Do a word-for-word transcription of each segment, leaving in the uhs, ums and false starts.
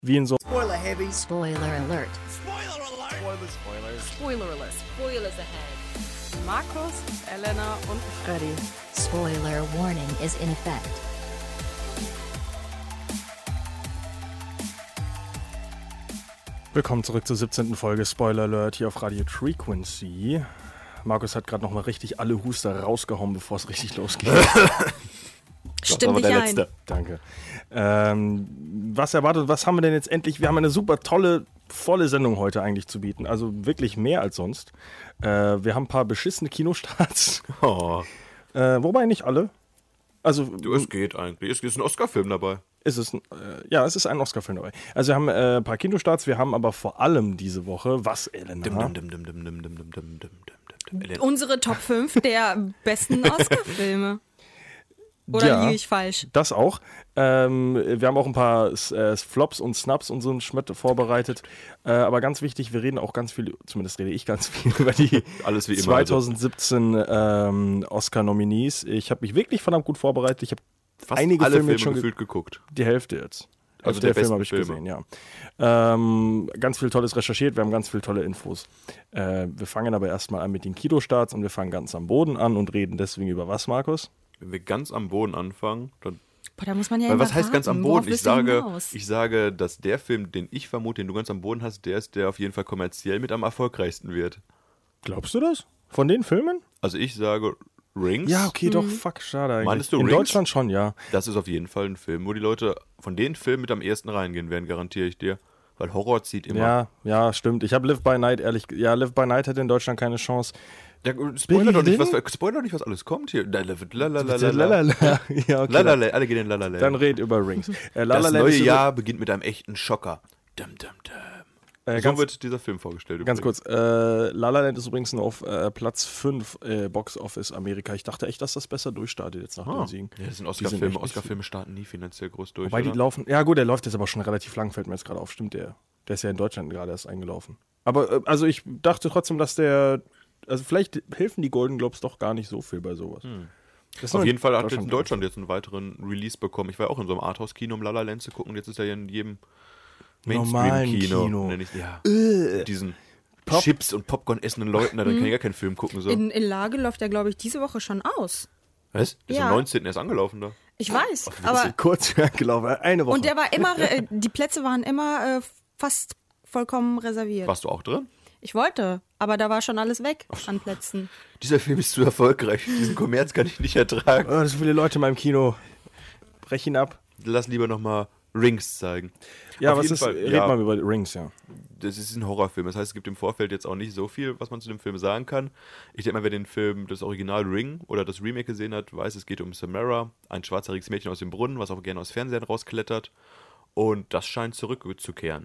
wie in so... Spoiler heavy. Spoiler alert. Spoiler alert. Spoiler, Spoilers. Spoiler alert. Spoilers ahead. Markus, Elena und Freddy. Spoiler warning is in effect. Willkommen zurück zur siebzehnten Folge Spoiler Alert hier auf Radio Frequency. Markus hat gerade nochmal richtig alle Huster rausgehauen, bevor es richtig losgeht. Stimmt nicht ein. Letzte. Danke. Ähm, was erwartet, was haben wir denn jetzt endlich? Wir haben eine super tolle, volle Sendung heute eigentlich zu bieten. Also wirklich mehr als sonst. Äh, wir haben ein paar beschissene Kinostarts. Oh. Äh, wobei nicht alle. Also, Du, es geht eigentlich. Es ist ein Oscar-Film dabei. Ist es, ein, äh, ja, es ist ein Oscar-Film dabei. Also wir haben äh, ein paar Kinostarts, wir haben aber vor allem diese Woche, was, Elena? Dim, dim, dim, dim, dim, dim, dim, dim, dim, dim, dim. Elena. Unsere Top fünf der besten Oscar-Filme. Oder Ja. liege ich falsch? Das auch. Ähm, wir haben auch ein paar äh, Flops und Snaps und so ein Schmidt vorbereitet. Äh, aber ganz wichtig, wir reden auch ganz viel, zumindest rede ich ganz viel über die Alles wie immer. Also zwanzig siebzehn ähm, Oscar-Nominees. Ich habe mich wirklich verdammt gut vorbereitet. Ich habe fast einige alle Filme Filme jetzt schon ge- gefühlt geguckt. die Hälfte jetzt. Also der, der Film besten habe ich Filme. gesehen, ja. Ähm, ganz viel Tolles recherchiert, wir haben ganz viel tolle Infos. Äh, wir fangen aber erstmal an mit den Kinostarts und wir fangen ganz am Boden an und reden deswegen über was, Markus? Wenn wir ganz am Boden anfangen, dann. Boah, da muss man ja Weil immer was heißt ganz am raten. Boden? Worauf Ich willst du sage, hinaus? ich sage, dass der Film, den ich vermute, den du ganz am Boden hast, der ist, der auf jeden Fall kommerziell mit am erfolgreichsten wird. Glaubst du das? Von den Filmen? Also ich sage Rings. Ja, okay, doch, fuck, schade eigentlich. Meinst du In Rings? Deutschland schon, ja. Das ist auf jeden Fall ein Film, wo die Leute von den Filmen mit am ehesten reingehen werden, garantiere ich dir. Weil Horror zieht immer. Ja, ja, stimmt. Ich habe Live by Night, ehrlich, ja, Live by Night hätte in Deutschland keine Chance. Ja, spoiler, doch nicht, Billy was, spoiler doch nicht, was alles kommt hier. Lalalala. Lalala. Ja, okay. Lalala, alle gehen in Lalala. Dann red über Rings. Äh, Das Lalala neue ist über- Jahr beginnt mit einem echten Schocker. Dum, dum, dum. Äh, so ganz, wird dieser Film vorgestellt. ganz übrigens. kurz, äh, La La Land ist übrigens nur auf äh, Platz fünf äh, Box Office Amerika. Ich dachte echt, dass das besser durchstartet jetzt nach Ah. den Siegen. Ja, das sind Die sind Oscar-Filme. echt nicht Oscar-Filme starten nie finanziell groß durch. Wobei die oder? laufen, ja gut, der läuft jetzt aber schon relativ lang, fällt mir jetzt gerade auf. Stimmt, der, der ist ja in Deutschland gerade erst eingelaufen. Aber äh, also ich dachte trotzdem, dass der, also vielleicht helfen die Golden Globes doch gar nicht so viel bei sowas. Das ist nur Auf jeden Fall hat jetzt Deutschland- in Deutschland jetzt einen weiteren Release bekommen. Ich war ja auch in so einem Arthouse-Kino, um La La Land zu gucken. Und jetzt ist er ja in jedem Normalen Mainstream-Kino. Kino. nenn ich's. Ja. Äh. Mit diesen Pop- Chips und Popcorn essenden Leuten, da dann kann ich gar keinen Film gucken. So. In, in Lage läuft der, glaube ich, diese Woche schon aus. Was? Ist Ja. am neunzehnten erst angelaufen da. Ich weiß, witzig. aber... Kurz gelaufen, eine Woche. Und der war immer, äh, die Plätze waren immer äh, fast vollkommen reserviert. Warst du auch drin? Ich wollte, aber da war schon alles weg an Plätzen. Dieser Film ist zu erfolgreich. Diesen Kommerz kann ich nicht ertragen. Oh, so viele Leute in meinem Kino. Brech ihn ab. Lass lieber nochmal Rings zeigen. Ja, Auf was jeden ist, Fall, red ja. mal über Rings, ja. Das ist ein Horrorfilm. Das heißt, es gibt im Vorfeld jetzt auch nicht so viel, was man zu dem Film sagen kann. Ich denke mal, wer den Film, das Original Ring oder das Remake gesehen hat, weiß, es geht um Samara, ein schwarzhaariges Mädchen aus dem Brunnen, was auch gerne aus Fernsehen rausklettert. Und das scheint zurückzukehren.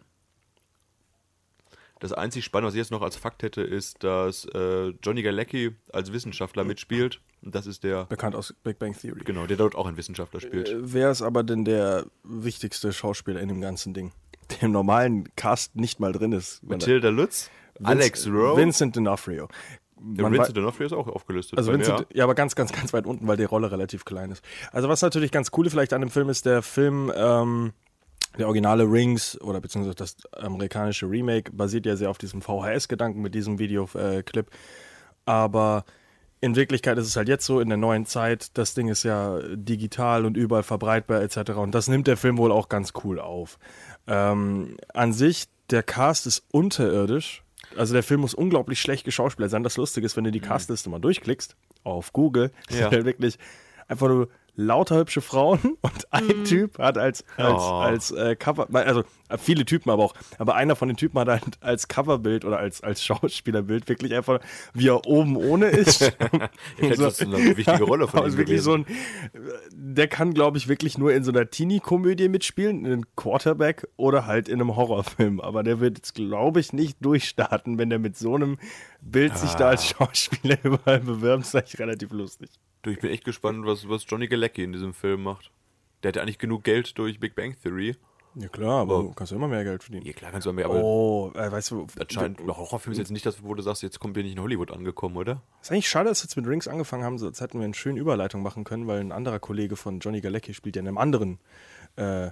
Das einzig Spannende, was ich jetzt noch als Fakt hätte, ist, dass äh, Johnny Galecki als Wissenschaftler mitspielt. Und das ist der, Bekannt aus Big Bang Theory. genau, der dort auch ein Wissenschaftler spielt. Äh, Wer ist aber denn der wichtigste Schauspieler in dem ganzen Ding? Der im normalen Cast nicht mal drin ist. Matilda Lutz, Vince- Alex Rowe, Vincent D'Onofrio. der Man Vincent wei- D'Onofrio ist auch aufgelistet. Also bei mir, Vincent, ja, aber ganz, ganz, ganz weit unten, weil die Rolle relativ klein ist. Also was natürlich ganz cool vielleicht an dem Film ist, der Film, ähm, der originale Rings oder beziehungsweise das amerikanische Remake basiert ja sehr auf diesem V H S-Gedanken mit diesem Videoclip. Aber in Wirklichkeit ist es halt jetzt so, in der neuen Zeit, das Ding ist ja digital und überall verbreitbar et cetera. Und das nimmt der Film wohl auch ganz cool auf. Ähm, an sich, der Cast ist unterirdisch. Also der Film muss unglaublich schlecht geschauspielert sein. Das Lustige ist, wenn du die Castliste mal durchklickst, auf Google, Ja. sind halt wirklich einfach nur lauter hübsche Frauen und ein Typ hat als, als, Oh. als äh, Cover, also äh, viele Typen aber auch, aber einer von den Typen hat halt als Coverbild oder als, als Schauspielerbild wirklich einfach, wie er oben ohne ist. hätte das eine wichtige Rolle von Aber ihm ist wirklich gewesen. so ein, der kann, glaube ich, wirklich nur in so einer Teenie-Komödie mitspielen, in einem Quarterback oder halt in einem Horrorfilm. Aber der wird jetzt, glaube ich, nicht durchstarten, wenn der mit so einem Bild sich da als Schauspieler überall bewirbt. Das ist eigentlich relativ lustig. Du, ich bin echt gespannt, was, was Johnny Galecki in diesem Film macht. Der hat ja eigentlich genug Geld durch Big Bang Theory. Ja klar, aber Oh. du kannst ja immer mehr Geld verdienen. Ja, klar kannst du mehr, aber Oh, äh, weißt du, das scheint, Horrorfilm ist jetzt nicht das, wo du sagst, jetzt kommen wir nicht in Hollywood angekommen, oder? ist eigentlich schade, dass wir jetzt mit Rings angefangen haben, sonst hätten wir eine schöne Überleitung machen können, weil ein anderer Kollege von Johnny Galecki spielt ja in einem anderen äh,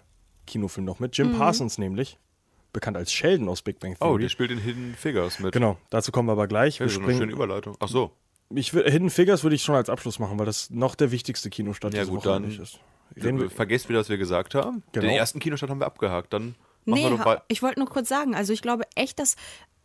Kinofilm noch mit. Jim Mhm. Parsons nämlich, bekannt als Sheldon aus Big Bang Theory. Oh, der spielt in Hidden Figures mit. Genau, dazu kommen wir aber gleich. Ja, Wir so eine springen, schöne Überleitung. Ach so. ich, wür- Hidden Figures würde ich schon als Abschluss machen, weil das noch der wichtigste Kinostart Ja, diese gut, Woche dann- eigentlich ist. Reden wir, Vergesst wieder, was wir gesagt haben. Genau. Den ersten Kinostart haben wir abgehakt. Dann machen Nee, wir doch bei. ich wollte nur kurz sagen, also ich glaube echt, dass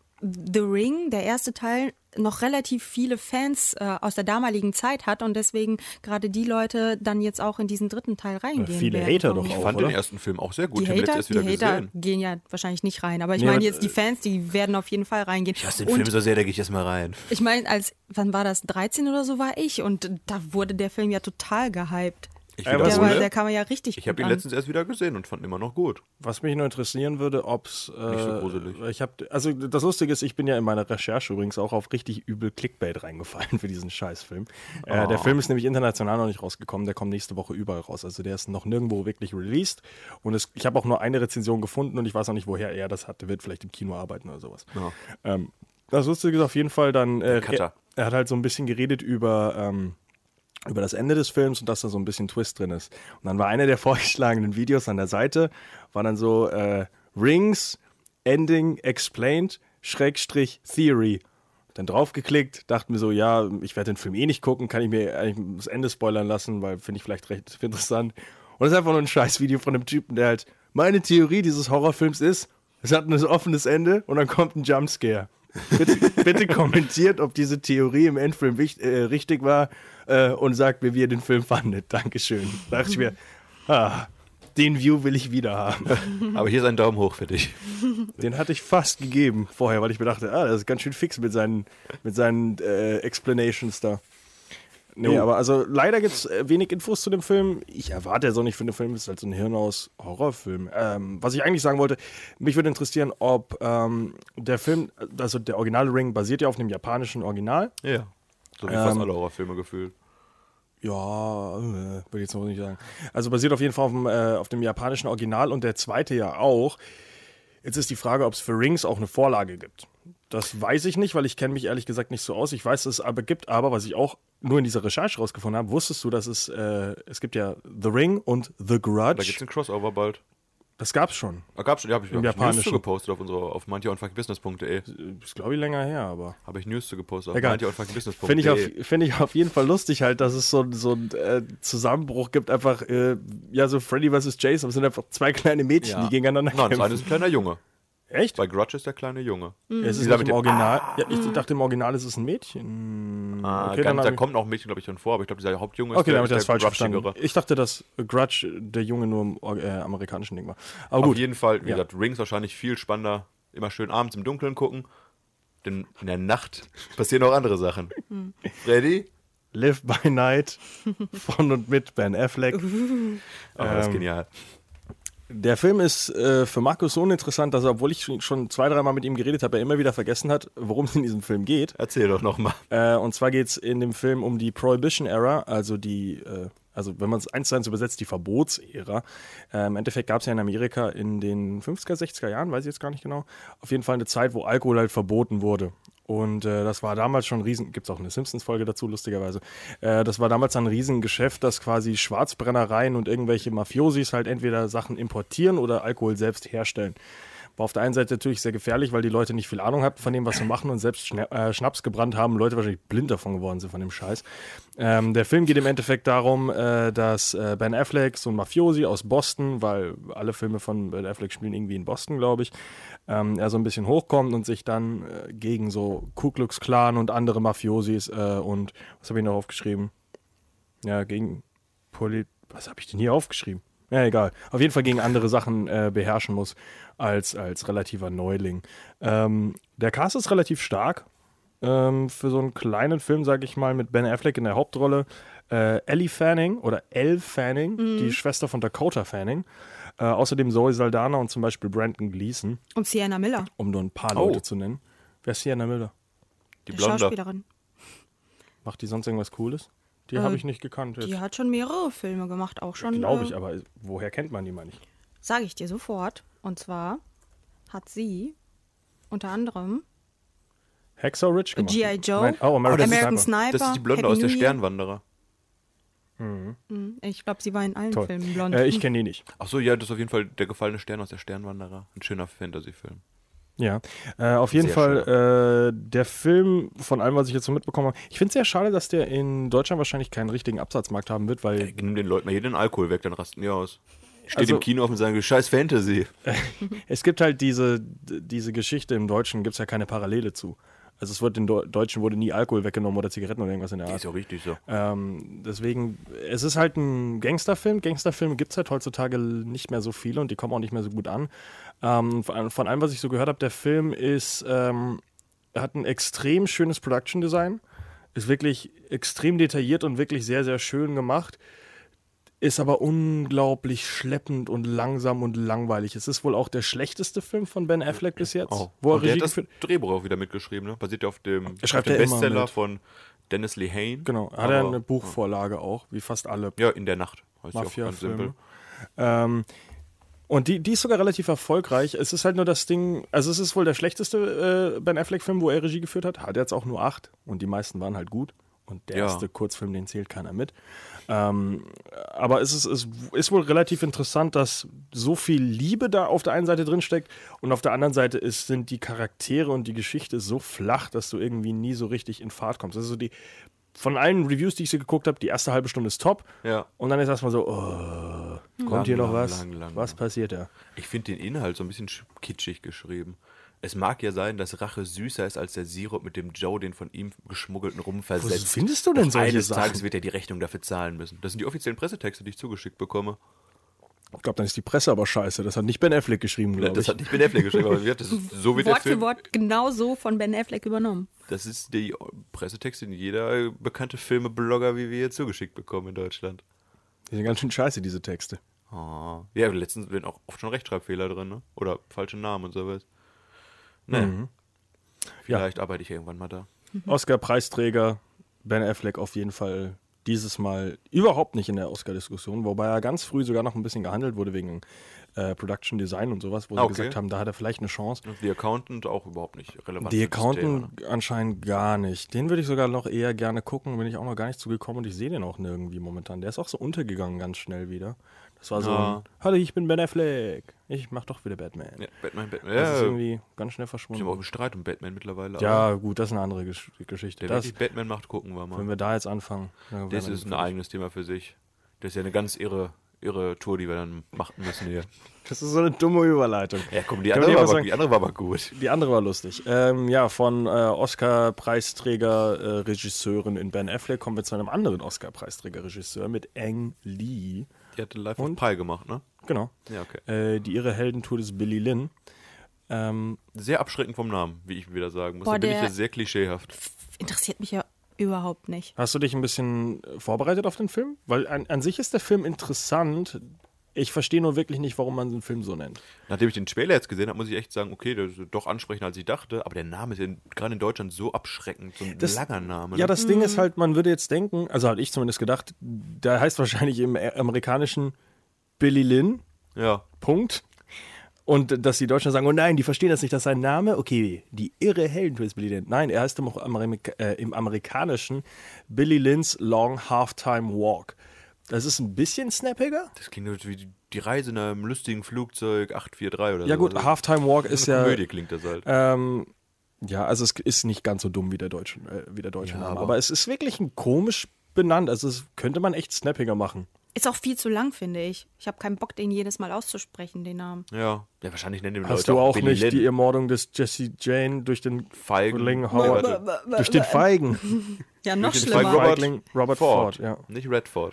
The Ring, der erste Teil, noch relativ viele Fans äh, aus der damaligen Zeit hat und deswegen gerade die Leute dann jetzt auch in diesen dritten Teil reingehen viele werden. Hater doch Ich auch, fand oder? den ersten Film auch sehr gut. Die Ich habe ihn Hater, letztes erst die wieder Hater gesehen. gehen ja wahrscheinlich nicht rein, aber ich Nee, meine aber, jetzt die Fans, die werden auf jeden Fall reingehen. Ich hasse den und Film so sehr, da gehe ich erstmal rein. ich meine, als, wann war das, dreizehn oder so war ich und da wurde der Film ja total gehypt. Ich Ja, aber Der, so, war, ne? der kam ja richtig Ich gut habe ihn an. letztens erst wieder gesehen und fand ihn immer noch gut. Was mich nur interessieren würde, ob es. Äh, Nicht so gruselig. Ich hab, also das Lustige ist, ich bin ja in meiner Recherche übrigens auch auf richtig übel Clickbait reingefallen für diesen Scheißfilm. Äh, der Oh. Film ist nämlich international noch nicht rausgekommen, der kommt nächste Woche überall raus. Also der ist noch nirgendwo wirklich released. Und es, ich habe auch nur eine Rezension gefunden und ich weiß auch nicht, woher er das hat. Der wird vielleicht im Kino arbeiten oder sowas. Ja. Ähm, das Lustige ist auf jeden Fall dann, äh, Cutter. er, er hat halt so ein bisschen geredet über, ähm, über das Ende des Films und dass da so ein bisschen Twist drin ist. Und dann war einer der vorgeschlagenen Videos an der Seite, war dann so äh, Rings, Ending, Explained, Schrägstrich, Theory. Dann draufgeklickt, dachte mir so, ja, ich werde den Film eh nicht gucken, kann ich mir eigentlich das Ende spoilern lassen, weil finde ich vielleicht recht interessant. Und es ist einfach nur ein Scheißvideo von einem Typen, der halt, meine Theorie dieses Horrorfilms ist, es hat ein offenes Ende und dann kommt ein Jumpscare. Bitte, bitte kommentiert, ob diese Theorie im Endfilm wichtig, äh, richtig war äh, und sagt mir, wie ihr den Film fandet. Dankeschön. Da dachte ich mir, ah, den View will ich wieder haben. Aber hier ist ein Daumen hoch für dich. Den hatte ich fast gegeben vorher, weil ich mir dachte, ah, das ist ganz schön fix mit seinen, mit seinen äh, Explanations da. Nee, Jo. aber also leider gibt es äh, wenig Infos zu dem Film. Ich erwarte ja so nicht für den Film, es ist halt so ein Hirnhaus-Horrorfilm. Ähm, was ich eigentlich sagen wollte, mich würde interessieren, ob ähm, der Film, also der originale Ring basiert ja auf einem japanischen Original. Ja. So wie fast Ähm, alle Horrorfilme gefühlt. Ja, äh, würde ich jetzt noch nicht sagen. Also basiert auf jeden Fall auf dem, äh, auf dem japanischen Original und der zweite ja auch. Jetzt ist die Frage, ob es für Rings auch eine Vorlage gibt. Das weiß ich nicht, weil ich kenne mich ehrlich gesagt nicht so aus. Ich weiß, dass es aber gibt, aber was ich auch nur in dieser Recherche rausgefunden habe, wusstest du, dass es, äh, es gibt ja The Ring und The Grudge. Da gibt es ein Crossover bald. Das gab's schon. Ah, gab's schon, ja, habe ich, Im hab ich News Japanischen. zu gepostet auf unserer, auf mantiaundfuckingbusiness punkt de. Ist, glaube ich, länger her, aber. Habe ich News zu gepostet auf Egal. mantiaundfuckingbusiness punkt Finde de. ich, auf- find ich auf jeden Fall lustig halt, dass es so, so einen äh, Zusammenbruch gibt. Einfach, äh, ja, so Freddy versus Jason. Es sind einfach zwei kleine Mädchen, Ja. die gegeneinander Nein, das kämpfen. eine ist ein kleiner Junge. Echt? Bei Grudge ist der kleine Junge. Ja, es ist Dieser nicht mit im dem- Original. Ja, ich dachte, im Original ist es ein Mädchen. Ah, Okay, ganz, dann da hab ich- kommt auch ein Mädchen, glaube ich, drin vor, aber ich glaube, dieser Hauptjunge Okay, ist dann habe ich der, das ist der falsch verstanden. Grudgigere. Ich dachte, dass Grudge der Junge nur im Or- äh, amerikanischen Ding war. Aber Auf gut. jeden Fall, wie Ja. gesagt, Rings wahrscheinlich viel spannender. Immer schön abends im Dunkeln gucken. Denn in der Nacht passieren auch andere Sachen. Freddy? Live by Night von und mit Ben Affleck. Oh, das ist Ähm, genial. Der Film ist äh, für Markus so uninteressant, dass er, obwohl ich schon- schon zwei, dreimal mit ihm geredet habe, er immer wieder vergessen hat, worum es in diesem Film geht. Erzähl doch nochmal. Äh, und zwar geht es in dem Film um die Prohibition-Era, also die, äh, also wenn man es eins zu eins übersetzt, die Verbotsära. Äh, Im Endeffekt gab es ja in Amerika in den fünfziger, sechziger Jahren, weiß ich jetzt gar nicht genau, auf jeden Fall eine Zeit, wo Alkohol halt verboten wurde. Und äh, das war damals schon ein riesen, gibt es auch eine Simpsons-Folge dazu, lustigerweise. Äh, das war damals ein Riesengeschäft, dass quasi Schwarzbrennereien und irgendwelche Mafiosis halt entweder Sachen importieren oder Alkohol selbst herstellen. War auf der einen Seite natürlich sehr gefährlich, weil die Leute nicht viel Ahnung hatten von dem, was sie machen und selbst Schna äh, Schnaps gebrannt haben, Leute wahrscheinlich blind davon geworden sind von dem Scheiß. Ähm, der Film geht im Endeffekt darum, äh, dass äh, Ben Affleck, so ein Mafiosi aus Boston, weil alle Filme von Ben Affleck spielen irgendwie in Boston, glaube ich, ähm, er so ein bisschen hochkommt und sich dann äh, gegen so Ku Klux Klan und andere Mafiosis äh, und, was habe ich noch aufgeschrieben? Ja, gegen Polit... Was habe ich denn hier aufgeschrieben? Ja, egal. Auf jeden Fall gegen andere Sachen äh, beherrschen muss als, als relativer Neuling. Ähm, der Cast ist relativ stark. Ähm, für so einen kleinen Film, sage ich mal, mit Ben Affleck in der Hauptrolle. Äh, Ellie Fanning oder Elle Fanning, die Schwester von Dakota Fanning. Äh, außerdem Zoe Saldana und zum Beispiel Brandon Gleeson, Und Sienna Miller, um nur ein paar Oh. Leute zu nennen. Wer ist Sienna Miller? Die die Blonde. Schauspielerin. Macht die sonst irgendwas Cooles? Die Äh, habe ich nicht gekannt. Die Jetzt. hat schon mehrere Filme gemacht, auch schon. Glaube äh, ich, aber woher kennt man die mal nicht? Sage ich dir sofort. Und zwar hat sie unter anderem Hacksaw Ridge gemacht. G I. Joe, Nein, oh, American, das ist- American Sniper. Sniper, Das ist die Blonde Happy aus der New Year. Sternwanderer. Mhm. Ich glaube, sie war in allen Toll. Filmen blond. Äh, ich kenne die nicht. Ach so, ja, das ist auf jeden Fall der gefallene Stern aus der Sternwanderer. Ein schöner Fantasy-Film. Ja, äh, auf jeden Sehr Fall äh, der Film, von allem, was ich jetzt so mitbekommen habe, ich finde es sehr schade, dass der in Deutschland wahrscheinlich keinen richtigen Absatzmarkt haben wird, weil Ey, nimm den Leuten mal hier den Alkohol weg, dann rasten die aus. Steht Also- im Kino auf und sagen, scheiß Fantasy. es gibt halt diese, diese Geschichte im Deutschen, gibt es ja keine Parallele zu. Also es wird in Do- Deutschen wurde nie Alkohol weggenommen oder Zigaretten oder irgendwas in der Die Art. ist ja richtig so. Ähm, deswegen, es ist halt ein Gangsterfilm. Gangsterfilme gibt es halt heutzutage nicht mehr so viele und die kommen auch nicht mehr so gut an. Ähm, von, von allem, was ich so gehört habe, der Film ist, ähm, hat ein extrem schönes Production Design, ist wirklich extrem detailliert und wirklich sehr, sehr schön gemacht, ist aber unglaublich schleppend und langsam und langweilig. Es ist wohl auch der schlechteste Film von Ben Affleck bis jetzt, Oh. wo er Und der Regie hat das geführt. Drehbuch auch wieder mitgeschrieben, ne? Basiert ja auf dem, Er schreibt auf dem ja immer Bestseller mit. von Dennis Lehane. Genau, hat er Aber- eine Buchvorlage auch, wie fast alle Ja, in der Nacht. Heißt ja auch ganz Mafia-Filme. simpel. Ähm, und die, die ist sogar relativ erfolgreich. Es ist halt nur das Ding, also es ist wohl der schlechteste äh, Ben Affleck-Film, wo er Regie geführt hat. Hat jetzt auch nur acht und die meisten waren halt gut. Und der Ja. erste Kurzfilm, den zählt keiner mit. Ähm, aber es ist, es ist wohl relativ interessant, dass so viel Liebe da auf der einen Seite drin steckt und auf der anderen Seite ist, sind die Charaktere und die Geschichte so flach, dass du irgendwie nie so richtig in Fahrt kommst. Also die, von allen Reviews, die ich so geguckt habe, die erste halbe Stunde ist top. Ja. Und dann ist erstmal so, oh, kommt Lang, hier noch lang, was? lang, lang, was lang. passiert da? Ich finde den Inhalt so ein bisschen sch- kitschig geschrieben. Es mag ja sein, dass Rache süßer ist als der Sirup, mit dem Joe den von ihm geschmuggelten Rum versetzt. Wo findest du denn Doch solche eines Sachen? Tages wird er die Rechnung dafür zahlen müssen. Das sind die offiziellen Pressetexte, die ich zugeschickt bekomme. Ich glaube, dann ist die Presse aber scheiße. Das hat nicht Ben Affleck geschrieben, glaube Das ich. hat nicht Ben Affleck geschrieben, aber das ist, so wird der Wort für Film. Wort genau so von Ben Affleck übernommen. Das ist die Pressetexte, die jeder bekannte Filmeblogger wie wir hier zugeschickt bekommen in Deutschland. Die sind ganz schön scheiße, diese Texte. Oh. Ja, letztens sind auch oft schon Rechtschreibfehler drin, ne? Oder falsche Namen und sowas. Naja. Mhm. Vielleicht arbeite ich irgendwann mal da. Oscar-Preisträger, Ben Affleck auf jeden Fall dieses Mal überhaupt nicht in der Oscar-Diskussion, wobei er ganz früh sogar noch ein bisschen gehandelt wurde wegen äh, Production Design und sowas, wo sie Ah, okay. gesagt haben, da hat er vielleicht eine Chance. Und The Accountant auch überhaupt nicht relevant. Die für das Thema, Accountant ne? anscheinend gar nicht. Den würde ich sogar noch eher gerne gucken, bin ich auch noch gar nicht zugekommen und ich sehe den auch nirgendwie momentan. Der ist auch so untergegangen ganz schnell wieder. Das war so Ja. ein, hallo, ich bin Ben Affleck. Ich mach doch wieder Batman. Ja, Batman, Batman. Das ist Ja, irgendwie ganz schnell ich verschwunden. habe auch einen Streit um Batman mittlerweile. Ja, aber gut, das ist eine andere Gesch Geschichte. der Das, wirklich Batman macht, gucken wir wenn mal. wir da jetzt anfangen. dann Das werden ist wir ein eigenes Thema für sich. Das ist ja eine ganz irre, irre Tour, die wir dann machen müssen hier. Das ist so eine dumme Überleitung. Ja, komm, die Können andere, wir war mal aber, sagen- die andere war aber gut. Die andere war lustig. Ähm, ja, von äh, Oscar-Preisträger äh, Regisseurin in Ben Affleck kommen wir zu einem anderen Oscar-Preisträger Regisseur mit Ang Lee. Die hatte Life of Und? Pi gemacht, ne? Genau. Ja, okay. Äh, die ihre Heldentour des Billy Lynn. Ähm, Sehr abschreckend vom Namen, wie ich wieder sagen muss. Boah, da bin ich der- ja sehr klischeehaft. Interessiert mich ja überhaupt nicht. hast du dich ein bisschen äh, vorbereitet auf den Film? Weil an, an sich ist der Film interessant. Ich verstehe nur wirklich nicht, warum man den Film so nennt. Nachdem ich den Trailer jetzt gesehen habe, muss ich echt sagen, okay, das ist doch ansprechender, als ich dachte. Aber der Name ist ja in, gerade in Deutschland so abschreckend. So ein Das- langer Name. Ja, ne? das Ding ist halt, man würde jetzt denken, also habe ich zumindest gedacht, der heißt wahrscheinlich im äh, amerikanischen Billy Lynn. ja. Punkt. Und dass die Deutschen sagen, oh nein, die verstehen das nicht, das ist sein Name. Okay, die irre Heldentour ist Billy Lynn. Nein, er heißt im, Amerika äh, im amerikanischen Billy Lynn's Long Halftime Walk. Das ist ein bisschen snappiger. Das klingt wie die, die Reise in einem lustigen Flugzeug acht vier drei oder Ja so. gut, Also, Halftime Walk ist eine ja... Komödie klingt das halt. Ähm, ja, also es ist nicht ganz so dumm wie der deutsche, äh, wie der deutsche Ja, Name. aber- Aber es ist wirklich ein komisch benannt. Also es könnte man echt snappiger machen. Ist auch viel zu lang, finde ich. Ich habe keinen Bock, den jedes Mal auszusprechen, den Namen. Ja. Ja, wahrscheinlich nennen die Hast Leute du auch Billy nicht Lynn. die Ermordung des Jesse Jane durch den Feigen. Kollegen Howard, Warte. durch den Feigen, Ja, noch Durch den schlimmer. Feigen Feigling Robert Ford, ja. Nicht Redford.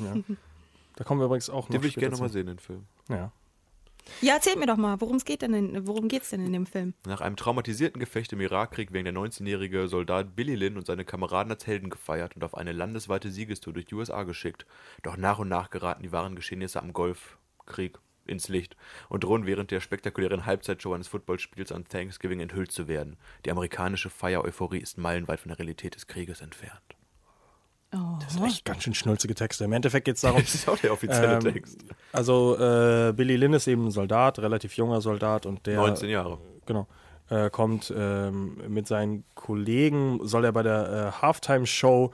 Da kommen wir übrigens auch noch Den würde ich später gerne nochmal zu. sehen, den Film. Ja. Ja, erzählt mir doch mal, worum es geht denn in, worum geht's denn in dem Film? Nach einem traumatisierten Gefecht im Irakkrieg werden der neunzehnjährige Soldat Billy Lynn und seine Kameraden als Helden gefeiert und auf eine landesweite Siegestour durch die U S A geschickt. Doch nach und nach geraten die wahren Geschehnisse am Golfkrieg ins Licht und drohen während der spektakulären Halbzeitshow eines Footballspiels an Thanksgiving enthüllt zu werden. Die amerikanische Feier-Euphorie ist meilenweit von der Realität des Krieges entfernt. Oh. Das sind echt ganz schön schnulzige Texte. Im Endeffekt geht es darum, Das ist auch der offizielle ähm, Text. also äh, Billy Lynn ist eben ein Soldat, relativ junger Soldat und der neunzehn Jahre. genau, äh, kommt ähm, mit seinen Kollegen, soll er bei der äh, Halftime-Show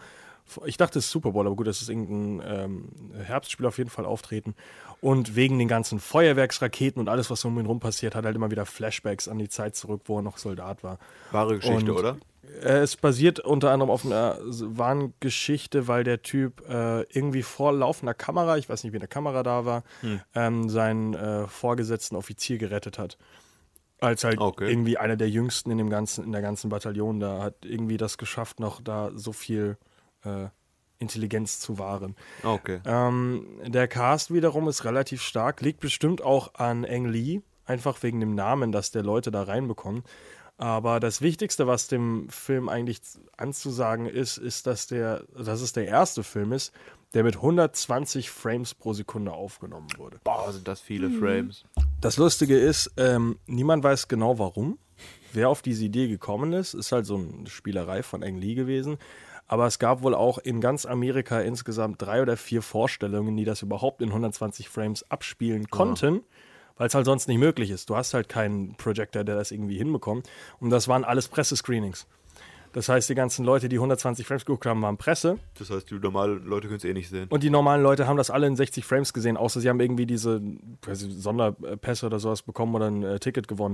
ich dachte, es ist Super Bowl, aber gut, das ist irgendein ähm, Herbstspiel auf jeden Fall auftreten. Und wegen den ganzen Feuerwerksraketen und alles, was um ihn rum passiert, hat halt immer wieder Flashbacks an die Zeit zurück, wo er noch Soldat war. Wahre Geschichte, Und, oder? Äh, es basiert unter anderem auf einer wahren Geschichte, weil der Typ äh, irgendwie vor laufender Kamera, ich weiß nicht, wie in der Kamera da war, hm. ähm, seinen äh, vorgesetzten Offizier gerettet hat. Als halt Okay. irgendwie einer der jüngsten in dem ganzen, in der ganzen Bataillon da hat irgendwie das geschafft, noch da so viel äh, Intelligenz zu wahren. Okay. Ähm, der Cast wiederum ist relativ stark, liegt bestimmt auch an Ang Lee, einfach wegen dem Namen, dass der Leute da reinbekommen. Aber das Wichtigste, was dem Film eigentlich anzusagen ist, ist, dass, der, dass es der erste Film ist, der mit hundertzwanzig Frames pro Sekunde aufgenommen wurde. Boah, sind das viele Frames. Das Lustige ist, ähm, niemand weiß genau warum. Wer auf diese Idee gekommen ist, ist halt so eine Spielerei von Ang Lee gewesen. Aber es gab wohl auch in ganz Amerika insgesamt drei oder vier Vorstellungen, die das überhaupt in hundertzwanzig Frames abspielen konnten, ja. Weil es halt sonst nicht möglich ist. Du hast halt keinen Projector, der das irgendwie hinbekommt. Und das waren alles Pressescreenings. Das heißt, die ganzen Leute, die hundertzwanzig Frames geguckt haben, waren Presse. Das heißt, die normalen Leute können es eh nicht sehen. Und die normalen Leute haben das alle in sechzig Frames gesehen, außer sie haben irgendwie diese Sonderpässe oder sowas bekommen oder ein äh, Ticket gewonnen.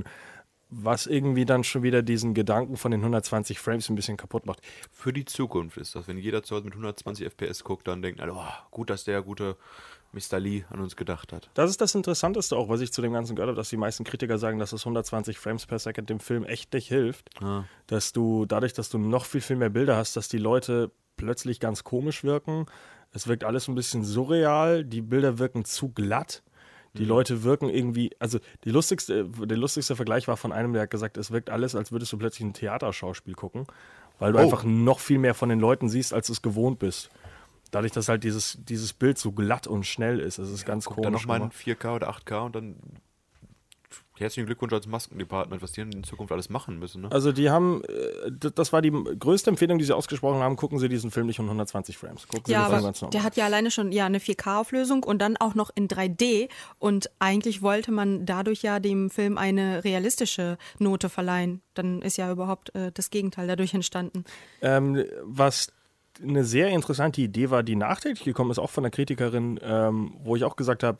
Was irgendwie dann schon wieder diesen Gedanken von den hundertzwanzig Frames ein bisschen kaputt macht. Für die Zukunft ist das, wenn jeder zu Hause mit hundertzwanzig F P S guckt, dann denkt, oh, gut, dass der gute Mister Lee an uns gedacht hat. Das ist das Interessanteste auch, was ich zu dem Ganzen gehört habe, dass die meisten Kritiker sagen, dass es hundertzwanzig Frames per Second dem Film echt nicht hilft. Ah. Dass du, dadurch, dass du noch viel, viel mehr Bilder hast, dass die Leute plötzlich ganz komisch wirken. Es wirkt alles ein bisschen surreal, die Bilder wirken zu glatt. Die mhm. Leute wirken irgendwie, also die lustigste, der lustigste Vergleich war von einem, der hat gesagt, es wirkt alles, als würdest du plötzlich ein Theaterschauspiel gucken, weil du oh. einfach noch viel mehr von den Leuten siehst, als du es gewohnt bist. Dadurch, dass halt dieses, dieses Bild so glatt und schnell ist. Es ist ja, ganz guck komisch. Dann nochmal in vier K oder acht K und dann herzlichen Glückwunsch als Maskendepartment, was die in Zukunft alles machen müssen. Ne? Also die haben, das war die größte Empfehlung, die sie ausgesprochen haben, gucken Sie diesen Film nicht um hundertzwanzig Frames. Gucken ja, Sie aber der hat ja alleine schon ja, eine vier K-Auflösung und dann auch noch in drei D. Und eigentlich wollte man dadurch ja dem Film eine realistische Note verleihen. Dann ist ja überhaupt äh, das Gegenteil dadurch entstanden. Ähm, was eine sehr interessante Idee war, die nachträglich gekommen ist, auch von der Kritikerin, ähm, wo ich auch gesagt habe,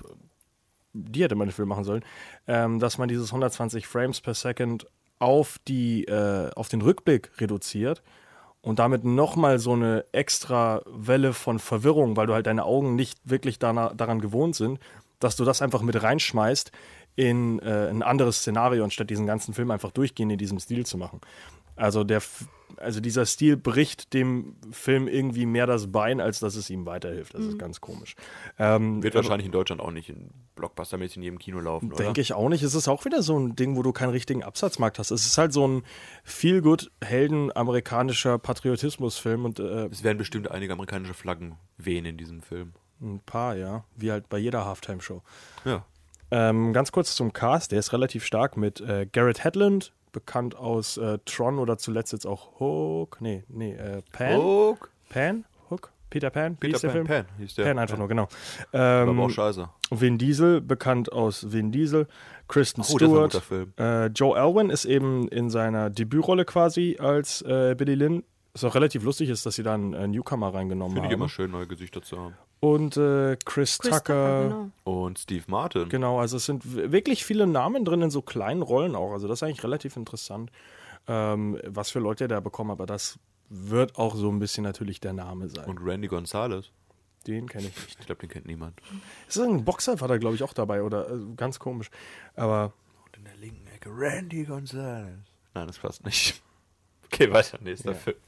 die hätte man den Film machen sollen, ähm, dass man dieses hundertzwanzig Frames per Second auf, die, äh, auf den Rückblick reduziert und damit nochmal so eine extra Welle von Verwirrung, weil du halt deine Augen nicht wirklich dana- daran gewohnt sind, dass du das einfach mit reinschmeißt in äh, ein anderes Szenario, anstatt diesen ganzen Film einfach durchgehend in diesem Stil zu machen. Also der, also dieser Stil bricht dem Film irgendwie mehr das Bein, als dass es ihm weiterhilft. Das mhm. ist ganz komisch. Ähm, Wird wahrscheinlich in Deutschland auch nicht in Blockbuster-mäßig in jedem Kino laufen, oder? Denke ich auch nicht. Es ist auch wieder so ein Ding, wo du keinen richtigen Absatzmarkt hast. Es ist halt so ein Feel-Good-Helden amerikanischer Patriotismusfilm. Und, äh, es werden bestimmt einige amerikanische Flaggen wehen in diesem Film. Ein paar, ja. Wie halt bei jeder Halftime-Show. Ja. Ähm, ganz kurz zum Cast. Der ist relativ stark mit äh, Garrett Hedlund, bekannt aus äh, Tron oder zuletzt jetzt auch Hook, nee, nee, äh, Pan. Hook? Pan? Hook? Peter Pan? Peter Pan, Film? Pan hieß der. Pan einfach ja. nur, genau. Ähm, aber auch scheiße. Vin Diesel, bekannt aus Vin Diesel. Kristen oh, Stewart. Das ist ein guter Film. Äh, Joe Alwyn ist eben in seiner Debütrolle quasi als äh, Billy Lynn. Was auch relativ lustig ist, dass sie da einen äh, Newcomer reingenommen Finde haben. ich immer schön, neue Gesichter zu haben. Und äh, Chris, Chris Tucker. Tucker genau. Und Steve Martin. Genau, also es sind w- wirklich viele Namen drin in so kleinen Rollen auch. Also das ist eigentlich relativ interessant, ähm, was für Leute er da bekommen. Aber das wird auch so ein bisschen natürlich der Name sein. Und Randy Gonzalez. Den kenne ich nicht. Ich glaube, den kennt niemand. Ist ein Boxer, war da glaube ich auch dabei oder äh, ganz komisch. Aber Und in der linken Ecke Randy Gonzalez. Nein, das passt nicht. Okay, weiter, nächster Ja. Film.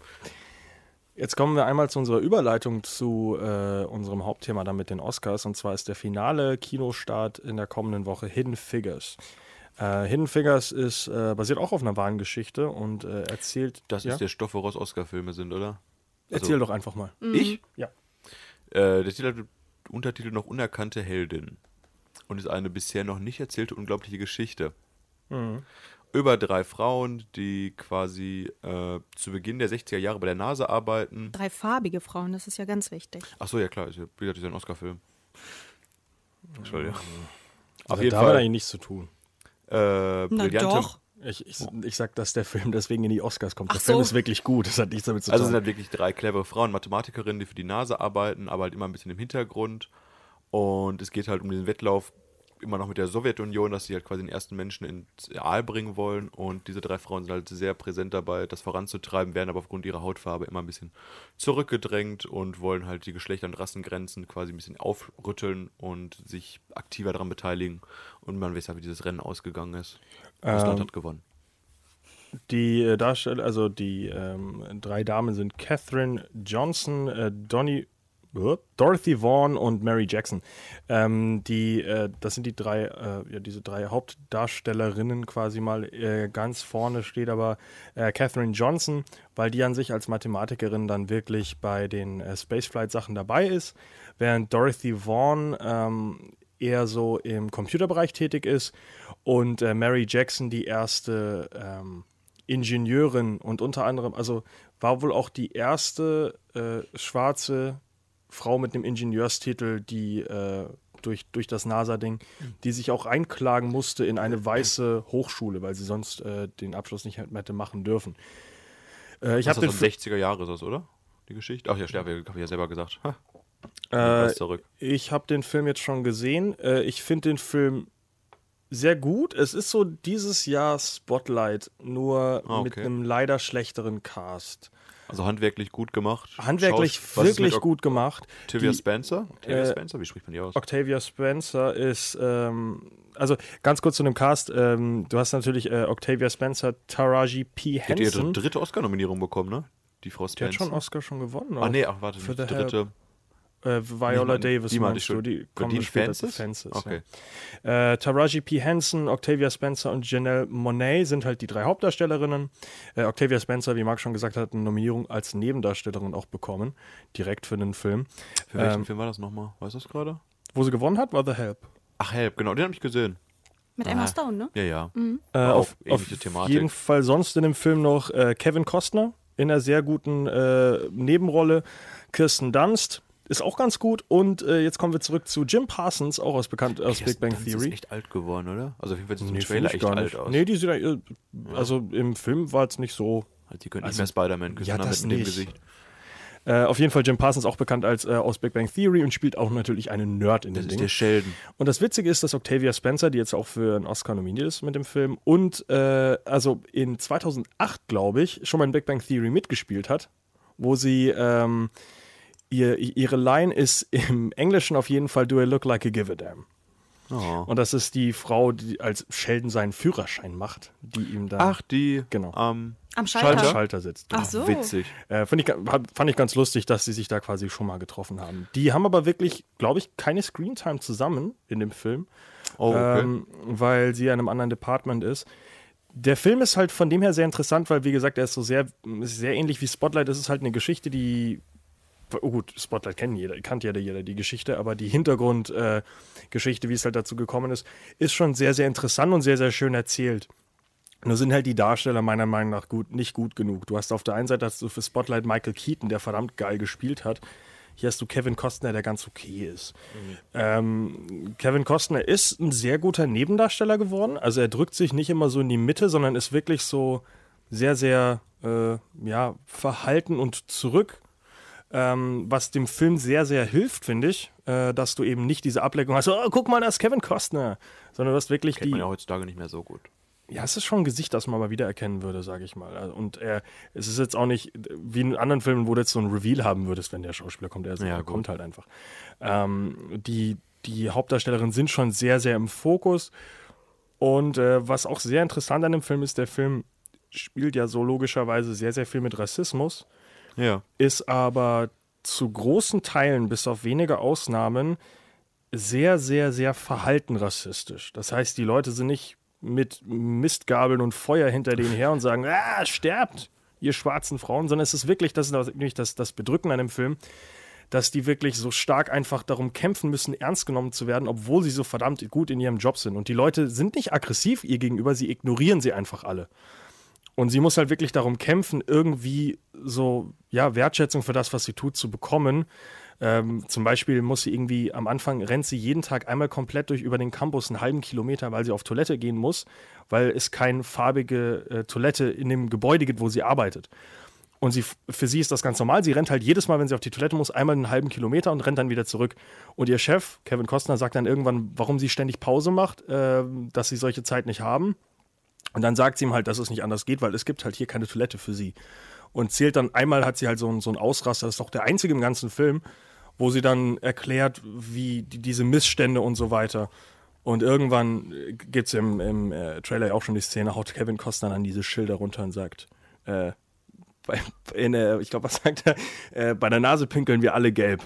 jetzt kommen wir einmal zu unserer Überleitung zu äh, unserem Hauptthema dann mit den Oscars. Und zwar ist der finale Kinostart in der kommenden Woche Hidden Figures. Äh, Hidden Figures ist äh, basiert auch auf einer wahren Geschichte und äh, erzählt... Das ja? ist der Stoff, woraus Oscar-Filme sind, oder? Erzähl Also, doch einfach mal. Ich? Ja. Äh, der Titel hat Untertitel noch unerkannte Heldin und ist eine bisher noch nicht erzählte unglaubliche Geschichte. Mhm. Über drei Frauen, die quasi äh, zu Beginn der sechziger Jahre bei der NASA arbeiten. Drei farbige Frauen, das ist ja ganz wichtig. Achso, ja klar, ist ja, wie gesagt, ist ja ein Oscar-Film. Entschuldigung. Also Auf jeden da hat Fall eigentlich nichts zu tun. äh, brillante, doch. Ich, ich, ich sag, dass der Film deswegen in die Oscars kommt. Ach Der so. Film ist wirklich gut. Das hat nichts damit zu tun. Also es sind halt wirklich drei clevere Frauen, Mathematikerinnen, die für die NASA arbeiten, aber halt immer ein bisschen im Hintergrund. Und es geht halt um den Wettlauf immer noch mit der Sowjetunion, dass sie halt quasi den ersten Menschen ins All bringen wollen. Und diese drei Frauen sind halt sehr präsent dabei, das voranzutreiben, werden aber aufgrund ihrer Hautfarbe immer ein bisschen zurückgedrängt und wollen halt die Geschlechter- und Rassengrenzen quasi ein bisschen aufrütteln und sich aktiver daran beteiligen. Und man weiß ja, wie dieses Rennen ausgegangen ist. Russland Ähm, hat gewonnen. Die äh, Darsteller, also die ähm, drei Damen sind Katherine Johnson, äh, Donny, äh, Dorothy Vaughan und Mary Jackson. Ähm, die, äh, das sind die drei, äh, ja, diese drei Hauptdarstellerinnen quasi mal. Äh, ganz vorne steht aber äh, Katherine Johnson, weil die an sich als Mathematikerin dann wirklich bei den äh, Spaceflight-Sachen dabei ist, während Dorothy Vaughan ähm, eher so im Computerbereich tätig ist und äh, Mary Jackson die erste ähm, Ingenieurin und unter anderem, also war wohl auch die erste äh, schwarze Frau mit einem Ingenieurstitel, die äh, durch, durch das NASA-Ding, die sich auch einklagen musste in eine weiße Hochschule, weil sie sonst äh, den Abschluss nicht hätte machen dürfen. Äh, ich Was habe das den so sechziger Jahre ist das, oder? Die Geschichte? Ach ja, Sterbe, habe ich ja selber gesagt. Ha. Äh, zurück. Ich habe den Film jetzt schon gesehen. Äh, ich finde den Film sehr gut. Es ist so dieses Jahr Spotlight, nur Ah, okay. mit einem leider schlechteren Cast. Also handwerklich gut gemacht. Handwerklich Schausch- Was ist wirklich mit gut gemacht. Octavia Die- Spencer? Octavia äh, Spencer? Wie spricht man die aus? Octavia Spencer ist, ähm, also ganz kurz zu dem Cast, ähm, du hast natürlich äh, Octavia Spencer, Taraji P. Die hat ihre Henson. dritte Oscar-Nominierung bekommen, ne? Die Frau Die hat Spencer. schon Oscar schon gewonnen. Ach auch. nee, ach warte, Für nicht die The dritte. Äh, Viola Die mein- Davis die meinte meinst ich du, schon. die kommen Dean später zu Fences? Fences. Okay. Ja. Äh, Taraji P. Henson, Octavia Spencer und Janelle Monáe sind halt die drei Hauptdarstellerinnen. Äh, Octavia Spencer, wie Marc schon gesagt hat, eine Nominierung als Nebendarstellerin auch bekommen, direkt für einen Film. Für welchen Ähm, Film war das nochmal? Weißt du das gerade? Wo sie gewonnen hat, war The Help. Ach, Help, genau, den habe ich gesehen. Mit Emma Ah. Stone, ne? Ja, ja. Äh, War auch auf, auf ähnliche Thematik. jeden Fall sonst in dem Film noch äh, Kevin Costner in einer sehr guten äh, Nebenrolle. Kirsten Dunst ist auch ganz gut. Und äh, jetzt kommen wir zurück zu Jim Parsons, auch aus, bekannt, aus Big Bang Dunst Theory. ist echt alt geworden, oder? Also auf jeden Fall sieht Nee, im find Trailer ich echt gar alt nicht. aus. Nee, die sind, äh, also im Film war es nicht so. Also die können Also- nicht mehr Spider-Man küssen Ja, haben das mit dem nicht. Gesicht. Äh, auf jeden Fall Jim Parsons auch bekannt als äh, aus Big Bang Theory und spielt auch natürlich einen Nerd in Das dem ist Ding. der Sheldon. Und das Witzige ist, dass Octavia Spencer, die jetzt auch für einen Oscar nominiert ist mit dem Film, und äh, also in zweitausendacht, glaube ich, schon mal in Big Bang Theory mitgespielt hat, wo sie, ähm, ihr, ihre Line ist im Englischen auf jeden Fall "Do I look like a give a damn?" Oh. Und das ist die Frau, die als Sheldon seinen Führerschein macht, die ihm dann Ach, die Genau. am Am am Schalter. Schalter sitzt. Ach so. witzig. Äh, fand, ich, hab- fand ich ganz lustig, dass sie sich da quasi schon mal getroffen haben. Die haben aber wirklich, glaube ich, keine Screentime zusammen in dem Film, Oh, okay. ähm, weil sie in einem anderen Department ist. Der Film ist halt von dem her sehr interessant, weil, wie gesagt, er ist so sehr, ist sehr ähnlich wie Spotlight. Es ist halt eine Geschichte, die, oh gut, Spotlight kennen jeder, kennt ja jeder die Geschichte, aber die Hintergrundgeschichte, äh, Geschichte, wie es halt dazu gekommen ist, ist schon sehr, sehr interessant und sehr, sehr schön erzählt. Nur sind halt die Darsteller meiner Meinung nach gut, nicht gut genug. Du hast auf der einen Seite hast du für Spotlight Michael Keaton, der verdammt geil gespielt hat. Hier hast du Kevin Costner, der ganz okay ist. Ähm, Kevin Costner ist ein sehr guter Nebendarsteller geworden. Also er drückt sich nicht immer so in die Mitte, sondern ist wirklich so sehr, sehr äh, ja, verhalten und zurück. Ähm, was dem Film sehr, sehr hilft, finde ich, äh, dass du eben nicht diese Ablenkung hast, oh, guck mal, da ist Kevin Costner, sondern du hast wirklich Kennt die... man ja heutzutage nicht mehr so gut. Ja, es ist schon ein Gesicht, das man mal wiedererkennen würde, sage ich mal. Also, und er, es ist jetzt auch nicht wie in anderen Filmen, wo du jetzt so ein Reveal haben würdest, wenn der Schauspieler kommt. Er, ist, Ja, er gut. kommt halt einfach. Ähm, die, die Hauptdarstellerinnen sind schon sehr, sehr im Fokus. Und äh, was auch sehr interessant an dem Film ist, der Film spielt ja so logischerweise sehr, sehr viel mit Rassismus, Ja. ist aber zu großen Teilen, bis auf wenige Ausnahmen, sehr, sehr, sehr verhalten rassistisch. Das heißt, die Leute sind nicht mit Mistgabeln und Feuer hinter denen her und sagen, ah, sterbt, ihr schwarzen Frauen, sondern es ist wirklich, das ist nämlich das, das Bedrücken an dem Film, dass die wirklich so stark einfach darum kämpfen müssen, ernst genommen zu werden, obwohl sie so verdammt gut in ihrem Job sind. Und die Leute sind nicht aggressiv ihr gegenüber, sie ignorieren sie einfach alle. Und sie muss halt wirklich darum kämpfen, irgendwie so, ja, Wertschätzung für das, was sie tut, zu bekommen, Ähm, zum Beispiel muss sie irgendwie, am Anfang rennt sie jeden Tag einmal komplett durch über den Campus einen halben Kilometer, weil sie auf Toilette gehen muss, weil es keine farbige äh, Toilette in dem Gebäude gibt, wo sie arbeitet. Und sie, für sie ist das ganz normal. Sie rennt halt jedes Mal, wenn sie auf die Toilette muss, einmal einen halben Kilometer und rennt dann wieder zurück. Und ihr Chef, Kevin Costner, sagt dann irgendwann, warum sie ständig Pause macht, äh, dass sie solche Zeit nicht haben. Und dann sagt sie ihm halt, dass es nicht anders geht, weil es gibt halt hier keine Toilette für sie. Und zählt dann, einmal hat sie halt so, so einen Ausraster, das ist doch der einzige im ganzen Film, wo sie dann erklärt, wie die, diese Missstände und so weiter. Und irgendwann gibt es im, im äh, Trailer ja auch schon die Szene, haut Kevin Costner an diese Schilder runter und sagt, äh, bei, in, äh, ich glaube, was sagt er? Äh, bei der Nase pinkeln wir alle gelb.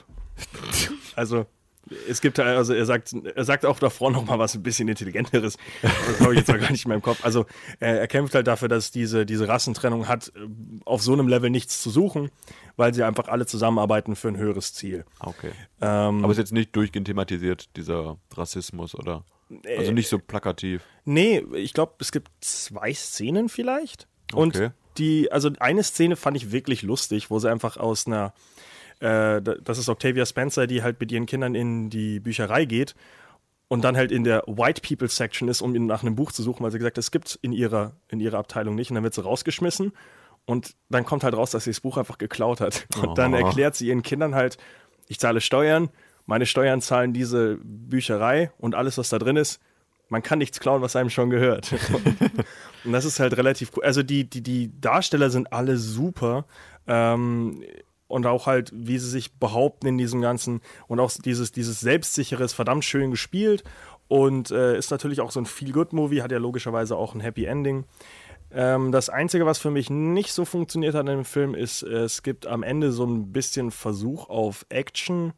Also, es gibt, also er sagt, er sagt auch davor noch mal was ein bisschen Intelligenteres. Das habe ich jetzt noch gar nicht in meinem Kopf. Also, äh, er kämpft halt dafür, dass diese, diese Rassentrennung hat auf so einem Level nichts zu suchen, weil sie einfach alle zusammenarbeiten für ein höheres Ziel. Okay. Ähm, Aber ist jetzt nicht durchgehend thematisiert, dieser Rassismus, oder? Also nicht so plakativ. Nee, ich glaube, es gibt zwei Szenen vielleicht. Und Okay. die, also eine Szene fand ich wirklich lustig, wo sie einfach aus einer, äh, das ist Octavia Spencer, die halt mit ihren Kindern in die Bücherei geht und dann halt in der White People Section ist, um nach einem Buch zu suchen, weil sie gesagt hat, es gibt in ihrer, in ihrer Abteilung nicht. Und dann wird sie rausgeschmissen und dann kommt halt raus, dass sie das Buch einfach geklaut hat. Und dann Oh. erklärt sie ihren Kindern halt, ich zahle Steuern, meine Steuern zahlen diese Bücherei und alles, was da drin ist, man kann nichts klauen, was einem schon gehört. Und das ist halt relativ cool. Also die, die, die Darsteller sind alle super. Ähm, und auch halt, wie sie sich behaupten in diesem Ganzen. Und auch dieses, dieses Selbstsichere ist verdammt schön gespielt. Und äh, ist natürlich auch so ein Feel-Good-Movie, hat ja logischerweise auch ein Happy Ending. Ähm, das Einzige, was für mich nicht so funktioniert hat in dem Film, ist, äh, es gibt am Ende so ein bisschen Versuch auf Action,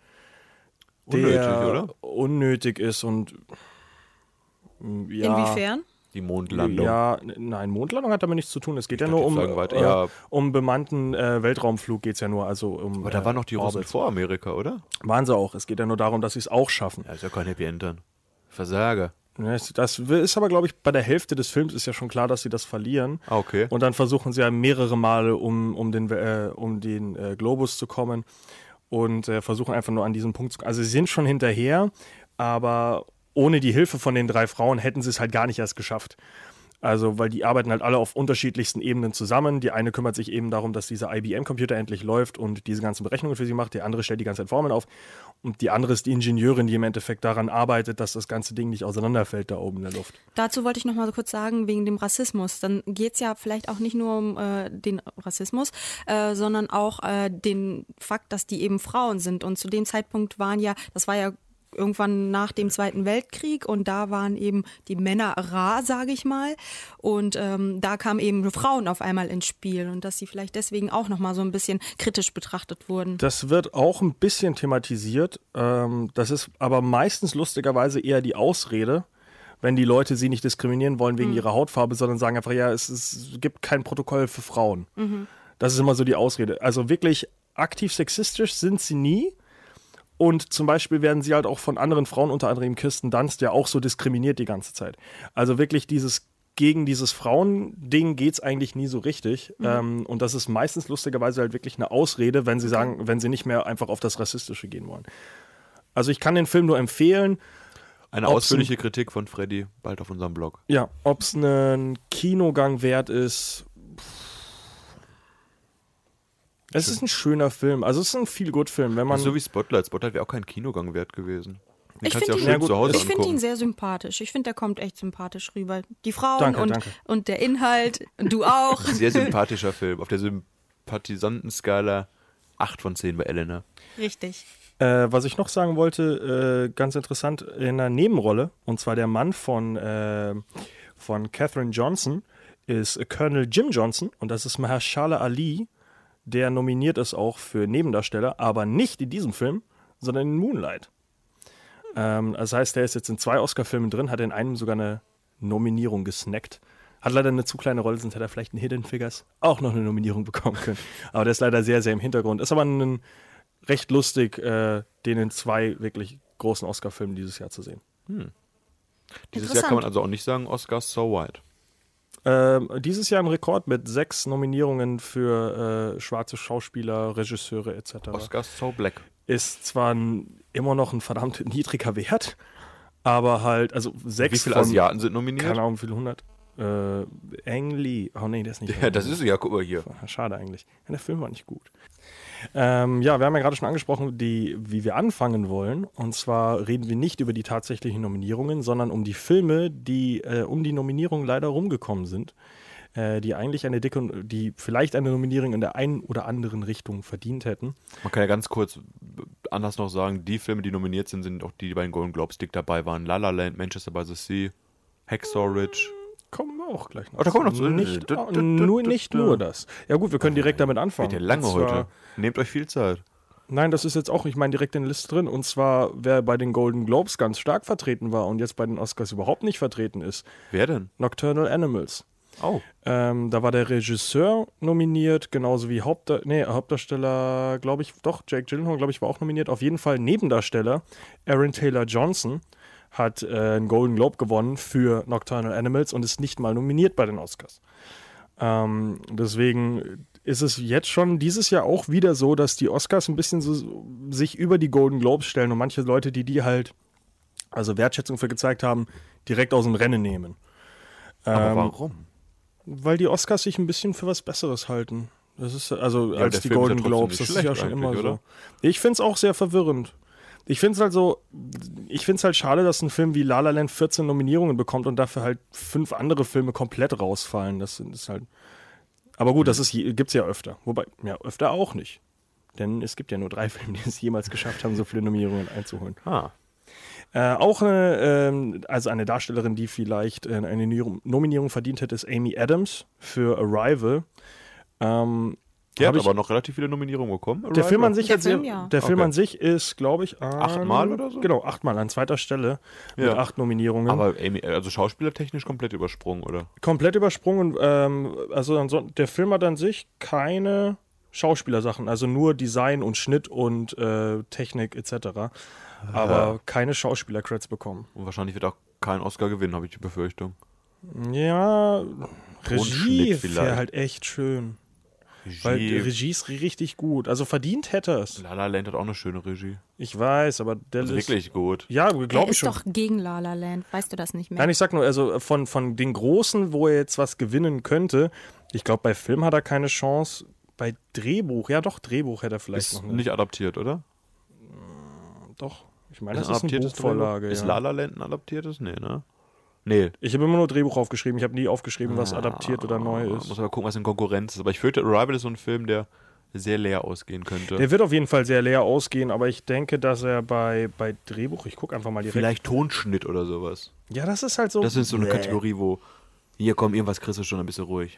der Unnötig, oder? unnötig ist und ja, Inwiefern? Die Mondlandung. Ja, n- nein, Mondlandung hat damit nichts zu tun. Es geht ja dachte, nur um, jetzt sagen weiter. äh, Ja. um bemannten äh, Weltraumflug geht es ja nur. Also um, Aber da äh, waren noch die Russen Orbits. vor Amerika, oder? Waren sie auch. Es geht ja nur darum, dass sie es auch schaffen. Ja, ist ja kein Happy End dann. Versager. Ja, es- Das ist aber, glaube ich, bei der Hälfte des Films ist ja schon klar, dass sie das verlieren. Ah, okay. Und dann versuchen sie ja mehrere Male, um, um den, äh, um den äh, Globus zu kommen und äh, versuchen einfach nur an diesen Punkt zu kommen. Also sie sind schon hinterher, aber ohne die Hilfe von den drei Frauen hätten sie es halt gar nicht erst geschafft. Also, weil die arbeiten halt alle auf unterschiedlichsten Ebenen zusammen. Die eine kümmert sich eben darum, dass dieser I B M-Computer endlich läuft und diese ganzen Berechnungen für sie macht. Die andere stellt die ganzen Formeln auf. Und die andere ist die Ingenieurin, die im Endeffekt daran arbeitet, dass das ganze Ding nicht auseinanderfällt da oben in der Luft. Dazu wollte ich noch mal so kurz sagen, wegen dem Rassismus. Dann geht es ja vielleicht auch nicht nur um äh, den Rassismus, äh, sondern auch äh, den Fakt, dass die eben Frauen sind. Und zu dem Zeitpunkt waren ja, das war ja irgendwann nach dem Zweiten Weltkrieg und da waren eben die Männer rar, sage ich mal. Und ähm, da kamen eben Frauen auf einmal ins Spiel und dass sie vielleicht deswegen auch noch mal so ein bisschen kritisch betrachtet wurden. Das wird auch ein bisschen thematisiert. Ähm, das ist aber meistens lustigerweise eher die Ausrede, wenn die Leute sie nicht diskriminieren wollen wegen ihrer Hautfarbe, sondern sagen einfach, ja, es, es gibt kein Protokoll für Frauen. Das ist immer so die Ausrede. Also wirklich aktiv sexistisch sind sie nie. Und zum Beispiel werden sie halt auch von anderen Frauen, unter anderem Kirsten Dunst, ja auch so diskriminiert die ganze Zeit. Also wirklich dieses gegen dieses Frauending geht es eigentlich nie so richtig. Mhm. Ähm, und das ist meistens lustigerweise halt wirklich eine Ausrede, wenn sie sagen, wenn sie nicht mehr einfach auf das Rassistische gehen wollen. Also ich kann den Film nur empfehlen. Eine Ob's ausführliche Kritik von Freddy bald auf unserem Blog. Ja, ob es einen Kinogang wert ist. Es ist ein schöner Film. Also es ist ein Feel-Good-Film. Wenn man So wie Spotlight. Spotlight wäre auch kein Kinogang wert gewesen. Den Ich kannst du finde auch ihn, schön Ja, gut, zu Hause ich find ihn angucken. sehr sympathisch. Ich finde, der kommt echt sympathisch rüber. Die Frauen Danke, und, danke. und der Inhalt, du auch. Sehr sympathischer Film. Auf der Sympathisantenskala acht von zehn bei Elena. Richtig. Äh, was ich noch sagen wollte, äh, ganz interessant, in einer Nebenrolle, und zwar der Mann von, äh, von Katherine Johnson, ist Colonel Jim Johnson, und das ist Mahershala Ali, der nominiert ist auch für Nebendarsteller, aber nicht in diesem Film, sondern in Moonlight. Ähm, das heißt, der ist jetzt in zwei Oscar-Filmen drin, hat in einem sogar eine Nominierung gesnackt. Hat leider eine zu kleine Rolle, sonst hätte er vielleicht in Hidden Figures auch noch eine Nominierung bekommen können. Aber der ist leider sehr, sehr im Hintergrund. Ist aber ein recht lustig, äh, den in zwei wirklich großen Oscar-Filmen dieses Jahr zu sehen. Dieses Jahr kann man also auch nicht sagen, Oscars so white. Ähm, dieses Jahr ein Rekord mit sechs Nominierungen für äh, schwarze Schauspieler, Regisseure et cetera. Oscars so black. ist zwar ein, immer noch ein verdammt niedriger Wert, aber halt, also sechs Wie viele von, Asiaten sind nominiert? keine Ahnung, wie viele hundert. Äh, Ang Lee. Oh nee, der ist nicht. Ja, das ist ja, guck mal hier. Schade eigentlich. Ja, der Film war nicht gut. Ähm, ja, wir haben ja gerade schon angesprochen, die, wie wir anfangen wollen. Und zwar reden wir nicht über die tatsächlichen Nominierungen, sondern um die Filme, die äh, um die Nominierung leider rumgekommen sind, äh, die eigentlich eine dicke, die vielleicht eine Nominierung in der einen oder anderen Richtung verdient hätten. Man kann ja ganz kurz anders noch sagen, die Filme, die nominiert sind, sind auch die, die bei den Golden Globes dick dabei waren. La La Land, Manchester by the Sea, Hacksaw Ridge. Kommen wir auch gleich noch. Oh, da kommen wir noch zu. Nicht, nur, nicht nur das. Ja gut, wir können direkt damit anfangen. Wird ja lange Und zwar- heute. Nehmt euch viel Zeit. Nein, das ist jetzt auch, ich meine, direkt in der Liste drin. Und zwar, wer bei den Golden Globes ganz stark vertreten war und jetzt bei den Oscars überhaupt nicht vertreten ist, Wer denn? Nocturnal Animals. Oh. Ähm, da war der Regisseur nominiert, genauso wie Hauptda- nee, Hauptdarsteller, glaube ich, doch, Jake Gyllenhaal, glaube ich, war auch nominiert. Auf jeden Fall Nebendarsteller, Aaron Taylor Johnson, hat äh, einen Golden Globe gewonnen für Nocturnal Animals und ist nicht mal nominiert bei den Oscars. Ähm, deswegen ist es jetzt schon dieses Jahr auch wieder so, dass die Oscars ein bisschen so sich über die Golden Globes stellen und manche Leute, die die halt, also Wertschätzung für gezeigt haben, direkt aus dem Rennen nehmen. Aber Ähm, warum? Weil die Oscars sich ein bisschen für was Besseres halten. Das ist also Ja, als der die Film ist ja Golden trotzdem Globes. nicht Das ist ja schlecht schon immer eigentlich, so. oder? Ich finde es auch sehr verwirrend. Ich finde es halt so, ich finde es halt schade, dass ein Film wie La La Land vierzehn Nominierungen bekommt und dafür halt fünf andere Filme komplett rausfallen. Das ist halt. Aber gut, das ist gibt es ja öfter. Wobei, ja, öfter auch nicht. Denn es gibt ja nur drei Filme, die es jemals geschafft haben, so viele Nominierungen einzuholen. Ah. Äh, auch eine, ähm, also eine Darstellerin, die vielleicht äh, eine Nominierung- Nominierung verdient hätte, ist Amy Adams für Arrival. Ähm, Der hab hat ich- aber noch relativ viele Nominierungen bekommen. der Arrival. Film an sich Der hat sehr, Film, ja. der Film Okay. an sich ist, glaube ich, an, Achtmal oder so? Genau, achtmal an zweiter Stelle mit Ja. acht Nominierungen. Aber Amy, also schauspielertechnisch komplett übersprungen, oder? Komplett übersprungen. Ähm, also ansonsten, der Film hat an sich keine Schauspielersachen, also nur Design und Schnitt und äh, Technik et cetera. Aber keine Schauspieler-Creds bekommen. Und wahrscheinlich wird auch kein Oscar gewinnen, habe ich die Befürchtung. Ja, Regie Tonschnitt wäre vielleicht. halt echt schön. Weil die Regie. Regie ist richtig gut. Also verdient hätte es. La La Land hat auch eine schöne Regie. Ich weiß, aber der Also ist wirklich gut. Ja, Er glaube ich ist schon. doch gegen La La Land, weißt du das nicht mehr? Nein, ich sag nur, also von, von den Großen, wo er jetzt was gewinnen könnte, ich glaube, bei Film hat er keine Chance. Bei Drehbuch, ja doch, Drehbuch hätte er vielleicht Ist noch eine. nicht adaptiert, oder? Doch, ich meine, das ein ist eine adaptiertes Buchvorlage. Drehbuch? Ist Ja. La La Land ein adaptiertes? Nee, ne? Nee. Ich habe immer nur Drehbuch aufgeschrieben. Ich habe nie aufgeschrieben, was adaptiert oder neu Muss ist. aber gucken, was in Konkurrenz ist. Aber ich fürchte, Arrival ist so ein Film, der sehr leer ausgehen könnte. Der wird auf jeden Fall sehr leer ausgehen, aber ich denke, dass er bei, bei Drehbuch, ich gucke einfach mal direkt. Vielleicht Tonschnitt oder sowas. Ja, das ist halt so. Das ist so eine Bäh. Kategorie, wo hier komm, irgendwas kriegst du schon ein bisschen ruhig.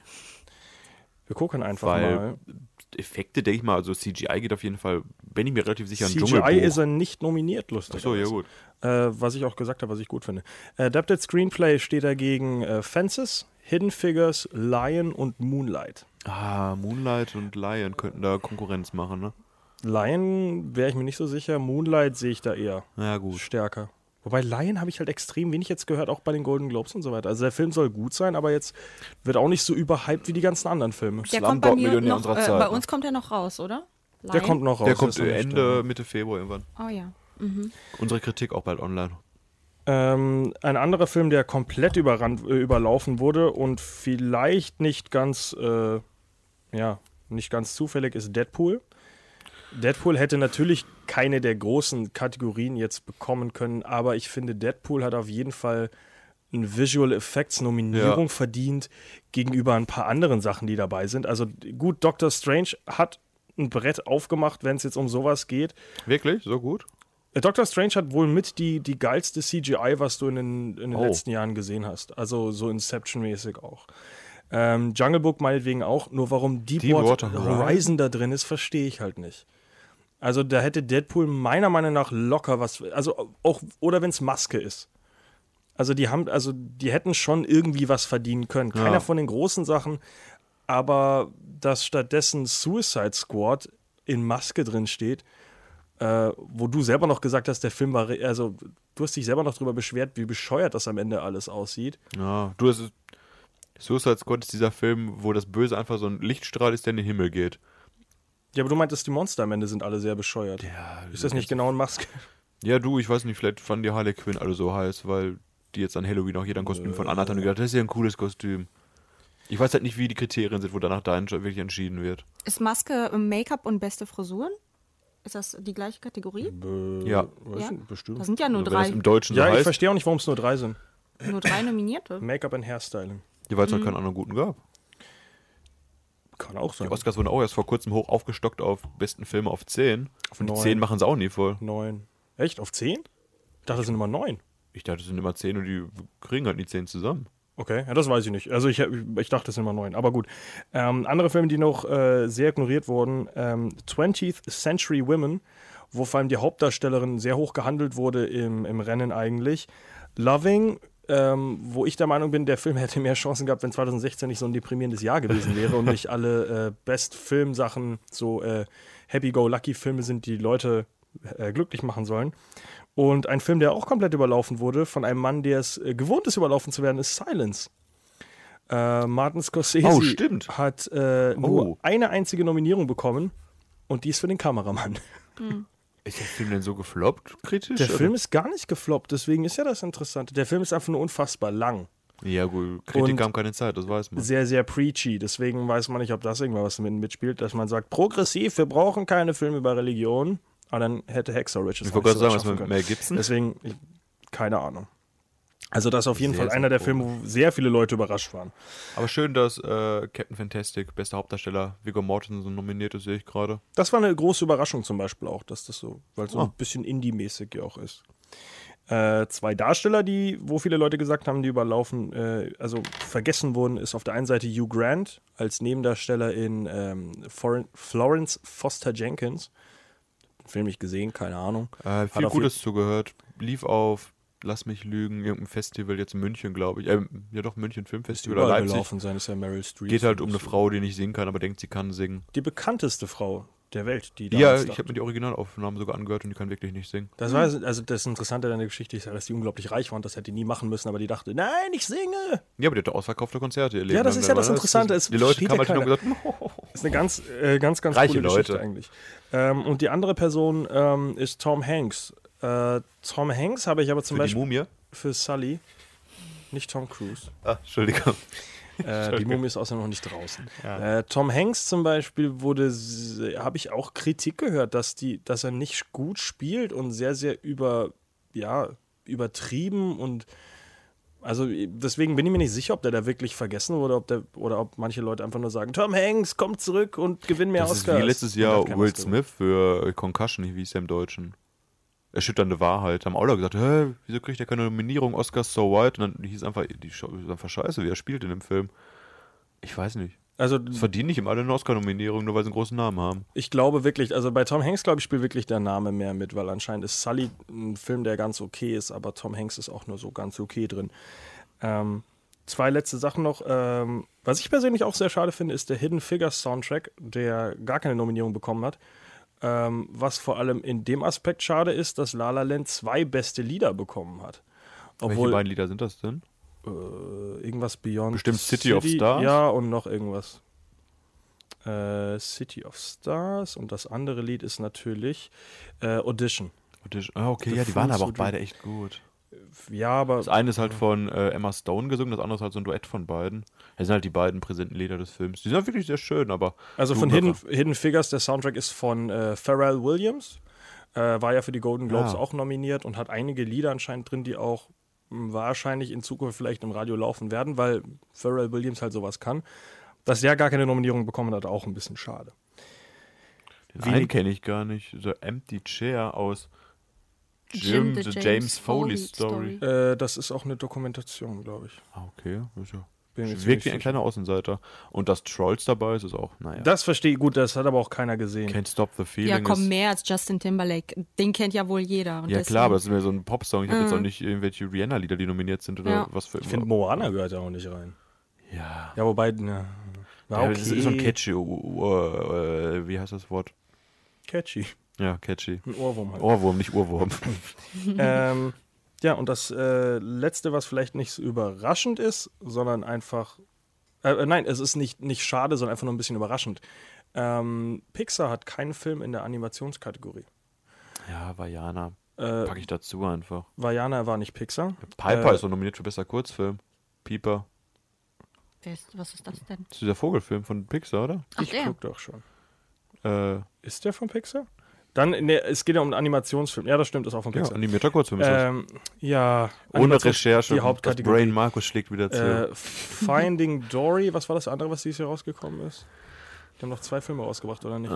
Wir gucken einfach Weil mal. Effekte, denke ich mal, also C G I geht auf jeden Fall, bin ich mir relativ sicher, ein C G I Dschungelbuch. ist er nicht nominiert, lustig. Achso, ja gut. Äh, was ich auch gesagt habe, was ich gut finde. Adapted Screenplay steht dagegen äh, Fences, Hidden Figures, Lion und Moonlight. Ah, Moonlight und Lion könnten da Konkurrenz machen, ne? Lion wäre ich mir nicht so sicher, Moonlight sehe ich da eher Ja, gut. stärker. Wobei Lion habe ich halt extrem wenig jetzt gehört, auch bei den Golden Globes und so weiter. Also der Film soll gut sein, aber jetzt wird auch nicht so überhyped wie die ganzen anderen Filme. Der kommt bei mir Slumdog-Millionär noch, unserer äh, Zeit, bei ne? uns kommt er noch raus, oder? Der Lion? kommt noch raus. Der kommt ist noch nicht Ende, da. Mitte Februar irgendwann. Oh ja. Unsere Kritik auch bald online. Ähm, ein anderer Film, der komplett überrannt, äh, überlaufen wurde und vielleicht nicht ganz, äh, ja, nicht ganz zufällig ist Deadpool. Deadpool hätte natürlich keine der großen Kategorien jetzt bekommen können, aber ich finde, Deadpool hat auf jeden Fall eine Visual Effects Nominierung Ja. verdient gegenüber ein paar anderen Sachen, die dabei sind. Also gut, Doctor Strange hat ein Brett aufgemacht, wenn es jetzt um sowas geht. Wirklich? So gut? Äh, Doctor Strange hat wohl mit die, die geilste C G I, was du in den, in den Oh. letzten Jahren gesehen hast. Also so Inception-mäßig auch. Ähm, Jungle Book meinetwegen auch. Nur warum Deepwater, Deepwater Horizon. Horizon da drin ist, verstehe ich halt nicht. Also da hätte Deadpool meiner Meinung nach locker was, also auch, oder wenn es Maske ist. Also die haben, also die hätten schon irgendwie was verdienen können. Keiner Ja. von den großen Sachen, aber dass stattdessen Suicide Squad in Maske drin steht, äh, wo du selber noch gesagt hast, der Film war, re- also du hast dich selber noch drüber beschwert, wie bescheuert das am Ende alles aussieht. Ja, du hast Suicide Squad ist dieser Film, wo das Böse einfach so ein Lichtstrahl ist, der in den Himmel geht. Ja, aber du meintest, die Monster am Ende sind alle sehr bescheuert. Ja, Ist das nicht genau ein Maske? Ja, du, ich weiß nicht, vielleicht fanden die Harley Quinn alle so heiß, weil die jetzt an Halloween auch jeder ein Kostüm von anhat und gedacht, das ist ja ein cooles Kostüm. Ich weiß halt nicht, wie die Kriterien sind, wo danach dein Job wirklich entschieden wird. Ist Maske, Make-up und beste Frisuren? Ist das die gleiche Kategorie? Be Ja. weiß Ja? nicht, bestimmt. Das sind ja nur Also, wenn das drei. im Deutschen Ja, so ich heißt, verstehe auch nicht, warum es nur drei sind. Nur drei Nominierte. Make-up und Hairstyling. ja, weil es halt keinen anderen guten gab. Kann auch sein. Die Oscars wurden auch erst vor kurzem hoch aufgestockt auf besten Filme auf zehn. Und die neun. zehn machen sie auch nie voll. Neun. Echt? Auf zehn? Ich dachte, es sind immer neun. Ich dachte, es sind immer zehn und die kriegen halt die zehn zusammen. Okay, ja, das weiß ich nicht. Also ich, ich dachte, es sind immer neun, aber gut. Ähm, andere Filme, die noch äh, sehr ignoriert wurden, ähm, twentieth Century Women, wo vor allem die Hauptdarstellerin sehr hoch gehandelt wurde im, im Rennen eigentlich. Loving, ähm, wo ich der Meinung bin, der Film hätte mehr Chancen gehabt, wenn zwanzig sechzehn nicht so ein deprimierendes Jahr gewesen wäre und nicht alle äh, Best-Film-Sachen so äh, Happy-Go-Lucky-Filme sind, die Leute äh, glücklich machen sollen. Und ein Film, der auch komplett überlaufen wurde, von einem Mann, der es äh, gewohnt ist, überlaufen zu werden, ist Silence. Äh, Martin Scorsese Oh, stimmt. hat äh, nur Oh. eine einzige Nominierung bekommen und die ist für den Kameramann. Ist der Film denn so gefloppt, kritisch? Der oder? Film ist gar nicht gefloppt, deswegen ist ja das Interessante. Der Film ist einfach nur unfassbar lang. Ja, gut, Kritiker Und- haben keine Zeit, das weiß man. Sehr, sehr preachy. Deswegen weiß man nicht, ob das irgendwas mit mitspielt, dass man sagt, progressiv, wir brauchen keine Filme über Religion. Aber dann hätte Hexer Riches Ich auch wollte nicht gerade sagen, sowas was schaffen mit können. Mel Gibson? Deswegen, ich, keine Ahnung. Also das ist auf jeden Sehr, Fall sehr einer der cool. Filme, wo sehr viele Leute überrascht waren. Aber schön, dass äh, Captain Fantastic, bester Hauptdarsteller, Viggo Mortensen nominiert ist, sehe ich gerade. Das war eine große Überraschung zum Beispiel auch, dass das so, weil es so Ah. ein bisschen Indie-mäßig ja auch ist. Äh, zwei Darsteller, die, wo viele Leute gesagt haben, die überlaufen, äh, also vergessen wurden, ist auf der einen Seite Hugh Grant als Nebendarsteller in ähm, Foreign- Florence Foster Jenkins. Film nicht gesehen, keine Ahnung. Äh, viel auf Gutes zugehört. Lief auf, lass mich lügen, irgendein Festival jetzt in München, glaube ich. Ähm, ja doch, München Filmfestival oder Überall Leipzig. gelaufen sein, ist ja Meryl Streep. Geht halt um eine Frau, die nicht singen kann, aber denkt, sie kann singen. Die bekannteste Frau der Welt, die Ja, damals ich dachte. habe mir die Originalaufnahmen sogar angehört und die kann wirklich nicht singen. Das war also das Interessante an der Geschichte ist ja, dass die unglaublich reich war und das hätte die nie machen müssen, aber die dachte, nein, ich singe. Ja, aber die hatte ausverkaufte Konzerte. Ihr Leben Ja, das lang, ist ja da das war Interessante, es Die Leute versteht kamen ja halt hin und keiner. gesagt, oh, Das ist eine ganz, äh, ganz, ganz Reiche coole Geschichte Leute. eigentlich. Ähm, und die andere Person ähm, ist Tom Hanks. Äh, Tom Hanks habe ich aber zum für die Beispiel Mumie. für Sully, nicht Tom Cruise. Ah, Entschuldigung. Äh, die Mumie ist außerdem noch nicht draußen. Äh, Tom Hanks zum Beispiel wurde, habe ich auch Kritik gehört, dass, die, dass er nicht gut spielt und sehr, sehr über, ja, übertrieben und also deswegen bin ich mir nicht sicher, ob der da wirklich vergessen wurde ob der, oder ob manche Leute einfach nur sagen, Tom Hanks, komm zurück und gewinn mehr Das ist Oscars. wie letztes Und Jahr hat keinen Will Oscar Smith für äh, Concussion, wie hieß der im Deutschen? Erschütternde Wahrheit. Haben auch Leute gesagt, hä, wieso kriegt er keine Nominierung, Oscars so white? Und dann hieß einfach, die Show ist einfach scheiße, wie er spielt in dem Film. Ich weiß nicht. Also Es verdienen nicht immer alle eine Oscar-Nominierung, nur weil sie einen großen Namen haben. ich glaube wirklich, also bei Tom Hanks, glaube ich, spielt wirklich der Name mehr mit, weil anscheinend ist Sully ein Film, der ganz okay ist, aber Tom Hanks ist auch nur so ganz okay drin. Ähm, zwei letzte Sachen noch. Ähm, was ich persönlich auch sehr schade finde, ist der Hidden Figures Soundtrack, der gar keine Nominierung bekommen hat. Ähm, was vor allem in dem Aspekt schade ist, dass La La Land zwei beste Lieder bekommen hat. Welche Obwohl beiden Lieder sind das denn? äh, irgendwas Beyond Bestimmt City of Stars? Ja, und noch irgendwas. Äh, City of Stars und das andere Lied ist natürlich äh, Audition. Ah, okay, The ja, die waren Fools aber Who auch Dream. beide echt gut. Ja, aber Das eine ist halt von äh, Emma Stone gesungen, das andere ist halt so ein Duett von beiden. Das sind halt die beiden präsenten Lieder des Films. Die sind halt wirklich sehr schön, aber. also du, von aber- Hidden, Hidden Figures, der Soundtrack ist von äh, Pharrell Williams. Äh, war ja für die Golden Globes Ah. auch nominiert und hat einige Lieder anscheinend drin, die auch mh, wahrscheinlich in Zukunft vielleicht im Radio laufen werden, weil Pharrell Williams halt sowas kann. Dass der gar keine Nominierung bekommen hat, auch ein bisschen schade. Den Wenig- einen kenne ich gar nicht. The Empty Chair aus Jim, Jim, the, James, Foley Story. Äh, das ist auch eine Dokumentation, glaube ich. Ah, okay. Das ist ja Bin mir ziemlich wirkt wie ein sicher. kleiner Außenseiter. Und dass Trolls dabei ist, ist auch, naja. Das verstehe ich gut, das hat aber auch keiner gesehen. Can't Stop the Feeling Ja, komm, ist, mehr als Justin Timberlake. Den kennt ja wohl jeder. Und ja deswegen- klar, aber das ist mehr so ein Popsong. Ich habe jetzt Mhm. auch nicht irgendwelche Rihanna-Lieder, die nominiert sind oder Ja. was für Ich finde, Moana gehört ja auch nicht rein. Ja. Ja, wobei, ja, war Ja, okay. das ist so ein catchy, uh, uh, äh, wie heißt das Wort? Catchy. Ja, catchy. Ein Ohrwurm halt. Ohrwurm, nicht Urwurm. ähm, ja, und das äh, Letzte, was vielleicht nicht so überraschend ist, sondern einfach Äh, nein, es ist nicht, nicht schade, sondern einfach nur ein bisschen überraschend. Ähm, Pixar hat keinen Film in der Animationskategorie. Ja, Vajana. Äh, Packe ich dazu einfach. Vajana war nicht Pixar. Piper Äh, ist so nominiert für bester Kurzfilm. Pieper. Wer ist, was ist das denn? Das ist dieser Vogelfilm von Pixar, oder? Ach, Ich der. guck doch schon. Äh, Ist der von Pixar? Dann, ne, es geht ja um einen Animationsfilm. Ja, das stimmt, ist auch von ja, Pixar. animierter Kurzfilm ist das. ähm, ja, Ohne Animations- Recherche. Die Das Hauptkategorie. Brain Markus schlägt wieder zu. Äh, Finding Dory, was war das andere, was dieses Jahr rausgekommen ist? Die haben noch zwei Filme rausgebracht, oder nicht?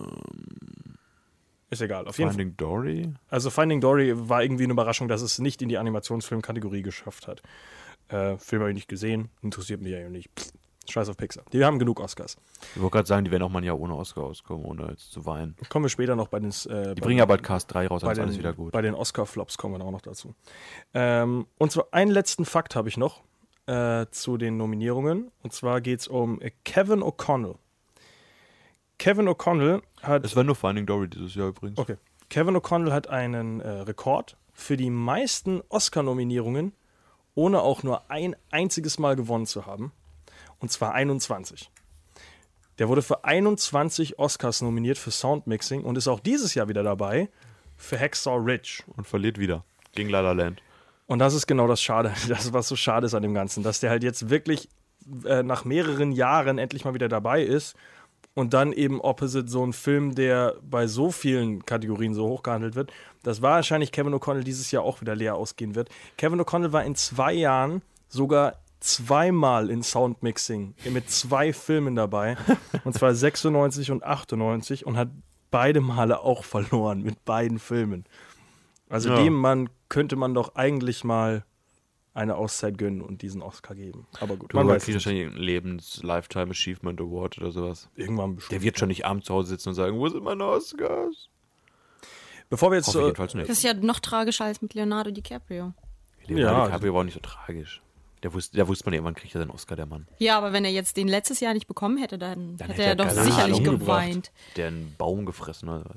Ist egal. Auf jeden Fall. Finding Dory? Also Finding Dory war irgendwie eine Überraschung, dass es nicht in die Animationsfilmkategorie geschafft hat. Äh, Film habe ich nicht gesehen, interessiert mich ja nicht. Pff, Scheiß auf Pixar. Die haben genug Oscars. Ich wollte gerade sagen, die werden auch mal ein Jahr ohne Oscar auskommen, ohne jetzt zu weinen. Kommen wir später noch bei den... Äh, Die bei bringen ja bald Cast drei raus, dann bei ist den, alles wieder gut. Bei den Oscar-Flops kommen wir dann auch noch dazu. Ähm, und zwar einen letzten Fakt habe ich noch äh, zu den Nominierungen. Und zwar geht es um äh, Kevin O'Connell. Kevin O'Connell hat... Es war nur Finding Dory dieses Jahr übrigens. Okay. Kevin O'Connell hat einen äh, Rekord für die meisten Oscar-Nominierungen, ohne auch nur ein einziges Mal gewonnen zu haben. Und zwar einundzwanzig. Der wurde für einundzwanzig Oscars nominiert für Soundmixing und ist auch dieses Jahr wieder dabei für Hacksaw Ridge. Und verliert wieder. Gegen La La Land. Und das ist genau das Schade, das, was so schade ist an dem Ganzen, dass der halt jetzt wirklich äh, nach mehreren Jahren endlich mal wieder dabei ist und dann eben opposite so ein Film, der bei so vielen Kategorien so hoch gehandelt wird, dass wahrscheinlich Kevin O'Connell dieses Jahr auch wieder leer ausgehen wird. Kevin O'Connell war in zwei Jahren sogar zweimal in Soundmixing mit zwei Filmen dabei, und zwar sechsundneunzig und achtundneunzig, und hat beide Male auch verloren mit beiden Filmen. Also Ja. dem Mann könnte man doch eigentlich mal eine Auszeit gönnen und diesen Oscar geben. Aber gut, Du man weiß kriegst es nicht. wahrscheinlich einen Lebens-Lifetime Achievement Award oder sowas. Irgendwann bestimmt. Der wird schon nicht abends zu Hause sitzen und sagen, wo sind meine Oscars? Bevor wir jetzt Hoffe ich so, jedenfalls nicht. Das ist ja noch tragischer als mit Leonardo DiCaprio. Leonardo Ja. DiCaprio war auch nicht so tragisch. Der wusste, der wusste man, irgendwann kriegt er seinen Oscar, der Mann. Ja, aber wenn er jetzt den letztes Jahr nicht bekommen hätte, dann, Dann hätte hätte er doch er keine sicherlich Ahnung geweint. Der einen Baum gefressen hat.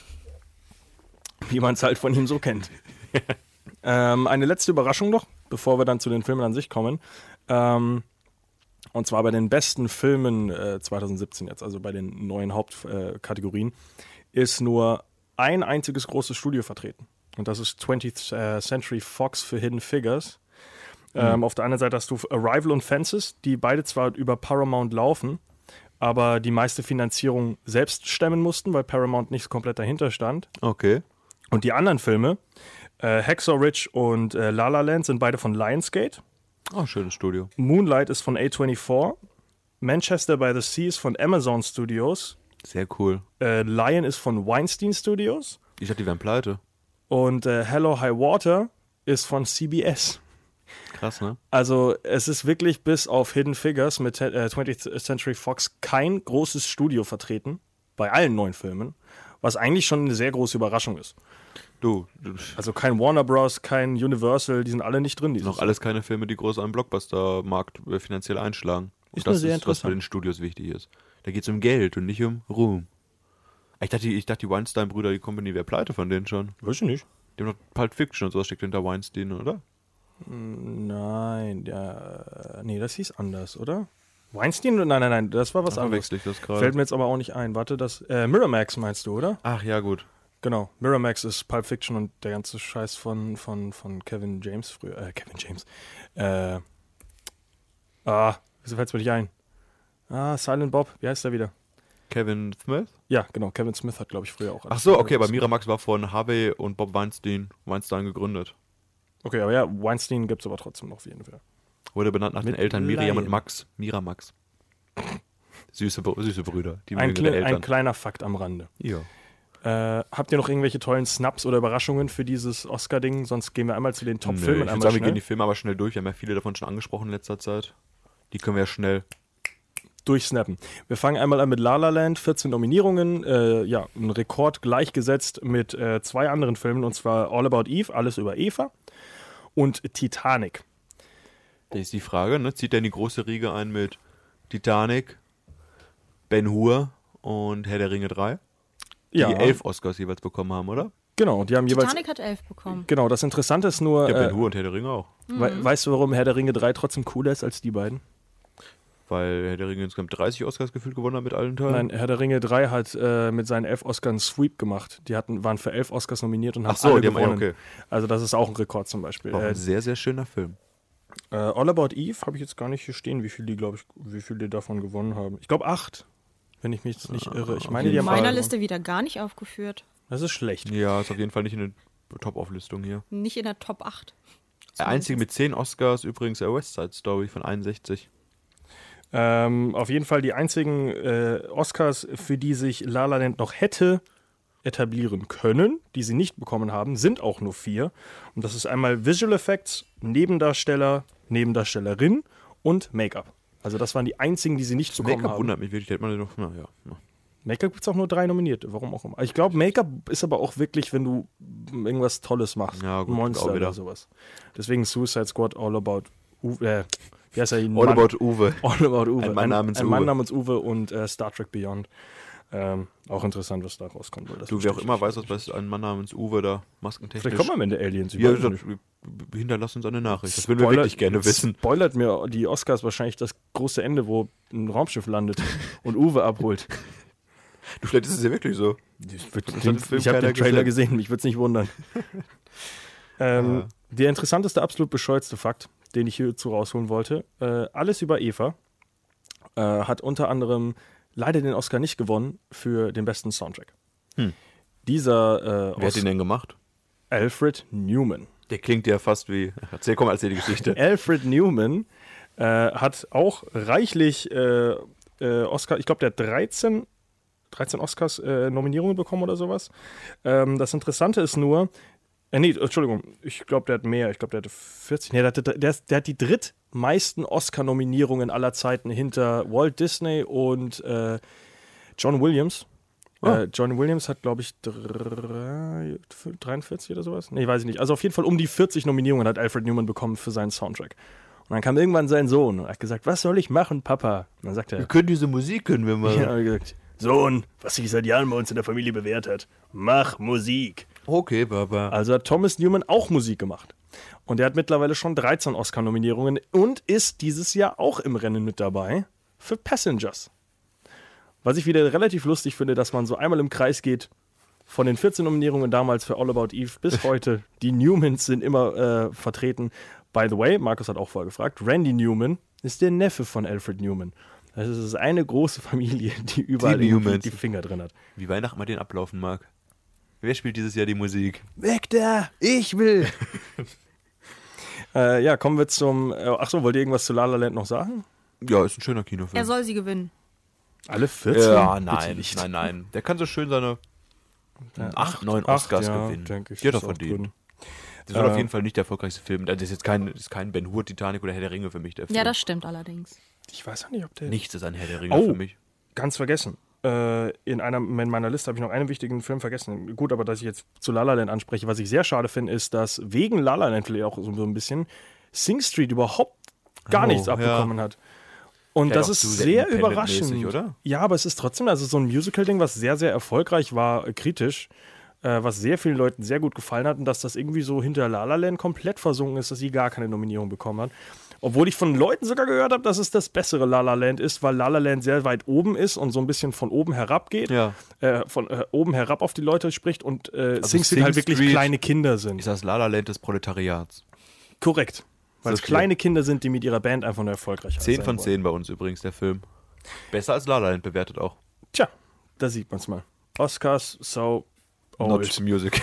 wie man es halt von ihm so kennt. ähm, eine letzte Überraschung noch, bevor wir dann zu den Filmen an sich kommen. Ähm, und zwar bei den besten Filmen äh, zwanzig siebzehn jetzt, also bei den neuen Hauptkategorien, äh, ist nur ein einziges großes Studio vertreten. Und das ist twentieth Century Fox für Hidden Figures. Ähm, auf der anderen Seite hast du Arrival und Fences, die beide zwar über Paramount laufen, aber die meiste Finanzierung selbst stemmen mussten, weil Paramount nicht komplett dahinter stand. Okay. Und die anderen Filme, äh, Hacksaw Ridge und äh, La La Land, sind beide von Lionsgate. Oh, schönes Studio. Moonlight ist von A vierundzwanzig. Manchester by the Sea ist von Amazon Studios. Sehr cool. Äh, Lion ist von Weinstein Studios. Ich dachte, die wären pleite. Und äh, Hello High Water ist von C B S. Krass, ne? Also es ist wirklich bis auf Hidden Figures mit äh, twentieth Century Fox kein großes Studio vertreten, bei allen neuen Filmen, was eigentlich schon eine sehr große Überraschung ist. Du, du Also kein Warner Bros., kein Universal, die sind alle nicht drin. dieses noch alles keine Filme, die groß am Blockbuster-Markt äh, finanziell einschlagen. Und Ist nur das sehr ist, was bei interessant. den Studios wichtig ist. Da geht es um Geld und nicht um Ruhm. Ich dachte, ich dachte die Weinstein-Brüder, die Company wäre pleite von denen schon. Weiß ich nicht. Die haben doch Pulp Fiction und sowas steckt hinter Weinstein, oder? Nein, ja, nee, das hieß anders, oder? Weinstein? Nein, nein, nein, das war was Ach, anderes. verwechsel ich das gerade. Fällt mir jetzt aber auch nicht ein. Warte, das äh, Miramax meinst du, oder? Ach ja, gut. Genau, Miramax ist Pulp Fiction und der ganze Scheiß von, von, von Kevin James früher. Äh, Kevin James. Äh, ah, wieso fällt's mir nicht ein? Ah, Silent Bob, wie heißt der wieder? Kevin Smith? Ja, genau, Kevin Smith hat, glaube ich, früher auch. Ach so, okay, aber Miramax war von Harvey und Bob Weinstein, Weinstein gegründet. Okay, aber ja, Weinstein gibt's aber trotzdem noch auf jeden Fall. Wurde benannt nach Mit den Eltern Miriam Lion. und Max. Miramax. Süße, Br- süße Brüder. Die Ein, mögen kle ihre ein Eltern. kleiner Fakt am Rande. Ja. Äh, habt ihr noch irgendwelche tollen Snaps oder Überraschungen für dieses Oscar-Ding? Sonst gehen wir einmal zu den Nö, Top-Filmen. ich würde einmal sagen, wir schnell gehen die Filme aber schnell durch. Wir haben ja viele davon schon angesprochen in letzter Zeit. Die können wir ja schnell. durchsnappen. Wir fangen einmal an mit La La Land, vierzehn Nominierungen, äh, ja, ein Rekord gleichgesetzt mit äh, zwei anderen Filmen, und zwar All About Eve, Alles über Eva, und Titanic. Da ist die Frage, ne? Zieht er in die große Riege ein mit Titanic, Ben Hur und Herr der Ringe drei? Die Ja, elf Oscars jeweils bekommen haben, oder? genau, die haben jeweils... Titanic hat elf bekommen. Genau, das Interessante ist nur, Ja, Ben äh, Hur und Herr der Ringe auch. we weißt du, warum Herr der Ringe drei trotzdem cooler ist als die beiden? weil Herr der Ringe insgesamt dreißig Oscars gefühlt gewonnen hat mit allen Teilen. Nein, Herr der Ringe drei hat äh, mit seinen elf Oscars einen Sweep gemacht. Die hatten, waren für elf Oscars nominiert und haben Ach so, alle die haben- gewonnen. okay. Also das ist auch ein Rekord zum Beispiel. War auch Äh, ein sehr, sehr schöner Film. äh, All About Eve habe ich jetzt gar nicht hier stehen, wie viel die, glaube ich, wie viel die davon gewonnen haben. Ich glaube acht, wenn ich mich jetzt nicht irre. Ich meine, die In haben meiner alle Liste wieder gar nicht aufgeführt. gewonnen. Das ist schlecht. Ja, ist auf jeden Fall nicht in der Top-Auflistung hier. Nicht in der Top acht. Der einzige mit zehn Oscars übrigens der West Side Story von einundsechzig. Ähm, auf jeden Fall die einzigen äh, Oscars, für die sich La La Land noch hätte etablieren können, die sie nicht bekommen haben, sind auch nur vier. Und das ist einmal Visual Effects, Nebendarsteller, Nebendarstellerin und Make-up. Also das waren die einzigen, die sie nicht bekommen Make-up haben. wundert mich wirklich, da hätte man noch, na ja. na. Make-up gibt es auch nur drei Nominierte, warum auch immer. Ich glaube, Make-up ist aber auch wirklich, wenn du irgendwas Tolles machst. Ja, gut, Ein Monster auch wieder. oder sowas. Deswegen Suicide Squad, All About Uwe, äh, wie heißt er? All Mann- About Uwe. All About Uwe. Ein Mann namens ein Uwe. Mann namens Uwe und äh, Star Trek Beyond. Ähm, auch interessant, was da rauskommt. weil das Du, wer auch verstehe immer ich weiß, nicht. was bei einem Mann namens Uwe da maskentechnisch... Vielleicht kommen am Ende Aliens. Ja, weiß ich das, nicht. wir hinterlassen uns eine Nachricht. Das würden wir wirklich gerne wissen. Spoilert mir die Oscars wahrscheinlich das große Ende, wo ein Raumschiff landet und Uwe abholt. Du, vielleicht ist es ja wirklich so. Ich, würd- hat den, den Film ich habe keiner den Trailer gesehen. gesehen, mich würde es nicht wundern. ähm, Ja. Der interessanteste, absolut bescheuerste Fakt, den ich hierzu rausholen wollte, äh, Alles über Eva äh, hat unter anderem leider den Oscar nicht gewonnen für den besten Soundtrack. Hm. Dieser äh, Wer aus hat ihn denn gemacht? Alfred Newman. Der klingt ja fast wie... Ach, erzähl, komm, erzähl die Geschichte. Alfred Newman äh, hat auch reichlich äh, äh, Oscar, ich glaube, der hat dreizehn, dreizehn Oscars äh, Nominierungen bekommen oder sowas. Ähm, das Interessante ist nur, äh, nee, Entschuldigung, ich glaube, der hat mehr, ich glaube, der hatte vierzig, nee, der, hatte, der, ist- der hat die drittmeisten Oscar-Nominierungen aller Zeiten hinter Walt Disney und äh, John Williams. Oh. Äh, John Williams hat, glaube ich, drei, dreiundvierzig oder sowas. Nee, weiß ich nicht. Also auf jeden Fall um die vierzig Nominierungen hat Alfred Newman bekommen für seinen Soundtrack. Und dann kam irgendwann sein Sohn und hat gesagt, was soll ich machen, Papa? Und dann sagt er, Wir können diese Musik, können wir mal... ja, hat er gesagt, Sohn, was sich seit Jahren bei uns in der Familie bewährt hat, mach Musik. Okay, Baba. Also hat Thomas Newman auch Musik gemacht. Und er hat mittlerweile schon dreizehn Oscar-Nominierungen und ist dieses Jahr auch im Rennen mit dabei für Passengers. Was ich wieder relativ lustig finde, dass man so einmal im Kreis geht, von den vierzehn Nominierungen damals für All About Eve bis heute, die Newmans sind immer äh, vertreten. By the way, Markus hat auch vorher gefragt, Randy Newman ist der Neffe von Alfred Newman. Also es ist eine große Familie, die überall Die irgendwie Newmans. die Finger drin hat. Wie Weihnachten mal den ablaufen mag. Wer spielt dieses Jahr die Musik? Weg da, ich will. äh, ja, kommen wir zum. Äh, achso, wollt ihr irgendwas zu La La Land noch sagen? Ja, ist ein schöner Kinofilm. Er soll sie gewinnen. Alle vierzehn? Ja, Bitte nein, nicht. nein, nein. Der kann so schön seine Ja, acht, neun acht, Oscars ja, gewinnen. denke ich, Die hat er ist auch verdient. drin. Das wird Äh, auf jeden Fall nicht der erfolgreichste Film. Das ist jetzt kein, das ist kein Ben Hur, Titanic oder Herr der Ringe für mich, der Film. Ja, das stimmt allerdings. Ich weiß auch nicht, ob der. Nichts ist ein Herr der Ringe Oh. für mich. Ganz vergessen. Äh, in, einer, in meiner Liste habe ich noch einen wichtigen Film vergessen. Gut, aber dass ich jetzt zu La La Land anspreche, was ich sehr schade finde, ist, dass wegen La La Land vielleicht auch so, so ein bisschen Sing Street überhaupt gar Oh, nichts ja. abbekommen hat. Und Ja, das doch ist zu sehr Independent-mäßig, überraschend. oder? Ja, aber es ist trotzdem also so ein Musical-Ding, was sehr, sehr erfolgreich war, äh, kritisch, äh, was sehr vielen Leuten sehr gut gefallen hat und dass das irgendwie so hinter La La Land komplett versunken ist, dass sie gar keine Nominierung bekommen hat. Obwohl ich von Leuten sogar gehört habe, dass es das bessere La La Land ist, weil La La Land sehr weit oben ist und so ein bisschen von oben herab geht, Ja. äh, von äh, oben herab auf die Leute spricht und äh, Sing Street Sing halt wirklich Street kleine Kinder sind. Ist das La La Land des Proletariats. Korrekt. Weil es das kleine Kinder sind, die mit ihrer Band einfach nur erfolgreich Zehn sein von wollen. zehn bei uns übrigens, der Film. Besser als La La Land bewertet auch. Tja, da sieht man es mal. Oscars, so Not old. Music.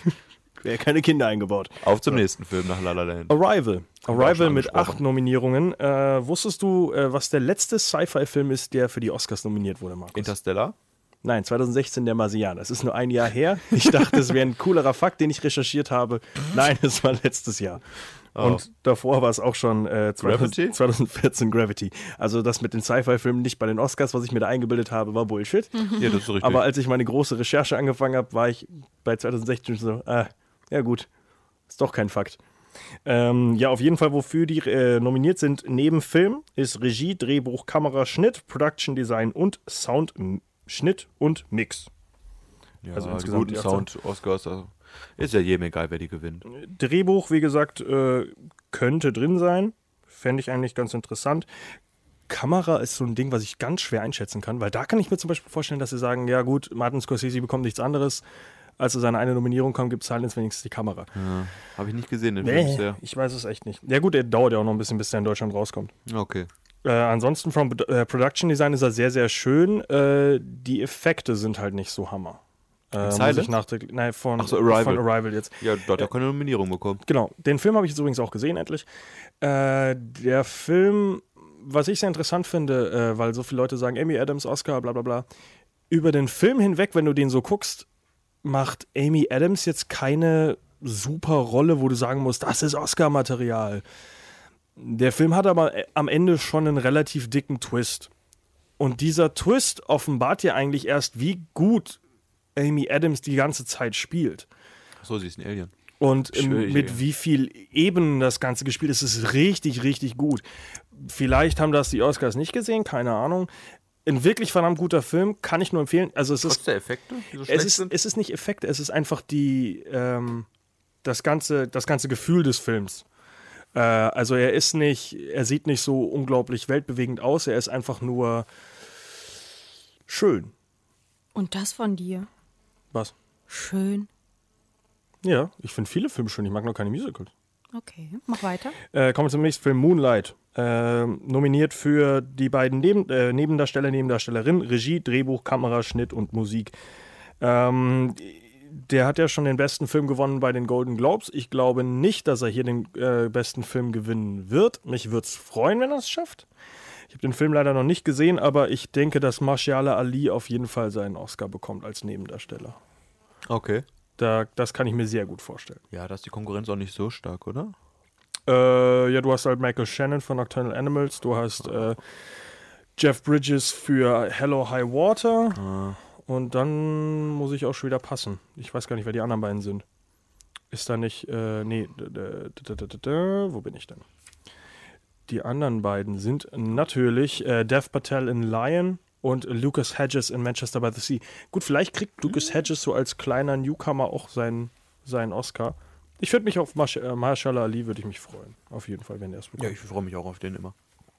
Wäre keine Kinder eingebaut. Auf zum nächsten Film nach La La Land. Arrival. Haben wir auch Arrival schon mit angesprochen. acht Nominierungen. Äh, wusstest du, äh, was der letzte Sci-Fi-Film ist, der für die Oscars nominiert wurde, Markus? Interstellar? Nein, zwanzig sechzehn der Marsianer. Das ist nur ein Jahr her. Ich dachte, es wäre ein coolerer Fakt, den ich recherchiert habe. Nein, es war letztes Jahr. Und davor war es auch schon äh, Gravity? zwanzig vierzehn Gravity. Also das mit den Sci-Fi-Filmen nicht bei den Oscars, was ich mir da eingebildet habe, war Bullshit. Ja, das ist richtig. Aber als ich meine große Recherche angefangen habe, war ich bei zwanzig sechzehn so, ah, ja gut, ist doch kein Fakt. Ähm, ja, auf jeden Fall, wofür die äh, nominiert sind, neben Film, ist Regie, Drehbuch, Kamera, Schnitt, Production Design und Sound, M- Schnitt und Mix. ja, also die insgesamt guten die Sound, Oscars. Also ist ja jedem egal, wer die gewinnt. Drehbuch, wie gesagt, äh, könnte drin sein. Fände ich eigentlich ganz interessant. Kamera ist so ein Ding, was ich ganz schwer einschätzen kann, weil da kann ich mir zum Beispiel vorstellen, dass sie sagen, ja gut, Martin Scorsese bekommt nichts anderes, als er seine eine Nominierung kommt, gibt Silence wenigstens die Kamera. Ja, habe ich nicht gesehen, den Nee, Film bisher. ich weiß es echt nicht. Ja gut, der dauert ja auch noch ein bisschen, bis der in Deutschland rauskommt. Okay. Äh, ansonsten vom äh, Production Design ist er sehr, sehr schön. Äh, die Effekte sind halt nicht so Hammer. Äh, muss Silence? ich nachträglich, nein, von, Ach so, Arrival. von Arrival jetzt. Ja, da hat er keine Nominierung bekommen. Genau, den Film habe ich jetzt übrigens auch gesehen, endlich. Äh, der Film, was ich sehr interessant finde, äh, weil so viele Leute sagen, Amy Adams, Oscar, bla bla bla. Über den Film hinweg, wenn du den so guckst, macht Amy Adams jetzt keine super Rolle, wo du sagen musst, das ist Oscar-Material. Der Film hat aber am Ende schon einen relativ dicken Twist. Und dieser Twist offenbart dir eigentlich erst, wie gut Amy Adams die ganze Zeit spielt. So, sie ist ein Alien. Und ähm, Schwöre ich mit dir. wie viel Ebenen das Ganze gespielt ist, ist es richtig, richtig gut. Vielleicht haben das die Oscars nicht gesehen, keine Ahnung. Ein wirklich verdammt guter Film, kann ich nur empfehlen. Also es Trotz ist, der Effekte, die so es schlecht ist, sind? es ist nicht Effekte, es ist einfach die, ähm, das, ganze, das ganze Gefühl des Films. Äh, also er ist nicht, er sieht nicht so unglaublich weltbewegend aus, er ist einfach nur schön. Und das von dir. Was? Schön. Ja, ich finde viele Filme schön, ich mag noch keine Musicals. Okay, mach weiter. Äh, kommen wir zum nächsten Film, Moonlight. Äh, nominiert für die beiden Neben, äh, Nebendarsteller, Nebendarstellerin, Regie, Drehbuch, Kamera, Schnitt und Musik. Ähm, der hat ja schon den besten Film gewonnen bei den Golden Globes. Ich glaube nicht, dass er hier den äh, besten Film gewinnen wird. Mich würde es freuen, wenn er es schafft. Ich habe den Film leider noch nicht gesehen, aber ich denke, dass Mahershala Ali auf jeden Fall seinen Oscar bekommt als Nebendarsteller. Okay. Da, das kann ich mir sehr gut vorstellen. Ja, da ist die Konkurrenz auch nicht so stark, oder? Äh, ja, du hast halt Michael Shannon von Nocturnal Animals, du hast äh, Jeff Bridges für Hello High Water Ah. und dann muss ich auch schon wieder passen. Ich weiß gar nicht, wer die anderen beiden sind. Ist da nicht, äh, nee, d- d- d- d- d- d- wo bin ich denn? Die anderen beiden sind natürlich äh, Dev Patel in Lion und Lucas Hedges in Manchester by the Sea. Gut, vielleicht kriegt Lucas Hedges so als kleiner Newcomer auch seinen, seinen Oscar. Ich würde mich auf Mash- äh, Mahershala Ali würde ich mich freuen. Auf jeden Fall, wenn er es bekommt. Ja, ich freue mich auch auf den immer.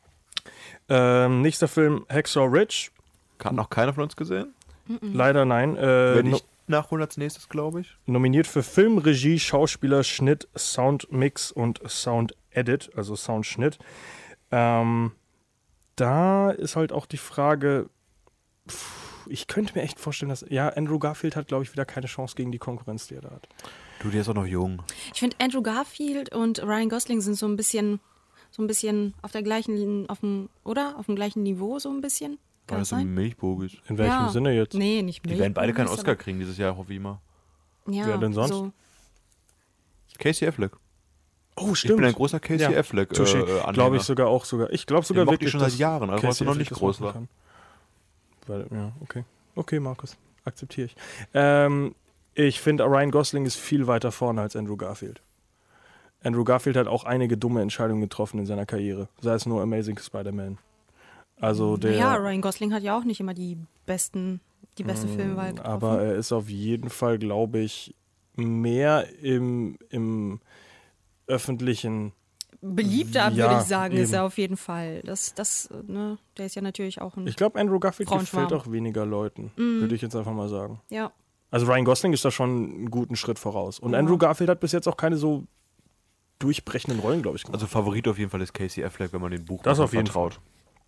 Ähm, nächster Film, Hacksaw Ridge. Hat noch keiner von uns gesehen? Leider nein. Äh, Werde no ich nachholen als nächstes, glaube ich. nominiert für Film, Regie, Schauspieler, Schnitt, Soundmix und Sound Edit, also Soundschnitt. Ähm, da ist halt auch die Frage, pff, ich könnte mir echt vorstellen, dass, ja, Andrew Garfield hat, glaube ich, wieder keine Chance gegen die Konkurrenz, die er da hat. Du, der ist auch noch jung. Ich finde, Andrew Garfield und Ryan Gosling sind so ein bisschen, so ein bisschen auf der gleichen, auf dem, oder? Auf dem gleichen Niveau so ein bisschen. Kann Weil das das so sein? milchbogig. In welchem Ja. Sinne jetzt? Nee, nicht Die Milch, werden beide keinen aber- Oscar kriegen dieses Jahr, hoffe ich mal. Ja, Wer denn sonst? So. Casey Affleck. Oh, Ich bin ein großer Casey Ja. Affleck äh, Touché. Anhänger. Glaube ich sogar auch sogar. Ich glaube sogar Den mochte wirklich, ich schon seit dass Jahren, also als Casey er noch Affleck nicht das groß machen war. kann. Weil, ja, okay. Okay, Markus. Akzeptiere ich. Ähm, ich finde, Ryan Gosling ist viel weiter vorne als Andrew Garfield. Andrew Garfield hat auch einige dumme Entscheidungen getroffen in seiner Karriere. Sei es nur Amazing Spider-Man. Also der. Ja, Ryan Gosling hat ja auch nicht immer die besten, die beste Filmwahl getroffen. aber er ist auf jeden Fall, glaube ich, mehr im, im öffentlichen. Beliebter, Ja, würde ich sagen, ist eben. er auf jeden Fall. Das, das, ne, der ist ja natürlich auch ein. Ich glaube, Andrew Garfield Frauenschwarm. gefällt auch weniger Leuten, Mhm. würde ich jetzt einfach mal sagen. Ja. Also Ryan Gosling ist da schon einen guten Schritt voraus. Und Ja. Andrew Garfield hat bis jetzt auch keine so durchbrechenden Rollen, glaube ich, gemacht. Also Favorit auf jeden Fall ist Casey Affleck, wenn man den Buch Das auf jeden vertraut.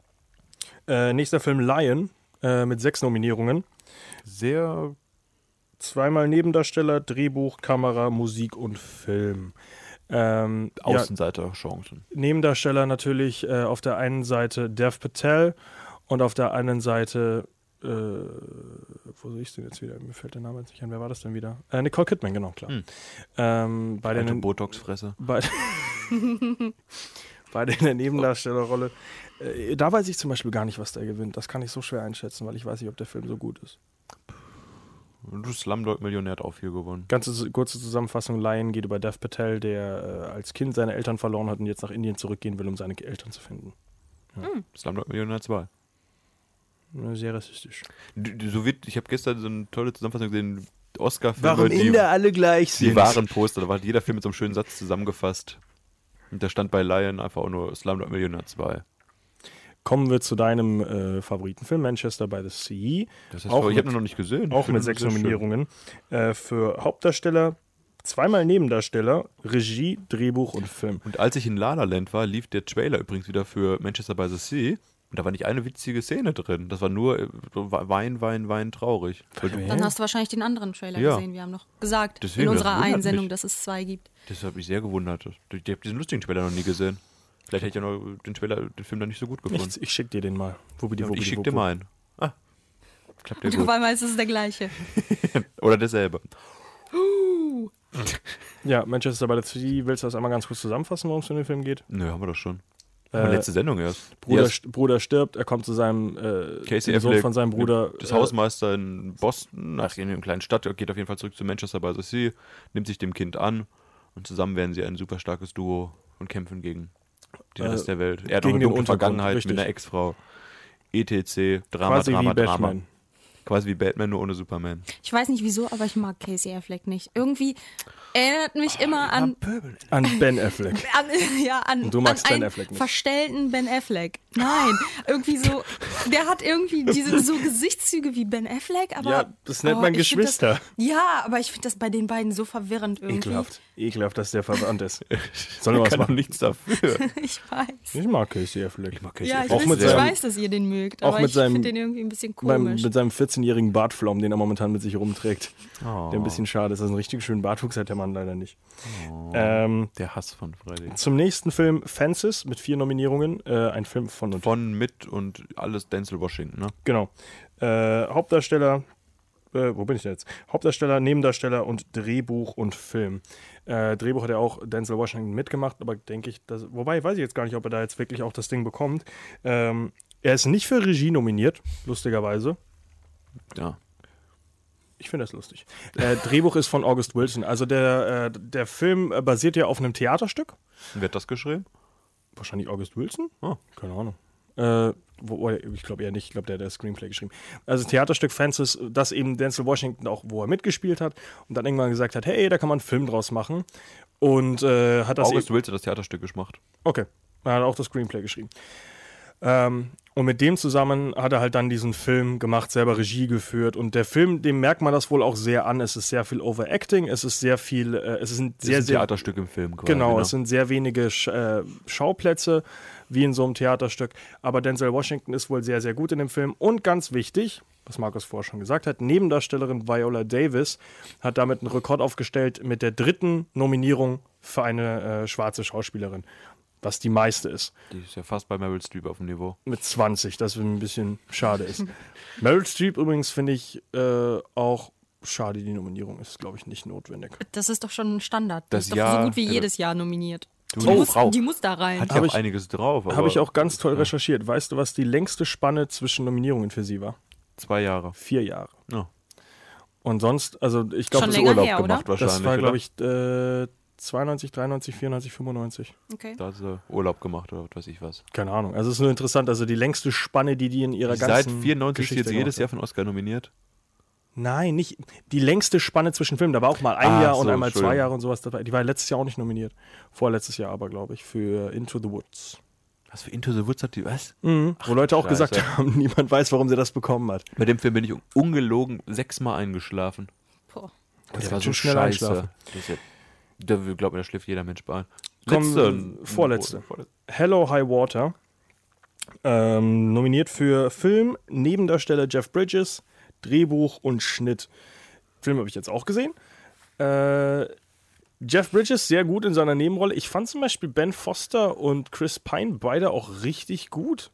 Äh, nächster Film Lion äh, mit sechs Nominierungen. Sehr Zweimal Nebendarsteller, Drehbuch, Kamera, Musik und Film. Ähm, ja, Außenseiter-Chancen. Nebendarsteller natürlich äh, auf der einen Seite Dev Patel und auf der anderen Seite, äh, wo sehe ich denn jetzt wieder? Mir fällt der Name jetzt nicht ein. Wer war das denn wieder? Äh, Nicole Kidman, genau, klar. Hm. Ähm, bei Alte den Botox-Fresse. bei, bei der Nebendarstellerrolle. Äh, da weiß ich zum Beispiel gar nicht, was der gewinnt. Das kann ich so schwer einschätzen, weil ich weiß nicht, ob der Film so gut ist. Du Slumdog-Millionär hat auch viel gewonnen. Ganz kurze Zusammenfassung: Lion geht über Dev Patel, der äh, als Kind seine Eltern verloren hat und jetzt nach Indien zurückgehen will, um seine Eltern zu finden. Slumdog-Millionär zwei. Äh, Sehr rassistisch. Du- du- So wird, ich habe gestern so eine tolle Zusammenfassung gesehen, Oscar-Filme, die, alle gleich die waren Poster, da war jeder Film mit so einem schönen Satz zusammengefasst. Und da stand bei Lion einfach auch nur Slumdog-Millionär zwei. kommen wir zu deinem äh, Favoritenfilm, Manchester by the Sea. Das heißt, auch ich mit, habe ihn noch nicht gesehen. auch Ich finde mit ihn sechs sehr schön. Nominierungen. Äh, für Hauptdarsteller, zweimal Nebendarsteller, Regie, Drehbuch und Film. Und als ich in La La Land war, lief der Trailer übrigens wieder für Manchester by the Sea. Und da war nicht eine witzige Szene drin. Das war nur äh, Wein, Wein, Wein, traurig. Weil du- Dann hast du wahrscheinlich den anderen Trailer Ja. gesehen. Wir haben noch gesagt Deswegen, in das unserer wundert Einsendung, mich. dass es zwei gibt. Das hat mich sehr gewundert. Ich habe diesen lustigen Trailer noch nie gesehen. Vielleicht hätte ich ja noch den Trailer, den Film dann nicht so gut gefunden. Nichts, ich schick dir den mal. Wobidi, Und wobidi, ich schicke wobidi. dir mal einen. Ah, klappt ja Und gut. auf einmal ist es der gleiche. Oder derselbe. Ja, Manchester by the Sea, willst du das einmal ganz kurz zusammenfassen, worum es in dem Film geht? Nö, haben wir doch schon. Äh, Äh, letzte Sendung erst. Bruder, Erst st- Bruder stirbt, er kommt zu seinem äh, Casey dem Sohn Affleck, von seinem Bruder. das äh, Hausmeister in Boston, nach einer kleinen Stadt, geht auf jeden Fall zurück zu Manchester by the Sea, nimmt sich dem Kind an und zusammen werden sie ein super starkes Duo und kämpfen gegen den Äh, Rest der Welt. Er hat gegen noch eine den dunkle Untergrund, Vergangenheit richtig. mit einer Ex-Frau. E T C, Drama, quasi Drama, wie Drama. Batman. Quasi wie Batman, nur ohne Superman. Ich weiß nicht wieso, aber ich mag Casey Affleck nicht. Irgendwie erinnert mich immer an, An Ben Affleck. an, ja, an, Und du magst an Ben einen Affleck nicht. verstellten Ben Affleck. Nein, irgendwie so, der hat irgendwie diese so Gesichtszüge wie Ben Affleck, aber Ja, das nennt oh, man ich find Geschwister. Das, ja, aber ich finde das bei den beiden so verwirrend irgendwie. Ekelhaft. Ekelhaft, dass der verwandt ist. Sollen wir Er was kann doch machen? nichts dafür. Ich weiß. Ich mag Casey Affleck. Ich mag Casey Ja, ich, Auch weiß, mit ich seinem- weiß, dass ihr den mögt, auch aber mit ich seinem- finde den irgendwie ein bisschen Beim, komisch. mit seinem vierzehnjährigen Bartflaum, den er momentan mit sich rumträgt. Oh, Der ein bisschen schade ist. Also einen richtig schönen Bartwuchs hat der Mann leider nicht. Ähm, der Hass von Freddy. zum nächsten Film Fences mit vier Nominierungen. Äh, ein Film von und Von, mit und alles Denzel Washington, ne? Genau. Äh, Hauptdarsteller, äh, wo bin ich denn jetzt? Hauptdarsteller, Nebendarsteller und Drehbuch und Film. Äh, Drehbuch hat er auch Denzel Washington mitgemacht, aber denke ich, dass, wobei weiß ich jetzt gar nicht, ob er da jetzt wirklich auch das Ding bekommt. Ähm, er ist nicht für Regie nominiert, lustigerweise. Ja. Ich finde das lustig. Äh, Drehbuch ist von August Wilson. Also der, äh, der Film äh, basiert ja auf einem Theaterstück. Wer hat das geschrieben? Wahrscheinlich August Wilson? Oh. Keine Ahnung. Äh, wo, wo, ich glaube eher nicht. Ich glaube, der hat das Screenplay geschrieben. Also Theaterstück Fences, das eben Denzel Washington auch, wo er mitgespielt hat und dann irgendwann gesagt hat, hey, da kann man einen Film draus machen. Und äh, hat das August eben, Wilson hat das Theaterstück gemacht. Okay, er hat auch das Screenplay geschrieben. Ähm, und mit dem zusammen hat er halt dann diesen Film gemacht, selber Regie geführt. Und der Film, dem merkt man das wohl auch sehr an. Es ist sehr viel Overacting, es ist sehr viel, äh, es sind Das sehr, ist ein sehr Theaterstück im Film quasi. Genau, ne? es sind sehr wenige Sch äh, Schauplätze, wie in so einem Theaterstück. Aber Denzel Washington ist wohl sehr, sehr gut in dem Film. Und ganz wichtig, was Markus vorher schon gesagt hat, Nebendarstellerin Viola Davis hat damit einen Rekord aufgestellt mit der dritten Nominierung für eine äh, schwarze Schauspielerin, was die meiste ist. Die ist ja fast bei Meryl Streep auf dem Niveau. Mit zwanzig, das ein bisschen schade ist. Meryl Streep übrigens finde ich äh, auch schade, die Nominierung ist, glaube ich, nicht notwendig. Das ist doch schon ein Standard. Das Das ist doch Jahr- so gut wie also- jedes Jahr nominiert. Du, Die, die muss, Frau die muss da rein. hat ja Hab auch ich- einiges drauf. aber- Habe ich auch ganz toll recherchiert. Weißt du, was die längste Spanne zwischen Nominierungen für sie war? Zwei Jahre. Vier Jahre. Ja. Und sonst, also ich glaube, Schon Das länger Urlaub her, gemacht oder? wahrscheinlich. das war, oder? glaube ich, äh, zweiundneunzig, dreiundneunzig, vierundneunzig, fünfundneunzig. Okay. Da hat sie Urlaub gemacht oder was weiß ich was. Keine Ahnung. Also es ist nur interessant, also die längste Spanne, die die in ihrer Seit ganzen vierundneunzig ist Geschichte jetzt jedes gemacht Jahr von Oscar nominiert. Nein, nicht die längste Spanne zwischen Filmen. Da war auch mal ein Ah, Jahr und so, einmal zwei Entschuldigung. Jahre und sowas dabei. Die war letztes Jahr auch nicht nominiert. Vorletztes Jahr aber, glaube ich, für Into the Woods. Was für Into the Woods hat die, was? Mhm. Wo Leute auch Scheiße. gesagt haben, niemand weiß, warum sie das bekommen hat. Bei dem Film bin ich ungelogen sechsmal eingeschlafen. Boah. Das Der wird schon schnell einschlafen. Das ist ja, da glaubt mir, da schläft jeder Mensch bei. Komm, Letzte, vorletzte. vorletzte. Hello, High Water. Ähm, nominiert für Film, Nebendarsteller Jeff Bridges, Drehbuch und Schnitt. Film habe ich jetzt auch gesehen. Äh, Jeff Bridges sehr gut in seiner Nebenrolle. Ich fand zum Beispiel Ben Foster und Chris Pine beide auch richtig gut.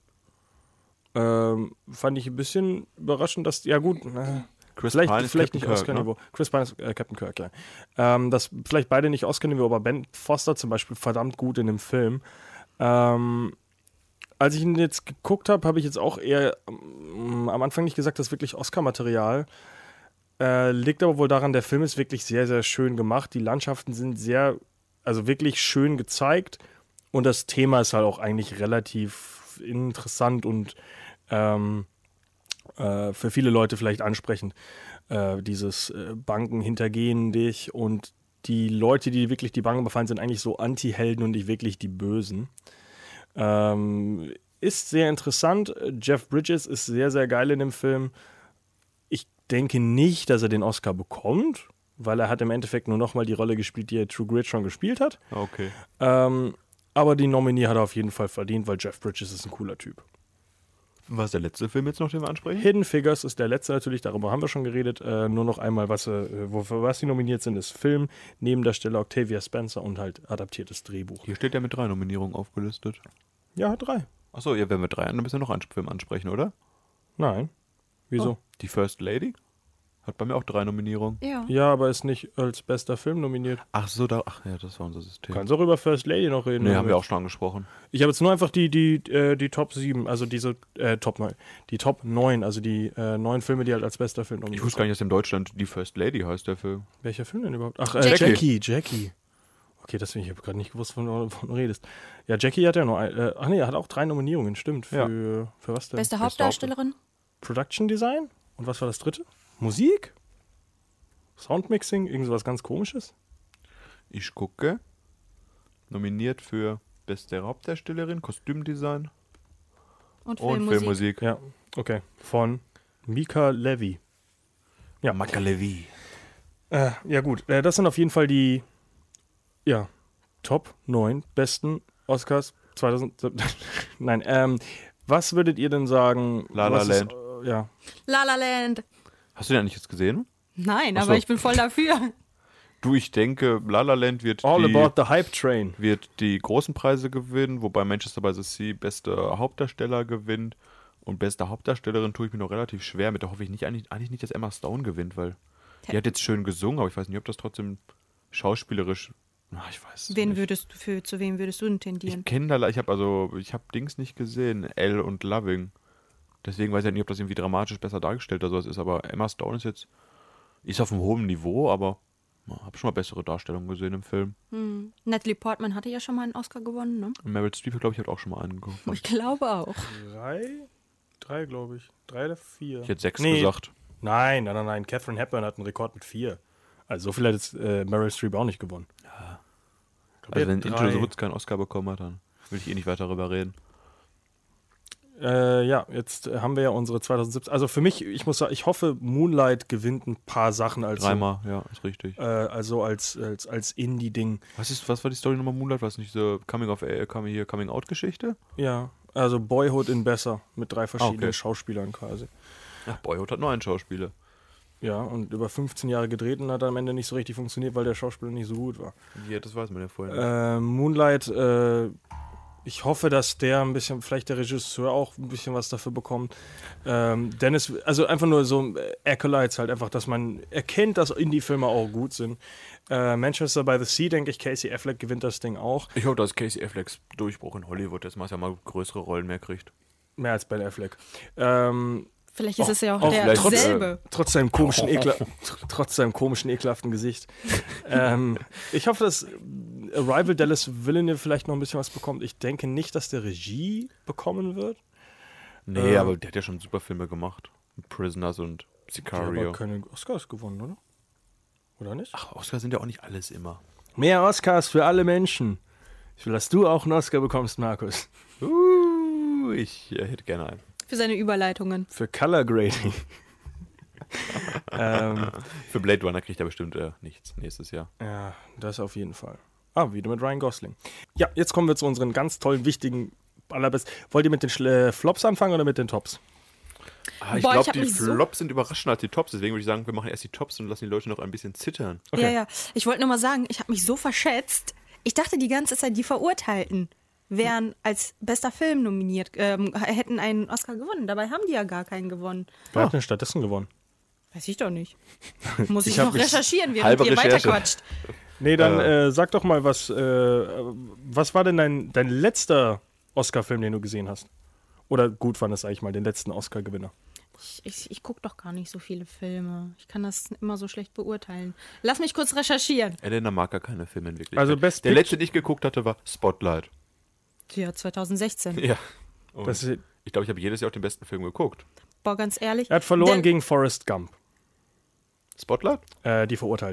Ähm, fand ich ein bisschen überraschend, dass, ja gut, äh, Chris vielleicht, Pine ist vielleicht Captain nicht Kirk, Oscar-Niveau. ne? Chris Pine ist äh, Captain Kirk, ja. Ähm, dass vielleicht beide nicht Oscar-Niveau, aber Ben Foster zum Beispiel verdammt gut in dem Film. Ähm, als ich ihn jetzt geguckt habe, habe ich jetzt auch eher ähm, am Anfang nicht gesagt, das ist wirklich Oscar-Material. Äh, liegt aber wohl daran, der Film ist wirklich sehr, sehr schön gemacht. Die Landschaften sind sehr, also wirklich schön gezeigt. Und das Thema ist halt auch eigentlich relativ interessant und ähm, äh, für viele Leute vielleicht ansprechend. Äh, dieses äh, Banken hintergehen dich und die Leute, die wirklich die Banken befallen, sind eigentlich so Anti-Helden und nicht wirklich die Bösen. Ähm, ist sehr interessant. Jeff Bridges ist sehr, sehr geil in dem Film. Ich denke nicht, dass er den Oscar bekommt, weil er hat im Endeffekt nur nochmal die Rolle gespielt, die er True Grit schon gespielt hat. Okay. Ähm, aber die Nominee hat er auf jeden Fall verdient, weil Jeff Bridges ist ein cooler Typ. Was ist der letzte Film jetzt noch, den wir ansprechen? Hidden Figures ist der letzte natürlich, darüber haben wir schon geredet. Äh, nur noch einmal, was, äh, wofür was sie nominiert sind, ist Film, Nebendarsteller Octavia Spencer und halt adaptiertes Drehbuch. Hier steht ja mit drei Nominierungen aufgelistet. Ja, hat drei. Achso, ja, wenn wir drei haben, dann müssen wir noch einen Film ansprechen, oder? Nein. Wieso? Oh, die First Lady? Hat bei mir auch drei Nominierungen. Ja. Ja, aber ist nicht als bester Film nominiert. Ach so, da, ach ja, das war unser Du System. kannst auch über First Lady noch reden. Nee, haben wir auch schon angesprochen. Ich habe jetzt nur einfach die, die, äh, die Top sieben, also diese äh, Top neun, die Top neun, also die äh, neun Filme, die halt als bester Film nominiert Ich wusste gar nicht, dass in Deutschland die First Lady heißt, der Film. Welcher Film denn überhaupt? Ach, äh, Jackie. Jackie. Jackie. Okay, deswegen, ich habe gerade nicht gewusst, wovon du redest. Ja, Jackie hat ja nur, ein, äh, ach nee, er hat auch drei Nominierungen, stimmt. Für, Ja. für was denn? Beste Hauptdarstellerin? Production Design? Und was war das dritte? Musik? Soundmixing? Irgend sowas ganz Komisches? Ich gucke. Nominiert für beste Hauptdarstellerin, Kostümdesign Und und Filmmusik. Filmmusik. Ja, okay. Von Mika Levy. Ja, Makalevi. Äh, ja gut, äh, das sind auf jeden Fall die ja, Top neun besten Oscars zweitausendsiebzehn. Nein, ähm, was würdet ihr denn sagen? La La was ist, Land. äh, ja. La La Land. Hast du den eigentlich jetzt gesehen? Nein, Ach so. aber ich bin voll dafür. Du, ich denke, La La Land wird All die, About the Hype Train. wird die großen Preise gewinnen, wobei Manchester by the Sea beste Hauptdarsteller gewinnt. Und beste Hauptdarstellerin tue ich mir noch relativ schwer mit. Da hoffe ich nicht, eigentlich, eigentlich nicht, dass Emma Stone gewinnt, weil die hat jetzt schön gesungen, aber ich weiß nicht, ob das trotzdem schauspielerisch. Na, ich weiß es Wen nicht. würdest du für, zu wem würdest du denn tendieren? Ich kenne da, ich habe also, ich habe Dings nicht gesehen, Elle und Loving. Deswegen weiß ich nicht, ob das irgendwie dramatisch besser dargestellt oder sowas ist, aber Emma Stone ist jetzt, ist auf einem hohen Niveau, aber habe schon mal bessere Darstellungen gesehen im Film. Hm. Natalie Portman hatte ja schon mal einen Oscar gewonnen, ne? Und Meryl Streep, glaube ich, hat auch schon mal einen gewonnen. Ich glaube auch. Drei? Drei, glaube ich. Drei oder vier? Ich hätte sechs Nee. gesagt. Nein, nein, nein, nein. Catherine Hepburn hat einen Rekord mit vier. Also so viel hat jetzt äh, Meryl Streep auch nicht gewonnen. Ja. Also wenn Into the Woods keinen Oscar bekommen hat, dann will ich eh nicht weiter darüber reden. Äh, ja, jetzt haben wir ja unsere zweitausendsiebzehn. Also für mich, ich muss sagen, ich hoffe, Moonlight gewinnt ein paar Sachen als Dreimal, ja, ist richtig. So, äh, also als, als, als Indie-Ding. Was ist, was war die Story nochmal Moonlight? War es nicht so Coming of äh, Coming hier Coming Out Geschichte? Ja, also Boyhood in besser mit drei verschiedenen okay. Schauspielern quasi. Ach, Boyhood hat nur einen Schauspieler. Ja, und über fünfzehn Jahre gedreht und hat am Ende nicht so richtig funktioniert, weil der Schauspieler nicht so gut war. Ja, das weiß man ja vorher nicht. Äh, Moonlight, äh, ich hoffe, dass der ein bisschen, vielleicht der Regisseur auch ein bisschen was dafür bekommt. Ähm, Dennis, also einfach nur so äh, Acolytes halt einfach, dass man erkennt, dass Indie-Filme auch gut sind. Äh, Manchester by the Sea, denke ich, Casey Affleck gewinnt das Ding auch. Ich hoffe, dass Casey Afflecks Durchbruch in Hollywood jetzt mal, ja mal größere Rollen mehr kriegt. Mehr als Ben Affleck. Ähm, Vielleicht ist es ja auch, auch der vielleicht, trotz, selbe. trotz seinem komischen, ekla tr- trotz seinem komischen, ekelhaften Gesicht. ähm, ich hoffe, dass Arrival Dallas Villeneuve vielleicht noch ein bisschen was bekommt. Ich denke nicht, dass der Regie bekommen wird. Nee, Äh, aber der hat ja schon super Filme gemacht. Prisoners und Der hat Sicario. aber keine Oscars gewonnen, oder? Oder nicht? Ach, Oscars sind ja auch nicht alles immer. Mehr Oscars für alle Menschen. Ich will, dass du auch einen Oscar bekommst, Markus. Uh, ich äh, hätte gerne einen. Für seine Überleitungen. Für Color Grading. ähm, Für Blade Runner kriegt er bestimmt äh, nichts nächstes Jahr. ja, das auf jeden Fall. Ah, wieder mit Ryan Gosling. Ja, jetzt kommen wir zu unseren ganz tollen, wichtigen, allerbest. Wollt ihr mit den Schle Flops anfangen oder mit den Tops? Ah, ich Boah, ich glaube, hab die mich so- Flops sind überraschender als die Tops. Deswegen würde ich sagen, wir machen erst die Tops und lassen die Leute noch ein bisschen zittern. Okay. Ja, ja. Ich wollte nur mal sagen, ich habe mich so verschätzt. Ich dachte die ganze Zeit, die Verurteilten wären als bester Film nominiert, ähm, hätten einen Oscar gewonnen. Dabei haben die ja gar keinen gewonnen. Wer hat denn stattdessen gewonnen? Weiß ich doch nicht. Muss ich, Ich hab noch mich- recherchieren, während halbe ihr Recherche. weiterquatscht. Nee, dann äh, sag doch mal, was, äh, was war denn dein, dein letzter Oscar-Film, den du gesehen hast? Oder gut fandest, sag ich mal, den letzten Oscar-Gewinner. Ich, ich, ich gucke doch gar nicht so viele Filme. Ich kann das immer so schlecht beurteilen. Lass mich kurz recherchieren. Elena mag gar keine Filme in Wirklichkeit. Also Best Der Pict- letzte, den ich geguckt hatte, war Spotlight. Ja, zwanzig sechzehn. Ja. Und Das ist, ich glaube, ich habe jedes Jahr auch den besten Film geguckt. Boah, ganz ehrlich. er hat verloren Der- gegen Forrest Gump, Spotlight? äh, die Verurteilten.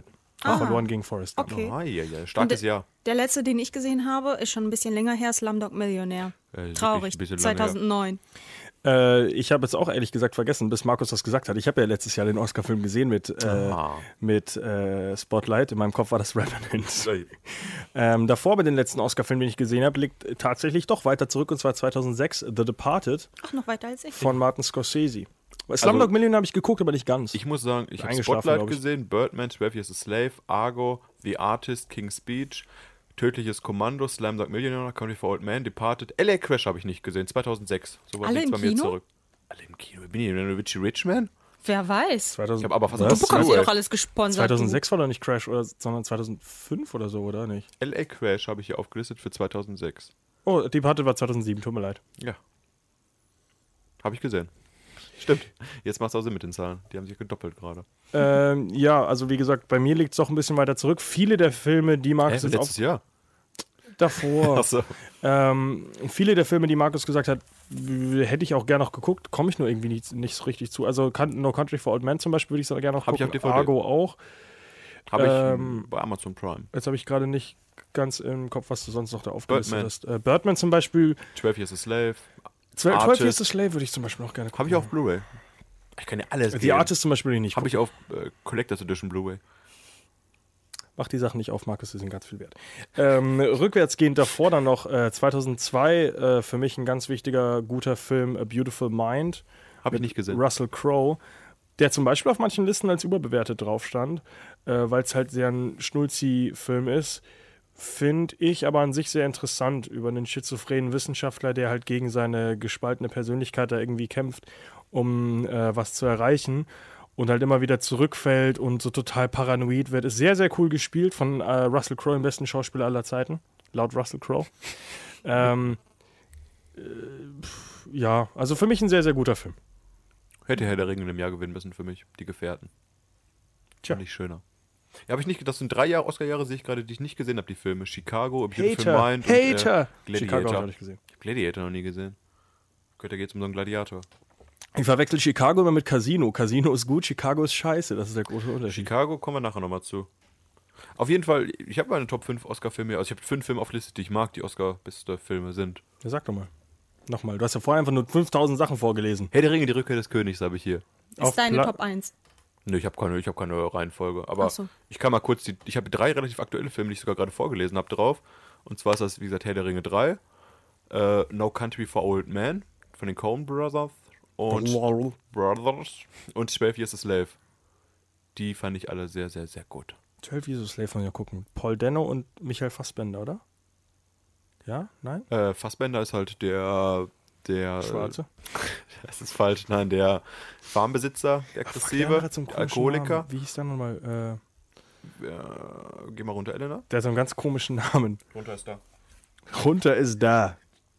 Ah. Verloren gegen Forrest Gump. Okay. Oh, ja, ja, starkes Und, Jahr. Der letzte, den ich gesehen habe, ist schon ein bisschen länger her, Slumdog Millionär. Äh, Traurig, ein bisschen lange her. zweitausendneun. Äh, ich habe jetzt auch ehrlich gesagt vergessen, bis Markus das gesagt hat. Ich habe ja letztes Jahr den Oscar-Film gesehen mit, äh, Ah. mit äh, Spotlight. In meinem Kopf war das Revenant. ähm, davor bei den letzten Oscar-Film, den ich gesehen habe, liegt tatsächlich doch weiter zurück, und zwar zweitausendsechs, The Departed Ach, noch weiter als ich. von Martin Scorsese. Slumdog Millionär habe ich geguckt, aber nicht ganz. Ich muss sagen, ich habe Eingeschlafen, Spotlight glaub ich. gesehen, Birdman, twelve Years a Slave, Argo, The Artist, King's Speech, Tödliches Kommando, Slumdog Millionaire, Country for Old Men, Departed, L A Crash habe ich nicht gesehen, zweitausendsechs. So was Alle liegt's im bei mir Kino? zurück. Alle im Kino. Bin ich denn ein Richie Richman? Wer weiß. zweitausend, Ich habe aber fast Was? alles Du bekommst ja Blu-ray. doch alles gesponsert. zweitausendsechs war doch nicht Crash, oder, sondern zweitausendfünf oder so, oder nicht? L A Crash habe ich hier aufgelistet für zweitausendsechs. Oh, Departed war zweitausendsieben, tut mir leid. Ja. Habe ich gesehen. Stimmt. Jetzt macht es auch Sinn mit den Zahlen. Die haben sich gedoppelt gerade. Ähm, ja, also wie gesagt, bei mir liegt es doch ein bisschen weiter zurück. Viele der Filme, die Markus Äh, jetzt letztes auf, Jahr. davor, Achso. ähm, viele der Filme, die Markus gesagt hat, w- hätte ich auch gerne noch geguckt, komme ich nur irgendwie nicht, nicht so richtig zu. Also Can- No Country for Old Men zum Beispiel würde ich so gerne noch Hab ich gucken. auf D V D. Argo auch. Habe ich Ähm, ähm, bei Amazon Prime. Jetzt habe ich gerade nicht ganz im Kopf, was du sonst noch da aufgelistet Birdman. hast. Äh, Birdman zum Beispiel. twelve Years a Slave. zwölf Artist. Years a Slave würde ich zum Beispiel noch gerne gucken. Habe ich auf Blu-ray. Ich kann ja alles The Artist zum Beispiel will ich nicht Habe ich gucken. auf äh, Collectors Edition Blu-ray. Mach die Sachen nicht auf, Markus, die sind ganz viel wert. Ähm, rückwärtsgehend davor dann noch äh, zweitausendzwei, äh, für mich ein ganz wichtiger, guter Film, A Beautiful Mind. Habe ich mit nicht gesehen. Russell Crowe, der zum Beispiel auf manchen Listen als überbewertet drauf stand, äh, weil es halt sehr ein Schnulzi-Film ist. Finde ich aber an sich sehr interessant über einen schizophrenen Wissenschaftler, der halt gegen seine gespaltene Persönlichkeit da irgendwie kämpft, um äh, was zu erreichen. Und halt immer wieder zurückfällt und so total paranoid wird. Ist sehr, sehr cool gespielt von äh, Russell Crowe, dem besten Schauspieler aller Zeiten. Laut Russell Crowe. ähm, äh, pf, ja, also für mich ein sehr, sehr guter Film. Hätte Herr der Ringe in einem Jahr gewinnen müssen für mich. Die Gefährten. Tja. Fand ich schöner. Ja, habe ich nicht. Das sind drei Jahre Oscar-Jahre, sehe ich gerade, die ich nicht gesehen habe, die Filme. Chicago, A Beautiful Hater, Mind Hater. und äh, Chicago Gladiator. habe ich nicht gesehen. Ich habe Gladiator noch nie gesehen. Gott, da geht es um so einen Gladiator. Ich verwechsel Chicago immer mit Casino. Casino ist gut, Chicago ist scheiße. Das ist der große Unterschied. Chicago kommen wir nachher nochmal zu. Auf jeden Fall, ich habe meine Top fünf Oscar-Filme, also ich habe fünf Filme auf Liste, die ich mag, die Oscar-beste Filme sind. Ja, sag doch mal. Nochmal. Du hast ja vorher einfach nur fünftausend Sachen vorgelesen. Herr der Ringe, die Rückkehr des Königs habe ich hier. Ist Auf deine Pla- Top eins. Nö, ich habe keine, ich hab keine Reihenfolge. Aber Ach so. ich kann mal kurz die. Ich habe drei relativ aktuelle Filme, die ich sogar gerade vorgelesen habe, drauf. Und zwar ist das, wie gesagt, Herr der Ringe drei, äh, No Country for Old Men von den Coen Brothers und Brothers und twelve Years a Slave. Die fand ich alle sehr, sehr, sehr gut. zwölf Years a Slave wollen wir gucken. Paul Dano und Michael Fassbender, oder? Ja? Nein? Äh, Fassbender ist halt der. der Schwarze? Das ist falsch, nein, der Farmbesitzer, der Aggressive, hat so einen der komischen Alkoholiker. Namen. Wie hieß der nochmal? Äh, Äh, geh mal runter, Elena. der hat so einen ganz komischen Namen. Runter ist da. Runter ist da.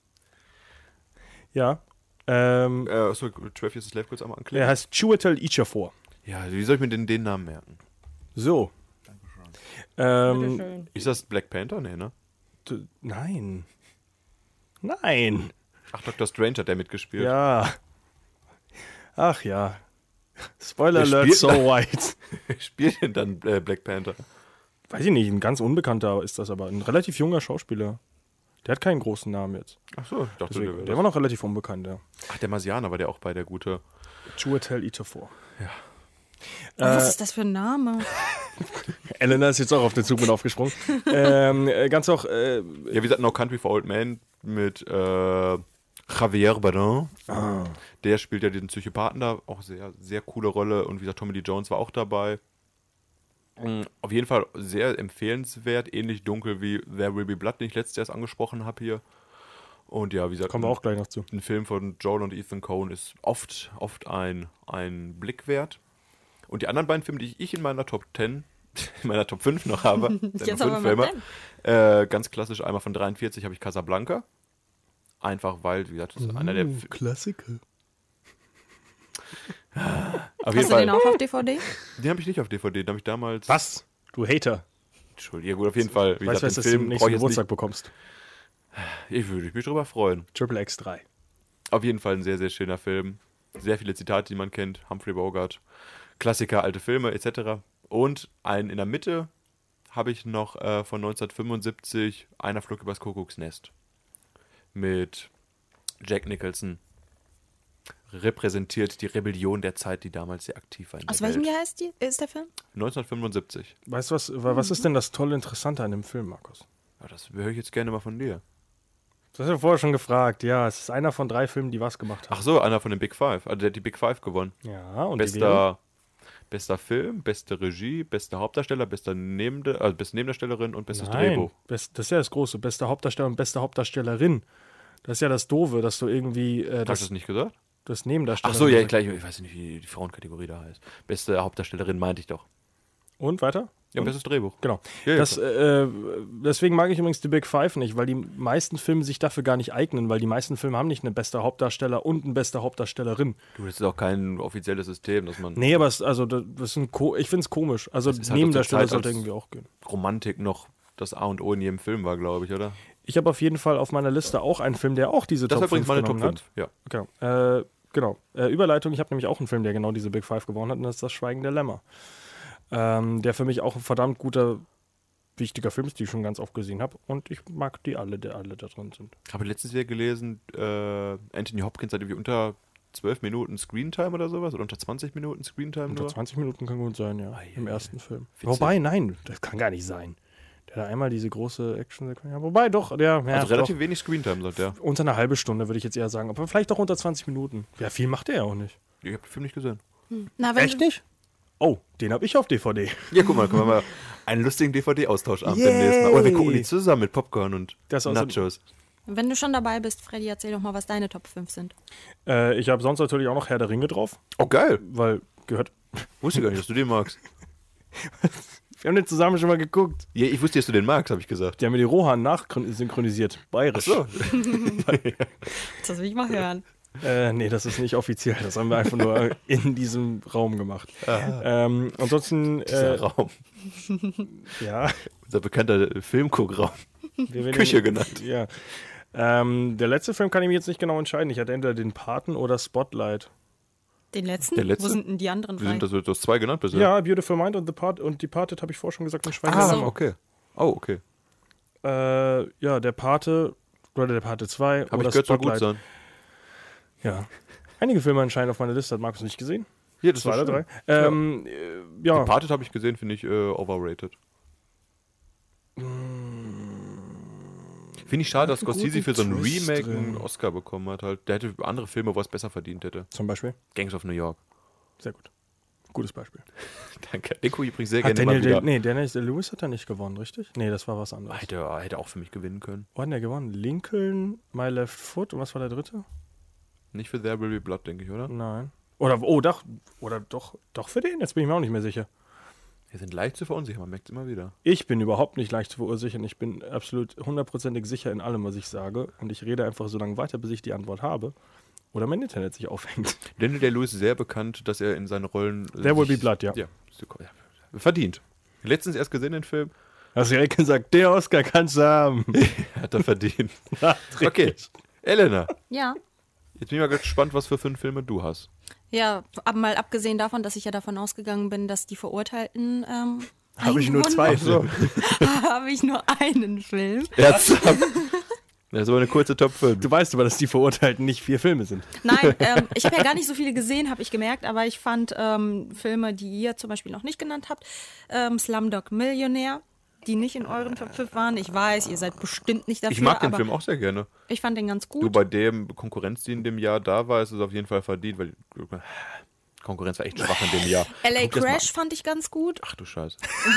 Ja. Ähm, Äh, achso, twelve Years a Slave kurz einmal anklicken. er heißt Chiwetel Ejiofor. Ja, wie soll ich mir denn den Namen merken? So. Ähm, Bitteschön. Ist das Black Panther? Nee, ne? d- nein. Nein. Ach, Doktor Strange hat der mitgespielt. Ja. Ach ja. Spoiler Wer Alert, spielt so da? white. Wer spielt denn dann äh, Black Panther? Weiß ich nicht, ein ganz unbekannter ist das aber. Ein relativ junger Schauspieler. Der hat keinen großen Namen jetzt. Ach so, ich dachte, Deswegen, der wäre der das. war noch relativ unbekannt, ja. Ach, der Marsianer war der auch bei der gute. Chiwetel Ejiofor. Was ist das für ein Name? Elena ist jetzt auch auf den Zug mit aufgesprungen. ähm, äh, ganz auch, äh, Ja, wie gesagt, No Country for Old Men mit äh, Javier Bardem. Ah. Der spielt ja diesen Psychopathen da. Auch sehr, sehr coole Rolle. Und wie gesagt, Tommy Lee Jones war auch dabei. Mm, Auf jeden Fall sehr empfehlenswert. Ähnlich dunkel wie There Will Be Blood, den ich letztes erst angesprochen habe hier. Und ja, wie gesagt, kommen wir auch gleich noch zu. ein Film von Joel und Ethan Coen ist oft, oft ein, ein Blick wert. Und die anderen beiden Filme, die ich in meiner Top zehn, in meiner Top fünf noch habe, sind Jetzt noch aber fünf mal Filme. Äh, ganz klassisch, einmal von dreiundvierzig habe ich Casablanca. Einfach weil, wie gesagt, das ist einer der... Fi- Klassiker. Auf jeden Hast du den Fall, auch auf D V D? den habe ich nicht auf D V D, den habe ich damals... Was? Du Hater. Entschuldigung, ja gut, auf jeden Fall. Wie Weißt du, was gesagt, du den zum Film nächsten brauche ich jetzt Geburtstag bekommst? nicht... Ich würde mich drüber freuen. Triple X drei. Auf jeden Fall ein sehr, sehr schöner Film. Sehr viele Zitate, die man kennt. Humphrey Bogart. Klassiker, alte Filme et cetera. Und einen in der Mitte habe ich noch äh, von neunzehnhundertfünfundsiebzig, Einer flog übers Kuckucksnest. Mit Jack Nicholson. Repräsentiert die Rebellion der Zeit, die damals sehr aktiv war in der Aus welchem Welt. Jahr ist, die, ist der Film? neunzehnhundertfünfundsiebzig. Weißt du was, was ist denn das tolle Interessante an dem Film, Markus? Ja, das höre ich jetzt gerne mal von dir. Das hast du vorher schon gefragt. Ja, es ist einer von drei Filmen, die was gemacht haben. Ach so, einer von den Big Five. Also der hat die Big Five gewonnen. Ja, und die wären- Bester, bester Film, beste Regie, bester Hauptdarsteller, bester Nebende, also beste Nebendarstellerin und bestes Nein, Drehbuch. Best, das ist ja das Große. Beste Hauptdarsteller und beste Hauptdarstellerin. Das ist ja das Doofe, dass du irgendwie äh, Hast du das, das nicht gesagt? das Nebendarsteller. Ach so, ja, gleich. Ich weiß nicht, wie die Frauenkategorie da heißt. Beste Hauptdarstellerin meinte ich doch. Und weiter? Ja, bestes Drehbuch. Genau. Ja, ja, das, äh, deswegen mag ich übrigens die Big Five nicht, weil die meisten Filme sich dafür gar nicht eignen, weil die meisten Filme haben nicht eine beste Hauptdarsteller und eine beste Hauptdarstellerin. Du, das ist auch kein offizielles System, dass man Nee, aber es, also, das ist ein ko- ich finde es komisch. Also Das ist halt Nebendarsteller aus der Zeit, sollte als- irgendwie auch gehen. Romantik noch das A und O in jedem Film war, glaube ich, oder? Ich habe auf jeden Fall auf meiner Liste auch einen Film, der auch diese Das war Top fünf übrigens meine Top genommen fünf. Ja. hat. Genau. Äh, genau. Äh, Überleitung, ich habe nämlich auch einen Film, der genau diese Big Five gewonnen hat, und das ist Das Schweigen der Lämmer. Ähm, der für mich auch ein verdammt guter, wichtiger Film ist, den ich schon ganz oft gesehen habe. Und ich mag die alle, die alle da drin sind. Ich habe letztens wieder gelesen, äh, Anthony Hopkins hat irgendwie unter zwölf Minuten Screentime oder sowas, oder unter zwanzig Minuten Screentime Unter nur. zwanzig Minuten kann gut sein, ja. Ah, je, Im je. ersten Film. Witzig. Wobei, nein, das kann gar nicht sein. Der hat einmal diese große Action-Sequenz. Ja, wobei, doch, der, ja, Also relativ doch. wenig Screentime, sagt er. Unter einer halben Stunde, würde ich jetzt eher sagen. Aber vielleicht doch unter zwanzig Minuten. Ja, viel macht der ja auch nicht. Ich habe den Film nicht gesehen. Na, wenn Echt nicht? Oh, den habe ich auf D V D. Ja, guck mal, können wir mal einen lustigen D V D-Austausch abend Yay! demnächst mal. Oder wir gucken die zusammen mit Popcorn und Das ist auch so- Nachos. Du, wenn du schon dabei bist, Freddy, erzähl doch mal, was deine Top fünf sind. Äh, ich habe sonst natürlich auch noch Herr der Ringe drauf, Oh, geil. weil gehört. Wusste gar nicht, dass du den magst. Wir haben den zusammen schon mal geguckt. Ja, ich wusste, dass du den magst, habe ich gesagt. Die haben mir die Rohan nachsynchronisiert. Bayerisch. So. Das will ich mal hören. Äh, nee, das ist nicht offiziell. Das haben wir einfach nur in diesem Raum gemacht. Ähm, ansonsten, Dieser äh, Raum. ja. Unser bekannter Filmguckraum. wir werden Küche ihn- genannt. Ja. Ähm, der letzte Film kann ich mir jetzt nicht genau entscheiden. Ich hatte entweder den Paten oder Spotlight. Den letzten? Der letzte? Wo sind denn die anderen Wir drei? sind das, du hast zwei genannt bisher. Ja, Beautiful Mind und The Part und Departed habe ich vorher schon gesagt. Und Schweigen Ah, der Lämmer. okay. Oh, okay. Äh, ja, der Pate oder der Pate zwei Habe oder ich gehört, soll gut Spotlight. sein. Ja. Einige Filme anscheinend auf meiner Liste hat Markus nicht gesehen. Ja, das Zwei war oder schön. drei. Ähm, äh, ja. Departed habe ich gesehen, finde ich äh, overrated. Finde ich schade, dass Hat einen Scorsese guten für so ein Twist Remake drin. einen Oscar bekommen hat. Halt. Der hätte andere Filme, wo er es besser verdient hätte. Zum Beispiel. Gangs of New York. Sehr gut. Gutes Beispiel. Danke. Den gucke ich übrigens sehr Hat gerne mal Daniel, wieder. nee, Daniel Lewis hat er nicht gewonnen, richtig? Nee, das war was anderes. Hätte, hätte auch für mich gewinnen können. Wo hat der gewonnen? Lincoln, My Left Foot und was war der dritte? Nicht für There Will Be Blood, denke ich, oder? Nein. Oder, oh, doch, oder doch, doch für den? Jetzt bin ich mir auch nicht mehr sicher. Wir sind leicht zu verunsichern, man merkt es immer wieder. Ich bin überhaupt nicht leicht zu verursichern. Ich bin absolut hundertprozentig sicher in allem, was ich sage. Und ich rede einfach so lange weiter, bis ich die Antwort habe. Oder mein Internet sich aufhängt. Daniel Day-Lewis ist sehr bekannt, dass er in seinen Rollen... äh, There Will sich- Be Blood, ja. Ja, ja. Verdient. Letztens erst gesehen den Film. Hast du direkt gesagt, der Oscar kannst du haben. Hat er verdient. Okay. Elena, Ja. jetzt bin ich mal gespannt, was für fünf Filme du hast. Ja, ab, mal abgesehen davon, dass ich ja davon ausgegangen bin, dass die Verurteilten ähm, Habe ich nur zwei. eingewonnen haben, habe ich nur einen Film. Ernsthaft? Das ist aber eine kurze Top fünf. Du weißt aber, dass die Verurteilten nicht vier Filme sind. Nein, ähm, ich habe ja gar nicht so viele gesehen, habe ich gemerkt, aber ich fand ähm, Filme, die ihr zum Beispiel noch nicht genannt habt, ähm, Slumdog Millionär, die nicht in euren Top fünf waren. Ich weiß, ihr seid bestimmt nicht dafür, Ich mag den aber Film auch sehr gerne. ich fand den ganz Du, gut. bei dem Konkurrenz, die in dem Jahr da war, ist es auf jeden Fall verdient, weil die Konkurrenz war echt schwach in dem Jahr. L A Guck das mal Crash an. fand ich ganz gut. Ach du Scheiße.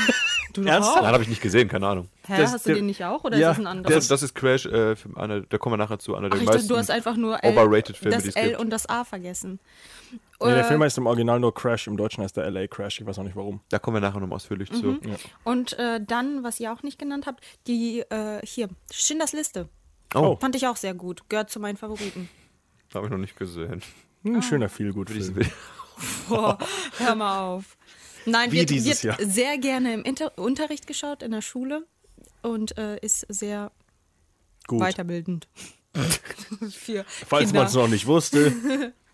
Du Ernsthaft? Nein, habe ich nicht gesehen, keine Ahnung. Hä, Das- hast du der- den nicht auch oder Ja, ist das ein anderer? Das, das ist Crash, äh, für eine, da kommen wir nachher zu, einer der Ach, ich dachte, meisten du hast einfach nur L, overrated Filme, die das es L gibt. und das A vergessen. Nee, der Äh, Film heißt im Original nur Crash, im Deutschen heißt der L A Crash, ich weiß auch nicht warum. Da kommen wir nachher noch ausführlich zu. Und äh, dann, was ihr auch nicht genannt habt, die äh, hier, Schindlers Liste. Oh, Fand ich auch sehr gut. Gehört zu meinen Favoriten. habe ich noch nicht gesehen. Ein schöner Feelgood-Film. Boah, hör mal auf. Nein, Wie wird, dieses wird Jahr. sehr gerne im Inter Unterricht geschaut in der Schule und äh, ist sehr Gut. weiterbildend. Für Falls Kinder. man es noch nicht wusste.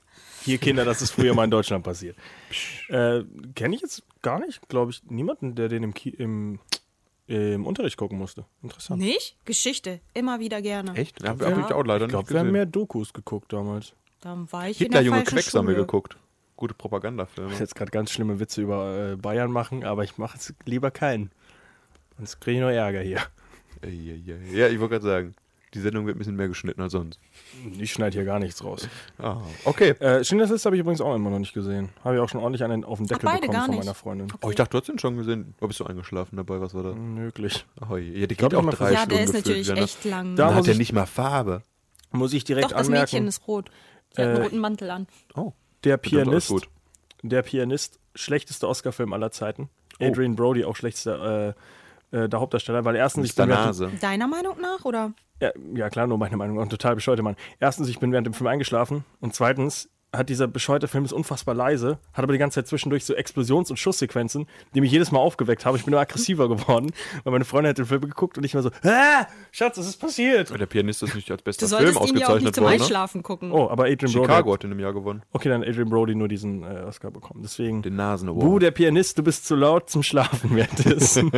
Hier, Kinder, das ist früher mal in Deutschland passiert. Äh, Kenne ich jetzt gar nicht, glaube ich, niemanden, der den im, Ki- im, im Unterricht gucken musste. Interessant. Nicht? Geschichte. Immer wieder gerne. Echt? Ja, hab Ja. ich auch leider Ich glaube, nicht wir haben gesehen. mehr Dokus geguckt damals. Dann war ich Hitler, in der Junge falschen Quecks haben wir Schule. geguckt. Gute Propagandafilme. Ich will jetzt gerade ganz schlimme Witze über äh, Bayern machen, aber ich mache jetzt lieber keinen. Sonst kriege ich noch Ärger hier. Ja, ja, ja, ich wollte gerade sagen, die Sendung wird ein bisschen mehr geschnitten als sonst. Ich schneide hier gar nichts raus. Ah, okay. Äh, Schindlers Liste habe ich übrigens auch immer noch nicht gesehen. Habe ich auch schon ordentlich einen auf den Deckel beide bekommen gar von nicht? meiner Freundin. Oh, ich dachte, du hast den schon gesehen. Oh, bist du eingeschlafen dabei? Was war das? Möglich. Oh, ja, die glaub, geht auch ich mal drei Ja, Stunden der ist gefühlt natürlich wieder, ne? echt lang. Da Da muss hat er ich- nicht mal Farbe. Muss ich direkt Doch, das anmerken, Mädchen ist rot. Die hat einen Äh, roten Mantel an. Oh, der das ist auch Pianist, gut. der Pianist, schlechteste Oscar-Film aller Zeiten. Oh. Adrian Brody, auch schlechtester äh, äh, der Hauptdarsteller, weil erstens, ich Mister bin während dem- Nase. Deiner Meinung nach, oder? Ja, ja, klar, nur meine Meinung. Ein total bescheuerter Mann. Erstens, ich bin während dem Film eingeschlafen. Und zweitens, hat dieser bescheuerte Film ist unfassbar leise, hat aber die ganze Zeit zwischendurch so Explosions- und Schusssequenzen, die mich jedes Mal aufgeweckt haben. Ich bin nur aggressiver geworden, weil meine Freundin hat den Film geguckt und ich war so, ah, Schatz, was ist passiert? Der Pianist ist nicht als bester Du Film solltest ihn ja auch nicht ausgezeichnet zum worden. Ne? Einschlafen gucken. Oh, aber Adrian Brody. Chicago hat in dem Jahr gewonnen. Okay, dann hat Adrian Brody nur diesen äh, Oscar bekommen. Deswegen, Den Nasen Buh, Award. der Pianist, du bist zu laut zum Schlafen währenddessen.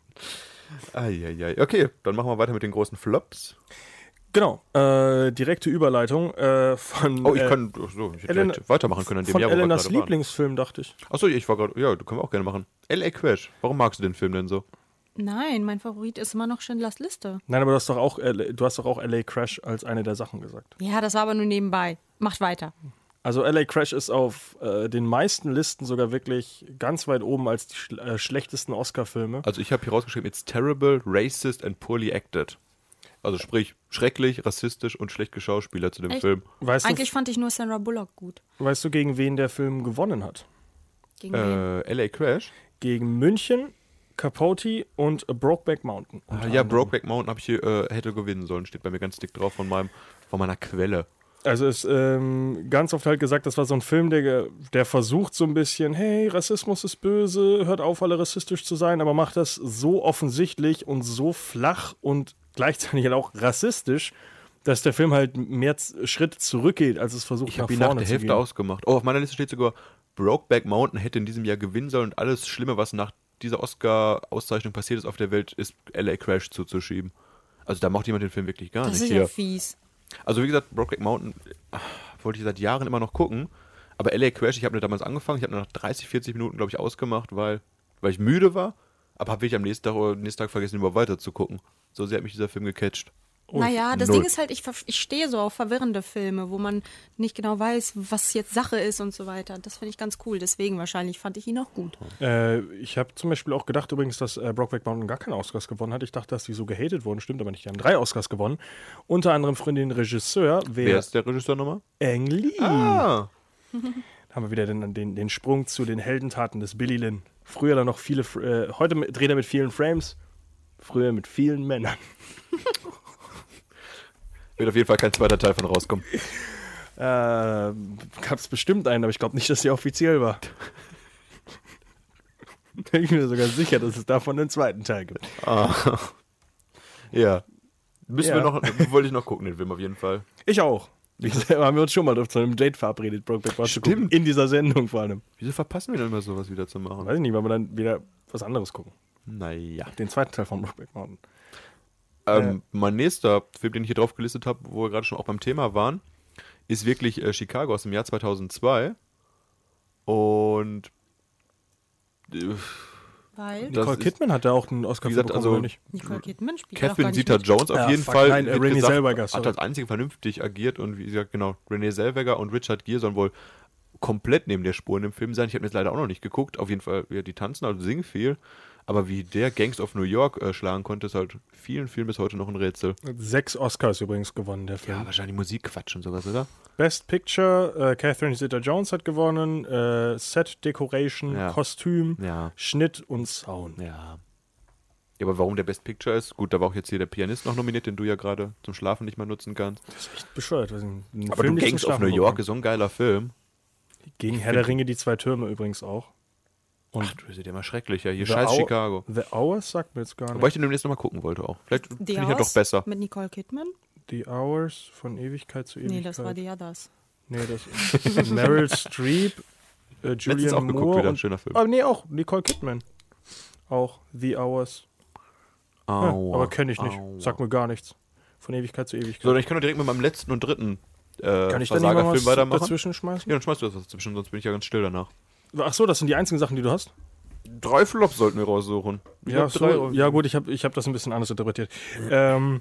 Eieiei. Okay, dann machen wir weiter mit den großen Flops. Genau, äh, direkte Überleitung äh, von, Oh, ich äh, kann ach so, ich hätte Elena- gleich weitermachen können an dem von Jahr, wo wir Elenas gerade waren. Lieblingsfilm, dachte ich. Achso, ich war gerade, ja, das können wir auch gerne machen. L A Crash. Warum magst du den Film denn so? Nein, mein Favorit ist immer noch Schindlers Liste. Nein, aber du hast doch auch, L A, du hast doch auch L A Crash als eine der Sachen gesagt. Ja, das war aber nur nebenbei. Macht weiter. Also L A Crash ist auf äh, den meisten Listen sogar wirklich ganz weit oben als die schl äh, schlechtesten Oscar-Filme. Also ich habe hier rausgeschrieben, it's terrible, racist and poorly acted. Also sprich, schrecklich, rassistisch und schlecht geschauspielert zu dem Echt? Film. Weißt Eigentlich fand ich nur Sandra Bullock gut. du, weißt du, gegen wen der Film gewonnen hat? Gegen wen? Äh, L A Crash? Gegen München, Capote und Brokeback Mountain. Ah, unter ja, anderem. Brokeback Mountain habe ich hier, äh, hätte gewinnen sollen, steht bei mir ganz dick drauf von meinem, von meiner Quelle. Also es ähm, ganz oft halt gesagt, das war so ein Film, der, der versucht so ein bisschen, hey, Rassismus ist böse, hört auf, alle rassistisch zu sein, aber macht das so offensichtlich und so flach und gleichzeitig halt auch rassistisch, dass der Film halt mehr Z- Schritt zurückgeht, als es versucht Ich nach habe ihn nach vorne der zu Hälfte gehen. ausgemacht. Oh, auf meiner Liste steht sogar, Brokeback Mountain hätte in diesem Jahr gewinnen sollen und alles Schlimme, was nach dieser Oscar-Auszeichnung passiert ist auf der Welt, ist L A Crash zuzuschieben. Also da macht jemand den Film wirklich gar Das nicht ist hier. ja fies. Also wie gesagt, Brokeback Mountain ach, wollte ich seit Jahren immer noch gucken, aber L A Crash, ich habe damals angefangen, ich habe nach dreißig, vierzig Minuten, glaube ich, ausgemacht, weil, weil ich müde war, aber habe wirklich am nächsten Tag, oder nächsten Tag vergessen, überhaupt weiter zu gucken. So sehr hat mich dieser Film gecatcht. Oh, naja, das null. Ding ist halt, ich, ver- ich stehe so auf verwirrende Filme, wo man nicht genau weiß, was jetzt Sache ist und so weiter. Das finde ich ganz cool. Deswegen wahrscheinlich fand ich ihn auch gut. Äh, ich habe zum Beispiel auch gedacht übrigens, dass äh, Brokeback Mountain gar keine Oscars gewonnen hat. Ich dachte, dass die so gehatet wurden, stimmt aber nicht. Die haben drei Oscars gewonnen. Unter anderem für den Regisseur, wer, Wer ist der Regisseur nochmal? Ang Lee. Ah, Haben wir wieder den, den, den Sprung zu den Heldentaten des Billy Lynn. Früher dann noch viele, äh, heute mit, dreht er mit vielen Frames, früher mit vielen Männern. wird auf jeden Fall kein zweiter Teil von rauskommen. Äh, Gab es bestimmt einen, aber ich glaube nicht, dass der offiziell war. Ich bin mir sogar sicher, dass es davon einen zweiten Teil gibt. Ah. Ja. Müssen Ja. wir noch, wollte ich noch gucken, den Film auf jeden Fall. Ich auch. Wie gesagt, haben wir uns schon mal zu einem Date verabredet, Brokeback Mountain zu gucken. Stimmt. In dieser Sendung vor allem. Wieso verpassen wir denn immer sowas wieder zu machen? Weiß ich nicht, weil wir dann wieder was anderes gucken. Naja. Den zweiten Teil von Brokeback Mountain. Ähm, mein nächster Film, den ich hier drauf gelistet habe, wo wir gerade schon auch beim Thema waren, ist wirklich äh, Chicago aus dem Jahr zweitausendzwei. Und äh, Weil Das Nicole ist- Kidman hat da auch einen Oscar wie für gesagt, bekommen, also oder nicht? Nicole Kidman spielt ja doch gar Catherine nicht mit. Zeta-Jones auf Ja, jeden fuck, Fall nein, äh, wird Renée gesagt, Zellweger, sorry. hat als einzige vernünftig agiert und wie gesagt, genau, Renée Zellweger und Richard Gere sollen wohl komplett neben der Spur in dem Film sein. Ich habe mir jetzt leider auch noch nicht geguckt. Auf jeden Fall, ja, die tanzen, also singen viel. Aber wie der Gangs of New York äh, schlagen konnte, ist halt vielen, vielen bis heute noch ein Rätsel. Sechs Oscars übrigens gewonnen, der Film. Ja, wahrscheinlich Musikquatsch und sowas, oder? Best Picture, äh, Catherine Zeta-Jones hat gewonnen, äh, Set Decoration, Ja. Kostüm, Ja. Schnitt und Sound. Ja. Ja, aber warum der Best Picture ist? Gut, da war auch jetzt hier der Pianist noch nominiert, den du ja gerade zum Schlafen nicht mehr nutzen kannst. Das ist echt bescheuert. Was ein ein Aber Film du nicht Gangs zum of New Schlafen York bekommt. ist so ein geiler Film. Gegen Herr der Ringe, die zwei Türme übrigens auch. Und Ach, du bist ja immer schrecklicher. Hier, The scheiß Hour- Chicago. The Hours sagt mir jetzt gar Wobei nicht. ich den demnächst nochmal gucken wollte auch. Vielleicht finde The ich ja doch Hours besser. Mit Nicole Kidman? The Hours von Ewigkeit zu Ewigkeit. Nee, das war The Others. Nee, das ist Meryl Streep, äh, Letztens Julianne auch geguckt, Moore wieder ein und, schöner Film. oh, nee, auch Nicole Kidman. Auch The Hours. Ja, aber kenne ich nicht. Aua. Sagt mir gar nichts. Von Ewigkeit zu Ewigkeit. So, dann ich kann doch direkt mit meinem letzten und dritten äh, Kann ich da nicht mal was Versagerfilm weitermachen. dazwischen schmeißen? Ja, dann schmeißt du das dazwischen, sonst bin ich ja ganz still danach. Ach so, das sind die einzigen Sachen, die du hast? Drei Flops sollten wir raussuchen. Ich Ja, hab so, drei. ja gut, ich habe ich hab das ein bisschen anders interpretiert. Ähm,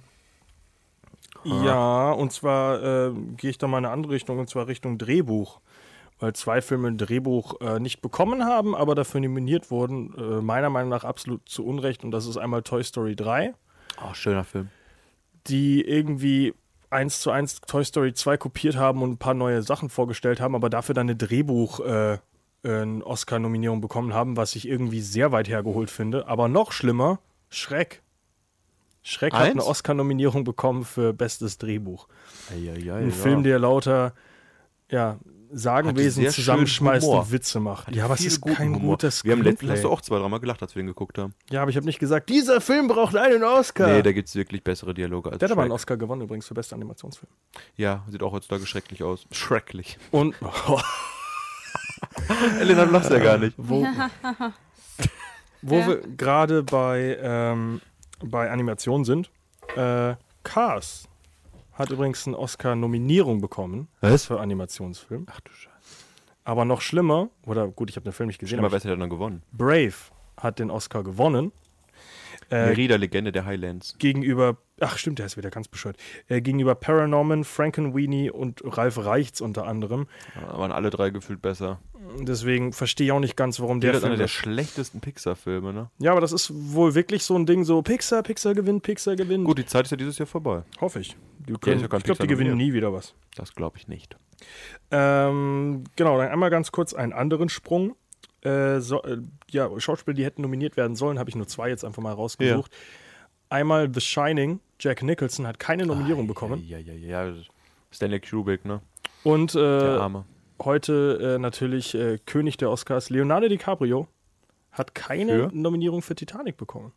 ja, und zwar äh, gehe ich da mal in eine andere Richtung, und zwar Richtung Drehbuch. Weil zwei Filme ein Drehbuch äh, nicht bekommen haben, aber dafür nominiert wurden, äh, meiner Meinung nach absolut zu Unrecht. Und das ist einmal Toy Story drei, Oh, schöner Film. die irgendwie eins zu eins Toy Story zwei kopiert haben und ein paar neue Sachen vorgestellt haben, aber dafür dann eine Drehbuch äh, eine Oscar-Nominierung bekommen haben, was ich irgendwie sehr weit hergeholt finde. Aber noch schlimmer, Shrek. Shrek hat Eins? eine Oscar-Nominierung bekommen für bestes Drehbuch. Eieiei, Ein ja. Film, der lauter ja, Sagenwesen Hatte sehr zusammenschmeißt schönen Humor. und Witze macht. Hatte Ja, aber es viel ist guten kein Humor. gutes Wir haben letztens Screenplay. hast du auch zwei, dreimal gelacht, als wir den geguckt haben. Ja, aber ich habe nicht gesagt, dieser Film braucht einen Oscar. Nee, da gibt es wirklich bessere Dialoge als Der hat aber einen Shrek. Oscar gewonnen übrigens für bester Animationsfilm. Ja, sieht auch heutzutage schrecklich aus. Schrecklich. Und Elena, du lachst ja gar nicht. wo, wo Ja. wir gerade bei, ähm, bei Animation sind, äh, Cars hat übrigens eine Oscar-Nominierung bekommen Was? für Animationsfilm. Ach du Scheiße. Aber noch schlimmer, oder gut, ich habe den Film nicht gesehen, Schlimmer, aber wer hat dann gewonnen? Brave hat den Oscar gewonnen. Äh, Merida, Legende der Highlands. gegenüber, ach stimmt, der ist wieder ganz bescheuert, äh, gegenüber Paranorman, Frankenweenie und Ralf Reichts unter anderem. Da waren alle drei gefühlt besser. Deswegen verstehe ich auch nicht ganz, warum Der der ist einer Film der das- schlechtesten Pixar-Filme, ne? Ja, aber das ist wohl wirklich so ein Ding, so Pixar, Pixar gewinnt, Pixar gewinnt. Gut, die Zeit ist ja dieses Jahr vorbei. Hoffe ich. Die ist können, ja kein ich glaube, die Pixar gewinnen nominiert. nie wieder was. Das glaube ich nicht. Ähm, genau, dann einmal ganz kurz einen anderen Sprung. Äh, so, äh, ja, Schauspieler, die hätten nominiert werden sollen, habe ich nur zwei jetzt einfach mal rausgesucht. Einmal The Shining, Jack Nicholson hat keine Nominierung bekommen. Ja, ja, ja, ja. Stanley Kubrick, ne? Und Der äh, Arme. heute äh, natürlich äh, König der Oscars, Leonardo DiCaprio, hat keine Für? Nominierung für Titanic bekommen.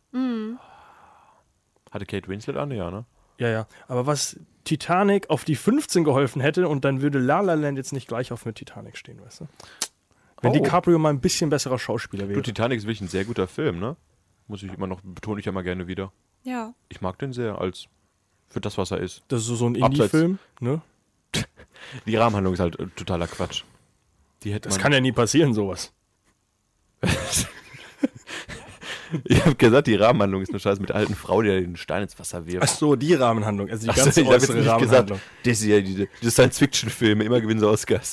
Hatte Kate Winslet an, ja, ne? Ja, ja. Aber was Titanic auf die fünfzehn geholfen hätte und dann würde La La Land jetzt nicht gleich auf mit Titanic stehen, weißt du? Wenn Oh. DiCaprio mal ein bisschen besserer Schauspieler Du, wäre. Titanic ist wirklich ein sehr guter Film, ne? Muss ich immer noch, betone ich ja mal gerne wieder. Ja. Ich mag den sehr, als für das, was er ist. Das ist so ein Abseits- Indie-Film, ne? Die Rahmenhandlung ist halt äh, totaler Quatsch. Die hätte Das man, kann ja nie passieren, sowas. Ich habe gesagt, die Rahmenhandlung ist nur Scheiß mit der alten Frau, die den Stein ins Wasser wirft. Ach so, die Rahmenhandlung, also die Ach so, ganze ich hab jetzt äußere nicht gesagt, Rahmenhandlung. das ist ja diese, diese Science-Fiction-Filme, immer gewinnen sie Oscars.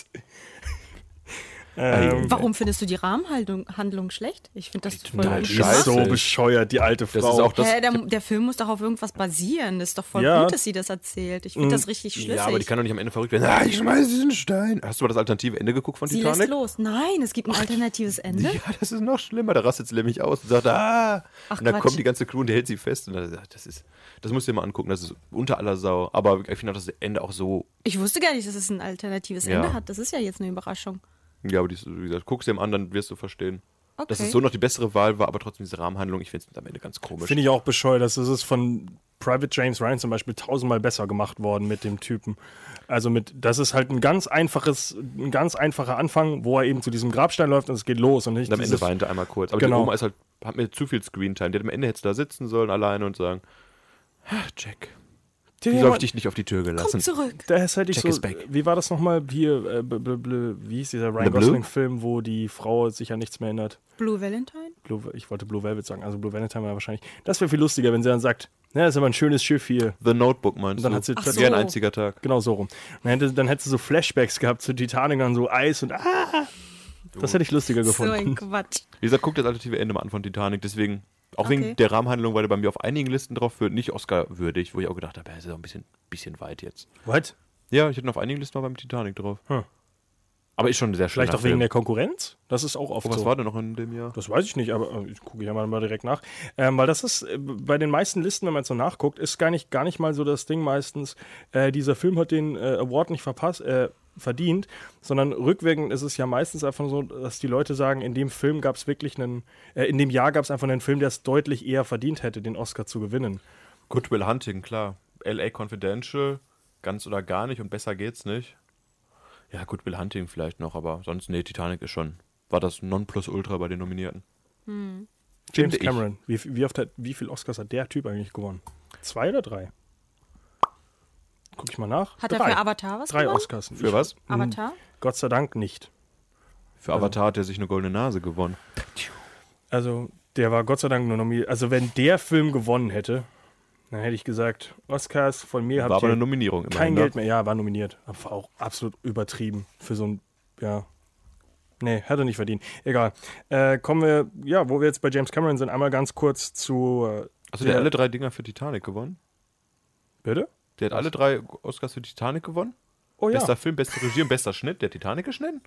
Ähm, Warum findest du die Rahmenhandlung Handlung schlecht? Ich finde das voll total gut die gemacht. ist so Scheiße. bescheuert, die alte Frau. Das ist auch das. Hä, der, der Film muss doch auf irgendwas basieren. Das ist doch voll Ja. gut, dass sie das erzählt. Ich finde das richtig schlüssig. Ja, aber die kann doch nicht am Ende verrückt werden. Ah, ich schmeiße diesen Stein. Hast du mal das alternative Ende geguckt von sie lässt Titanic? los. Nein, es gibt ein alternatives Ende. Ja, das ist noch schlimmer. Da rastet sie nämlich aus und sagt, ah. Ach, und dann Quatsch. kommt die ganze Crew und der hält sie fest. Und dann, das ist, das musst du dir mal angucken. Das ist unter aller Sau. Aber ich finde auch das Ende auch so. Ich wusste gar nicht, dass es ein alternatives Ja. Ende hat. Das ist ja jetzt eine Überraschung. Ja, aber die, ist- wie gesagt, guckst dir im an, dann wirst du verstehen. Okay. Dass es so noch die bessere Wahl war, aber trotzdem diese Rahmenhandlung, ich finde es am Ende ganz komisch. Finde ich auch bescheuert. Das ist von Private James Ryan zum Beispiel tausendmal besser gemacht worden mit dem Typen. Also mit, das ist halt ein ganz einfaches, ein ganz einfacher Anfang, wo er eben zu diesem Grabstein läuft und es geht los und nicht Und am Ende dieses, weinte er einmal kurz. Aber Genau. die Oma ist halt, hat mir zu viel Screentime. Die hat am Ende jetzt da sitzen sollen alleine und sagen, ah, Jack, wieso habe ich dich nicht auf die Tür gelassen? Komm zurück. Das hätte ich Jack so, is back. wie war das nochmal hier, äh, bl- bl- bl- wie hieß dieser Ryan The Blue? Gosling-Film, wo die Frau sich an nichts mehr erinnert? Blue Valentine? Blue, ich wollte Blue Velvet sagen, also Blue Valentine war wahrscheinlich. Das wäre viel lustiger, wenn sie dann sagt, ja, das ist aber ein schönes Schiff hier. The Notebook meinst Und dann du? hat sie- Ach Wie ein so. einziger Tag. Genau so rum. Dann hätte, dann hätte sie so Flashbacks gehabt zu Titanic, dann so Eis und ah. Das hätte ich lustiger So gefunden. ein Quatsch. Wie gesagt, guck das alternative Ende mal an von Titanic. Deswegen, auch Okay. wegen der Rahmenhandlung war der bei mir auf einigen Listen drauf für nicht Oscar-würdig, wo ich auch gedacht habe, ja, ist ja ein bisschen, bisschen weit jetzt. What? Ja, ich hatte auf einigen Listen mal beim Titanic drauf. Hm. Aber ist schon ein sehr schöner Vielleicht auch Film. wegen der Konkurrenz? Das ist auch oft Oh, was so. war denn noch in dem Jahr? Das weiß ich nicht, aber äh, ich gucke ja mal, mal direkt nach. Ähm, weil das ist äh, bei den meisten Listen, wenn man so nachguckt, ist gar nicht, gar nicht mal so das Ding meistens, äh, dieser Film hat den äh, Award nicht verpasst, äh, verdient, sondern rückwirkend ist es ja meistens einfach so, dass die Leute sagen, in dem Film gab es wirklich einen, äh, in dem Jahr gab es einfach einen Film, der es deutlich eher verdient hätte, den Oscar zu gewinnen. Good Will Hunting, klar. L A Confidential, ganz oder gar nicht und besser geht's nicht. Ja, gut, Will Hunting vielleicht noch, aber sonst, nee, Titanic ist schon, war das Nonplusultra bei den Nominierten. Hm. James Finde ich. Cameron, wie, wie, oft hat, wie viel Oscars hat der Typ eigentlich gewonnen? Zwei oder drei? Guck ich mal nach. Hat drei. er für Avatar was Drei gewonnen? Oscars. Für was? Avatar? Gott sei Dank nicht. Für Avatar hat er sich eine goldene Nase gewonnen. Also, der war Gott sei Dank nur nominiert. Also, wenn der Film gewonnen hätte, dann hätte ich gesagt, Oscars von mir War habt aber eine ihr Nominierung immerhin. kein ne? Geld mehr. Ja, war nominiert. Aber war auch absolut übertrieben für so ein, ja. Nee, hat er nicht verdient. Egal. Äh, kommen wir, ja, wo wir jetzt bei James Cameron sind, einmal ganz kurz zu. Äh, Also der hat alle drei Dinger für Titanic gewonnen? Bitte? Der hat alle drei Oscars für Titanic gewonnen? Oh ja. Bester Film, beste Regie und bester Schnitt, der Titanic geschnitten?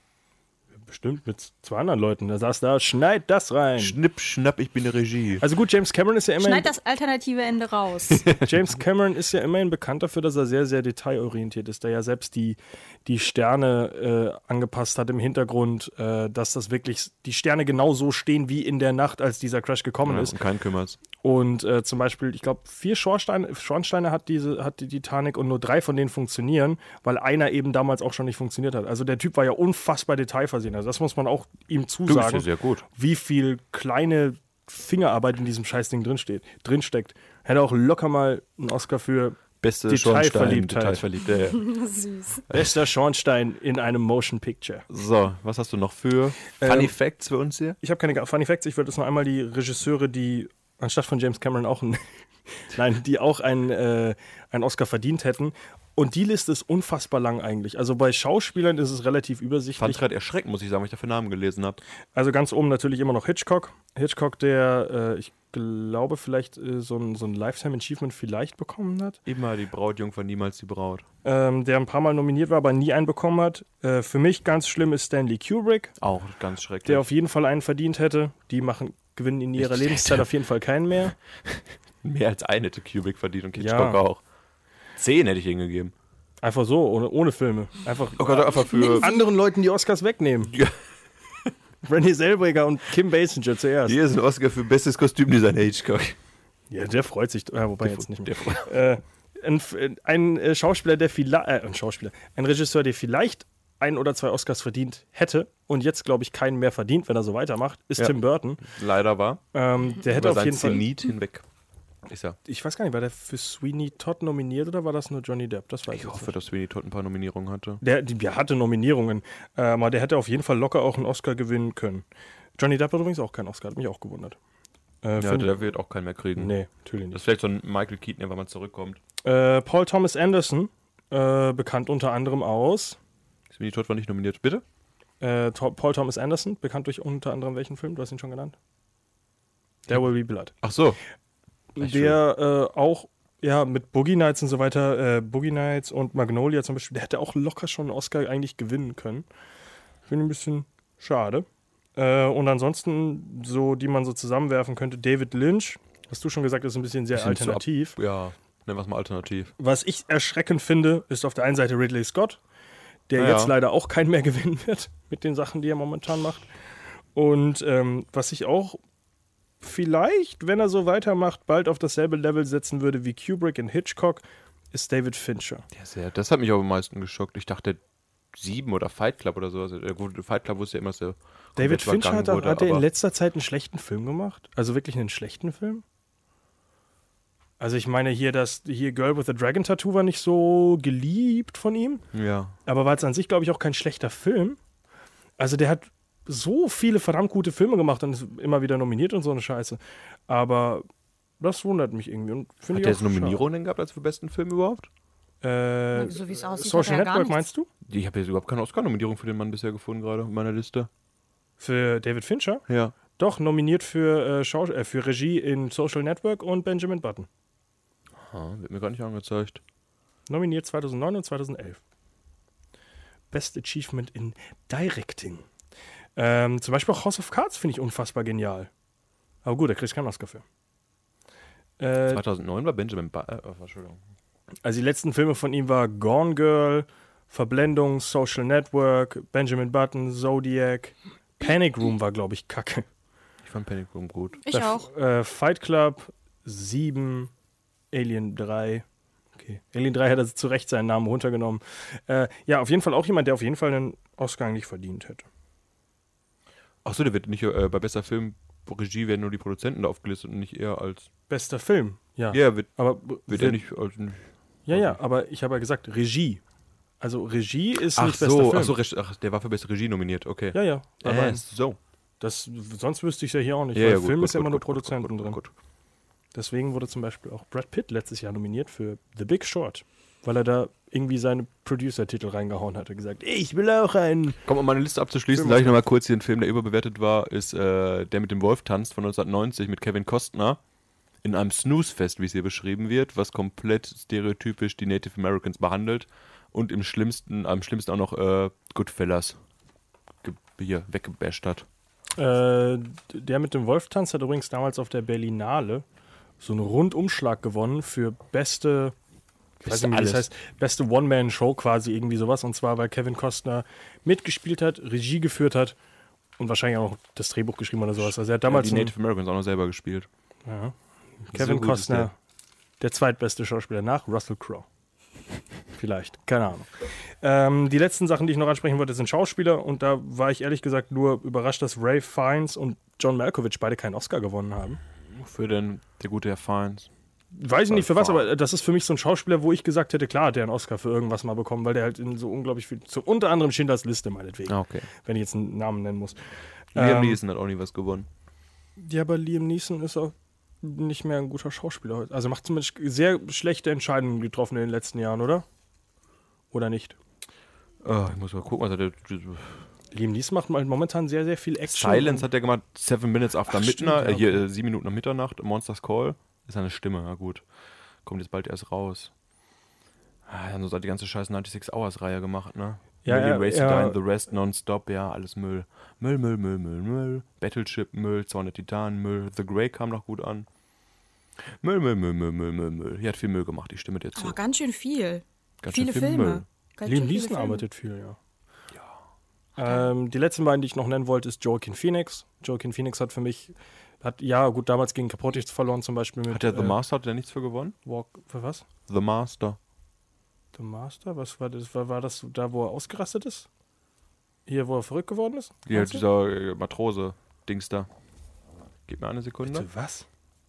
Bestimmt mit zwei anderen Leuten. Da saß da, schneid das rein. Schnipp, schnapp, ich bin der Regie. Also gut, James Cameron ist ja immerhin. Schneid das alternative Ende raus. James Cameron ist ja immerhin bekannt dafür, dass er sehr, sehr detailorientiert ist, der ja selbst die, die Sterne äh, angepasst hat im Hintergrund, äh, dass das wirklich die Sterne genau so stehen wie in der Nacht, als dieser Crash gekommen Ja, ist. und keinen kümmert's. Und äh, zum Beispiel, ich glaube, vier Schornsteine, Schornsteine hat, diese, hat die Titanic und nur drei von denen funktionieren, weil einer eben damals auch schon nicht funktioniert hat. Also der Typ war ja unfassbar detailversehen. Also das muss man auch ihm Du bist zusagen, ja sehr gut. wie viel kleine Fingerarbeit in diesem Scheißding drinsteht, drinsteckt. Hätte auch locker mal einen Oscar für Beste Detailverliebtheit. Detailverliebtheit. Ja. Süß. bester Schornstein in einem Motion Picture. So, was hast du noch für Ähm, Funny Facts für uns hier? Ich habe keine Funny Facts, ich würde jetzt noch einmal die Regisseure, die anstatt von James Cameron auch einen, nein, die auch einen, äh, einen Oscar verdient hätten. Und die Liste ist unfassbar lang eigentlich. Also bei Schauspielern ist es relativ Fand ich übersichtlich. gerade erschreckend, muss ich sagen, weil ich dafür Namen gelesen habe. Also ganz oben natürlich immer noch Hitchcock. Hitchcock, der, äh, ich glaube, vielleicht äh, so ein, so ein Lifetime Achievement vielleicht bekommen hat. Immer die Brautjungfer, niemals die Braut. Ähm, der ein paar Mal nominiert war, aber nie einen bekommen hat. Äh, für mich ganz schlimm ist Stanley Kubrick, Auch ganz schrecklich. der auf jeden Fall einen verdient hätte. Die machen, gewinnen in ihrer Ich- Lebenszeit auf jeden Fall keinen mehr. Mehr als eine hätte Kubrick verdient und Ja. Hitchcock auch. Zehn hätte ich hingegeben. Einfach so, ohne, ohne Filme. Einfach Oh Gott, einfach für... anderen Leuten die Oscars wegnehmen. Ja. Renée Zellweger und Kim Basinger zuerst. Hier ist ein Oscar für bestes Kostümdesign, Hitchcock. Ja, der freut sich. Ja, wobei Der jetzt nicht der mehr. Äh, ein, ein äh, Schauspieler, der vielleicht, äh, ein Schauspieler, ein Regisseur, der vielleicht ein oder zwei Oscars verdient hätte und jetzt, glaube ich, keinen mehr verdient, wenn er so weitermacht, ist Ja. Tim Burton. Leider war. Ähm, der hätte Über auf sein jeden Fall. Zenit hinweg. Ist er. Ich weiß gar nicht, war der für Sweeney Todd nominiert oder war das nur Johnny Depp? Das weiß ich Ich jetzt hoffe, nicht. dass Sweeney Todd ein paar Nominierungen hatte. Der, die, der hatte Nominierungen, äh, aber der hätte auf jeden Fall locker auch einen Oscar gewinnen können. Johnny Depp hat übrigens auch keinen Oscar, hat mich auch gewundert. Äh, Ja, für- der wird auch keinen mehr kriegen. nee, natürlich Das nicht. ist vielleicht so ein Michael Keaton, der, wenn man zurückkommt. Äh, Paul Thomas Anderson, äh, bekannt unter anderem aus. Sweeney Todd war nicht nominiert. Bitte? Äh, To- Paul Thomas Anderson, bekannt durch unter anderem welchen Film? Du hast ihn schon genannt. There Will Be Blood. Ach so. Der äh, auch, ja, mit Boogie Nights und so weiter, äh, Boogie Nights und Magnolia zum Beispiel, der hätte auch locker schon einen Oscar eigentlich gewinnen können. Finde ich ein bisschen schade. Äh, und ansonsten, so, die man so zusammenwerfen könnte, David Lynch, hast du schon gesagt, ist ein bisschen sehr Bisschen zu ab- alternativ. Ja, nennen wir es mal alternativ. Was ich erschreckend finde, ist auf der einen Seite Ridley Scott, der Ja. jetzt leider auch keinen mehr gewinnen wird mit den Sachen, die er momentan macht. Und ähm, was ich auch vielleicht, wenn er so weitermacht, bald auf dasselbe Level setzen würde wie Kubrick in Hitchcock, ist David Fincher. Ja, sehr. Das hat mich auch am meisten geschockt. Ich dachte, sieben oder Fight Club oder sowas. Der gute Fight Club wusste ja immer, dass der David komplett Fincher übergangen hat, wurde, hat er in aber- letzter Zeit einen schlechten Film gemacht? Also wirklich einen schlechten Film? Also ich meine hier, das hier Girl with a Dragon Tattoo war nicht so geliebt von ihm. Ja. Aber war es an sich, glaube ich, auch kein schlechter Film. Also der hat so viele verdammt gute Filme gemacht und ist immer wieder nominiert und so eine Scheiße. Aber das wundert mich irgendwie. Und finde Hat ich der auch jetzt Nominierungen denn gehabt als für besten Film überhaupt? schade. Äh, So wie es aussieht, Social hat er gar Network nichts. meinst du? Ich habe jetzt überhaupt keine Oscar-Nominierung für den Mann bisher gefunden, gerade in meiner Liste. Für David Fincher? Ja. Doch, nominiert für, äh, Schau äh, für Regie in Social Network und Benjamin Button. Ah, wird mir gar nicht angezeigt. Nominiert zweitausendneun und zweitausendelf. Best Achievement in Directing. Ähm, zum Beispiel auch House of Cards finde ich unfassbar genial. Aber gut, da kriegst du keinen Oscar für. Äh, zweitausendneun war Benjamin ba äh, oh, Entschuldigung. also die letzten Filme von ihm war Gone Girl, Verblendung, Social Network, Benjamin Button, Zodiac. Panic Room war, glaube ich, kacke. Ich fand Panic Room gut. Ich auch. Äh, Fight Club, sieben, Alien drei, Okay. Alien drei hat also zu Recht seinen Namen runtergenommen. Äh, ja, auf jeden Fall auch jemand, der auf jeden Fall einen Oscar eigentlich verdient hätte. Achso, der wird nicht äh, bei bester Film, Regie werden nur die Produzenten da aufgelistet und nicht eher als. Bester Film, ja. Ja, wird, aber wird er nicht als. Ja, ja, aber ich habe ja gesagt Regie. Also Regie ist Ach nicht bester so, Film. ach so, Reg- ach, der war für beste Regie nominiert, okay. Ja, ja. Aber Äh, so. das, sonst wüsste ich es ja hier auch nicht, Ja, weil ja, gut, Film gut, ist ja gut, immer nur gut, gut, Produzenten gut, drin. gut, gut. Deswegen wurde zum Beispiel auch Brad Pitt letztes Jahr nominiert für The Big Short, weil er da irgendwie seine Producer-Titel reingehauen hatte, gesagt, ich will auch einen. Komm, um meine Liste abzuschließen, Film- sage ich nochmal kurz hier einen Film, der überbewertet war, ist äh, Der mit dem Wolf tanzt von neunzehnhundertneunzig mit Kevin Costner in einem Snooze-Fest, wie es hier beschrieben wird, was komplett stereotypisch die Native Americans behandelt und im schlimmsten, am schlimmsten auch noch äh, Goodfellas ge- hier weggebasht hat. Äh, der mit dem Wolf-Tanz hat übrigens damals auf der Berlinale so einen Rundumschlag gewonnen für beste, ich weiß nicht, wie das alles. heißt, beste One-Man-Show quasi, irgendwie sowas. Und zwar, weil Kevin Costner mitgespielt hat, Regie geführt hat und wahrscheinlich auch das Drehbuch geschrieben oder sowas. Also er hat damals ja, die einen- Native Americans auch noch selber gespielt. ja, Kevin So gut ist Costner, der. der zweitbeste Schauspieler nach Russell Crowe. Vielleicht, keine Ahnung. Ähm, die letzten Sachen, die ich noch ansprechen wollte, sind Schauspieler. Und da war ich ehrlich gesagt nur überrascht, dass Ralph Fiennes und John Malkovich beide keinen Oscar gewonnen haben. Wofür denn der gute Herr Fiennes? Weiß ich nicht für was, Fiennes. aber das ist für mich so ein Schauspieler, wo ich gesagt hätte, klar hat der einen Oscar für irgendwas mal bekommen, weil der halt in so unglaublich viel, so unter anderem Schindlers Liste meinetwegen, Ah, okay. wenn ich jetzt einen Namen nennen muss. Liam Ähm, Neeson hat auch nie was gewonnen. Ja, aber Liam Neeson ist auch nicht mehr ein guter Schauspieler heute. Also macht zumindest sehr schlechte Entscheidungen getroffen in den letzten Jahren, oder? Oder nicht? Oh, ich muss mal gucken, was hat der. Liam Neeson macht mal momentan sehr, sehr viel Action. Silence hat er gemacht, Seven Minutes After Ach, stimmt, Midnight, ja, äh, hier okay. äh, sieben Minuten nach Mitternacht, Monsters Call, ist seine Stimme, na gut. Kommt jetzt bald erst raus. Ah, dann so die ganze scheiß sechsundneunzig Hours Reihe gemacht, ne? Ja, Million ja, Ways to ja. Die and the Rest nonstop, ja, alles Müll. Müll, Müll, Müll, Müll, Müll. Battleship, Müll, zweihundert Titanen, Müll. The Grey kam noch gut an. Müll, Müll, Müll, Müll, Müll, Müll, Müll. Hier hat viel Müll gemacht, ich stimme dir zu. Aber ganz schön viel. Ganz viele schön viel Filme. Müll. Ganz Liam schön viele Neeson Filme. arbeitet viel, ja. Ähm, die letzten beiden, die ich noch nennen wollte, ist Joaquin Phoenix. Joaquin Phoenix hat für mich, hat ja gut damals gegen Capote verloren zum Beispiel mit Hat der The äh, Master, hat der nichts für gewonnen? Walk, für was? The Master. The Master? Was war das? War, war das da, wo er ausgerastet ist? Hier, wo er verrückt geworden ist? Ja, Meinst du? dieser äh, Matrose-Dings da. Gib mir eine Sekunde. Bitte, was?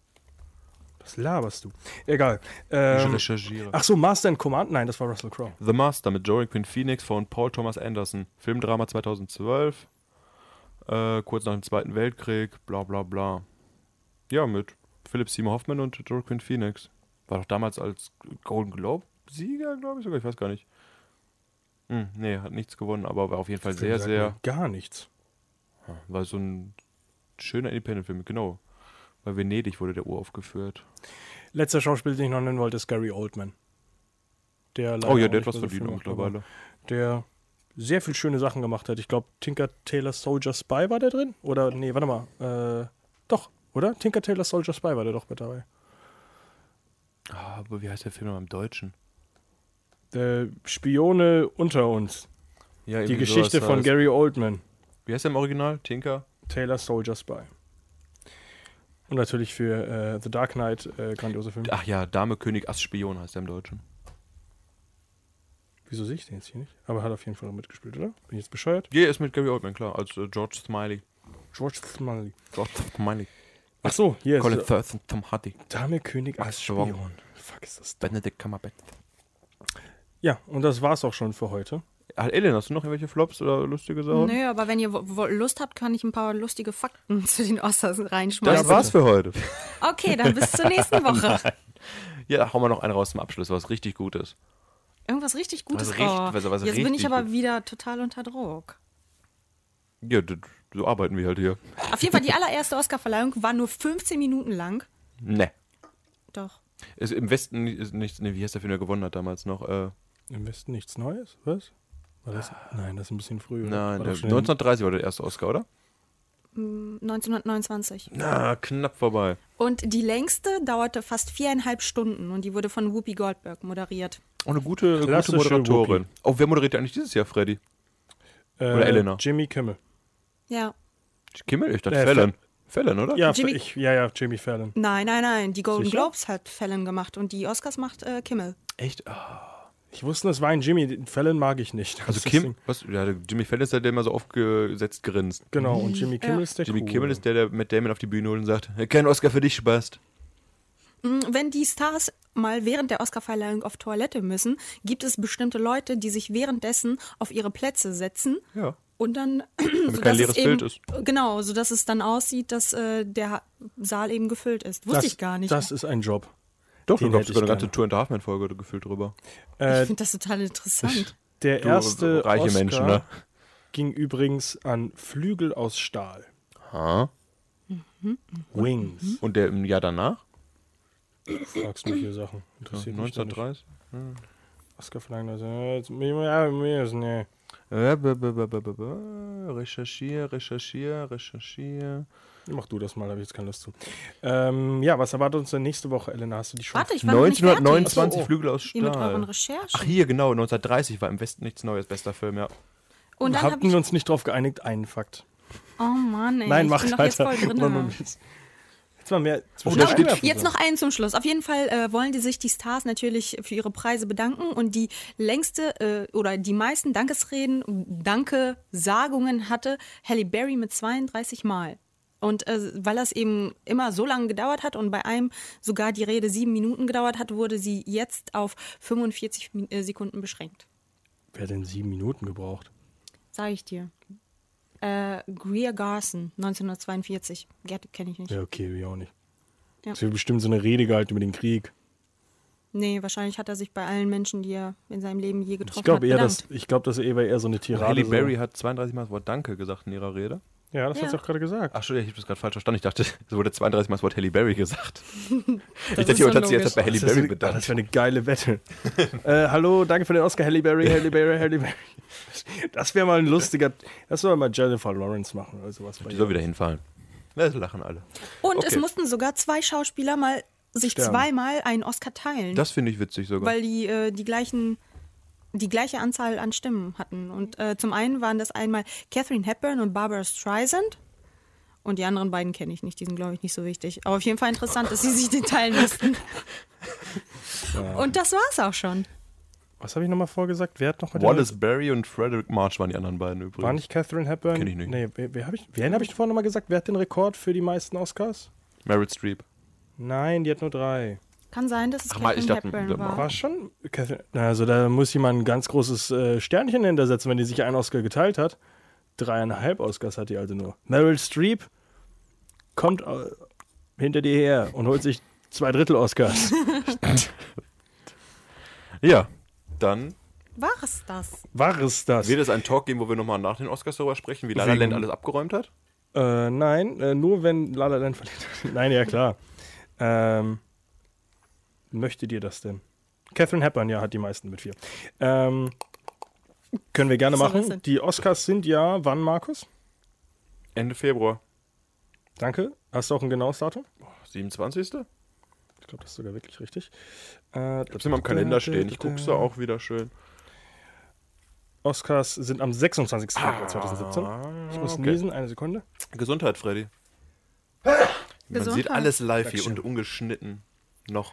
Was laberst du? Egal. Ich Ähm, recherchiere. ach so, Master and Command? Nein, das war Russell Crowe. The Master mit Joaquin Phoenix von Paul Thomas Anderson. Filmdrama zweitausendzwölf. Äh, kurz nach dem Zweiten Weltkrieg. Bla bla bla. Ja, mit Philip Seymour Hoffman und Joaquin Phoenix. War doch damals als Golden Globe-Sieger, glaube ich sogar. Ich weiß gar nicht. Hm, nee, hat nichts gewonnen, aber war auf jeden Fall Film sehr, sagt sehr. mir gar nichts. War so ein schöner Independent-Film, genau. Bei Venedig wurde der uraufgeführt. Letzter Schauspieler, den ich noch nennen wollte, ist Gary Oldman. Der leider Oh ja, auch der nicht hat was mehr so verdient viel macht, aber mittlerweile. Der sehr viel schöne Sachen gemacht hat. Ich glaube, Tinker Tailor Soldier Spy war der drin? Oder, nee, warte mal. Äh, doch, oder? Tinker Tailor Soldier Spy war der doch mit dabei. Ah, aber wie heißt der Film noch im Deutschen? Äh, Spione unter uns. Ja, Die irgendwie Geschichte sowas von heißt- Gary Oldman. Wie heißt der im Original? Tinker? Tailor Soldier Spy. Und natürlich für äh, The Dark Knight, äh, grandiose Film. Ach ja, Dame, König, Ass, Spion heißt der im Deutschen. Wieso sehe ich den jetzt hier nicht? Aber hat auf jeden Fall noch mitgespielt, oder? Bin ich jetzt bescheuert? Ja, er ist mit Gary Oldman, klar, als äh, George Smiley. George Smiley. George Smiley. Ach so, hier Colin ist Firth und Tom Hardy. Dame, König, als Strong. Spion. Fuck, ist das dumm. Benedict Cumberbatch. Ja, und das war's auch schon für heute. Ah, Ellen, hast du noch irgendwelche Flops oder lustige Sachen? Nö, aber wenn ihr wo- wo- Lust habt, kann ich ein paar lustige Fakten zu den Oscars reinschmeißen. Das war's für heute. Okay, dann bis zur nächsten Woche. Ja, hauen wir noch einen raus zum Abschluss, was richtig gut ist. Irgendwas richtig Gutes. Was richtig- oh, was- was jetzt bin ich richtig aber gut. wieder total unter Druck. Ja, d- so arbeiten wir halt hier. Auf jeden Fall, die allererste Oscarverleihung war nur fünfzehn Minuten lang. Ne. Doch. Ist Im Westen ist nichts, ne, wie heißt der Film, der gewonnen hat damals noch? Äh, Im Westen nichts Neues? Was? War das? Nein, das ist ein bisschen früh. oder? nein, War der, doch schon neunzehnhundertdreißig war der erste Oscar, oder? neunzehnhundertneunundzwanzig. Na, knapp vorbei. Und die längste dauerte fast viereinhalb Stunden und die wurde von Whoopi Goldberg moderiert. Oh, eine gute, gute Klassische Moderatorin. Whoopi. Oh, wer moderiert eigentlich dieses Jahr, Freddy? äh, oder Elena? Jimmy Kimmel. Ja. Kimmel? Ich dachte Äh, Fallon. Fallon, oder? Ja, Jimmy- ich, ja, ja, Jimmy Fallon. Nein, nein, nein. Die Golden Sicher? Globes hat Fallon gemacht und die Oscars macht äh, Kimmel. Echt? Ah. Ich wusste, es war ein Jimmy. Fallon mag ich nicht. Also Das ist Kim, was, ja, der Jimmy Fallon ist der, der immer so aufgesetzt grinst. Genau, und Jimmy Kimmel Ja. ist der Jimmy Coole. Kimmel ist der, der mit Damon auf die Bühne holt und sagt, kein Oscar für dich, Spast. Wenn die Stars mal während der Oscarverleihung auf Toilette müssen, gibt es bestimmte Leute, die sich währenddessen auf ihre Plätze setzen Ja. und dann sodass kein es leeres eben, Bild ist. Genau, sodass es dann aussieht, dass äh, der Saal eben gefüllt ist. Wusste das, ich gar nicht. Das ist ein Job. Doch, Den da gab hätte es sogar ich eine ganze gerne. Tour in der Halfman-Folge gefühlt drüber. Äh, Ich finde das total interessant. der Du, erste reiche Oscar Menschen, ne? ging übrigens an Flügel aus Stahl. Ha. Wings. Und der im Jahr danach? Fragst mich hier Sachen. Interessiert mich doch nicht. neunzehnhundertdreißig? Oscar verlangt das. Ja, jetzt- ja, mir ist, nee. Äh, b- b- b- b- b- b- Recherchier, recherchier, recherchier. Mach du das mal, da habe ich jetzt keine Lust zu. Ähm, ja, was erwartet uns denn nächste Woche, Elena? Hast du die schon? Warte, ich war noch nicht fertig. neunzehnhundertneunundzwanzig Ach so, oh. Flügel aus Ihr mit euren Stahl. Recherchen. Ach, hier, genau, neunzehnhundertdreißig war im Westen nichts Neues, bester Film, ja. Und dann habe Hatten ich... wir uns nicht drauf geeinigt, einen Fakt. Oh Mann, ey. Nein, ich mach bin doch weiter. jetzt voll Mann, Mann, drin. jetzt jetzt mal mehr. Oh, da steht- Jetzt noch einen zum Schluss. Auf jeden Fall äh, wollen die sich die Stars natürlich für ihre Preise bedanken und die längste äh, oder die meisten Dankesreden, Danke-Sagungen hatte Halle Berry mit zweiunddreißig Mal. Und äh, weil das eben immer so lange gedauert hat und bei einem sogar die Rede sieben Minuten gedauert hat, wurde sie jetzt auf fünfundvierzig Mi- äh, Sekunden beschränkt. Wer hat denn sieben Minuten gebraucht? Sag ich dir. Äh, Greer Garson, neunzehnhundertzweiundvierzig. Gerd kenne ich nicht. Ja, okay, wir auch nicht. Ja. Das wird bestimmt so eine Rede gehalten über den Krieg. Nee, wahrscheinlich hat er sich bei allen Menschen, die er in seinem Leben je getroffen Ich glaube hat, eher, bedankt. dass, ich glaube, dass er eher, eher so eine Tirade Halle so- Berry hat zweiunddreißig Mal das Wort Danke gesagt in ihrer Rede. Ja, das Ja. hat sie auch gerade gesagt. Ach, Entschuldigung, ich habe das gerade falsch verstanden. Ich dachte, es wurde zweiunddreißig Mal das Wort Halle Berry gesagt. ich ist dachte, so jemand hat sich jetzt logisch. bei Halle Das, ist Berry eine, ah, bedankt. das wäre eine geile Wette. äh, hallo, danke für den Oscar, Halle Berry, Halle Berry, Halle Berry. Das wäre mal ein lustiger. Das soll mal Jennifer Lawrence machen oder sowas. Bei Die ihr. soll wieder hinfallen. Das lachen alle. Und Okay. es mussten sogar zwei Schauspieler mal sich Sterben. zweimal einen Oscar teilen, Das finde ich witzig sogar. weil die äh, die gleichen die gleiche Anzahl an Stimmen hatten. Und äh, zum einen waren das einmal Katharine Hepburn und Barbara Streisand. Und die anderen beiden kenne ich nicht, die sind, glaube ich, nicht so wichtig. Aber auf jeden Fall interessant, dass sie sich den teilen mussten. Und das war's auch schon. Was habe ich nochmal vorgesagt? Wer hat noch mit Wallace Berry und Frederick March waren die anderen beiden übrigens. War nicht Catherine Hepburn? Kenn ich nicht. Nee, wer, wer habe ich, wen habe ich vorhin nochmal gesagt? Wer hat den Rekord für die meisten Oscars? Meryl Streep. Nein, die hat nur drei. Kann sein, dass es Ach, mal, ich Katharine dachte, Hepburn da- war. War schon Catherine. Also da muss jemand ein ganz großes äh, Sternchen hintersetzen, wenn die sich einen Oscar geteilt hat. Dreieinhalb Oscars hat die also nur. Meryl Streep kommt äh, hinter dir her und holt sich zwei Drittel Oscars. Ja, dann War es das? War es das? wird es einen Talk geben, wo wir nochmal nach den Oscars darüber sprechen, wie La La Wegen- Land alles abgeräumt hat. Äh, nein, äh, nur wenn La La Land verliert. Nein, ja klar. Ähm, möchtet ihr das denn? Catherine Hepburn, ja, hat die meisten mit vier. Ähm, können wir gerne Was soll das machen. denn? Die Oscars sind ja, wann, Markus? Ende Februar. Danke. Hast du auch ein genaues Datum? siebenundzwanzigsten Ich glaube, das ist sogar wirklich richtig. Äh, Ich hab's immer im Kalender stehen. Ich guck's da auch wieder schön. Oscars sind am sechsundzwanzigsten Februar zweitausendsiebzehn. Ich muss Ah, okay. lesen, eine Sekunde. Gesundheit, Freddy. Man Gesundheit. sieht alles live hier Dankeschön. und ungeschnitten. Noch.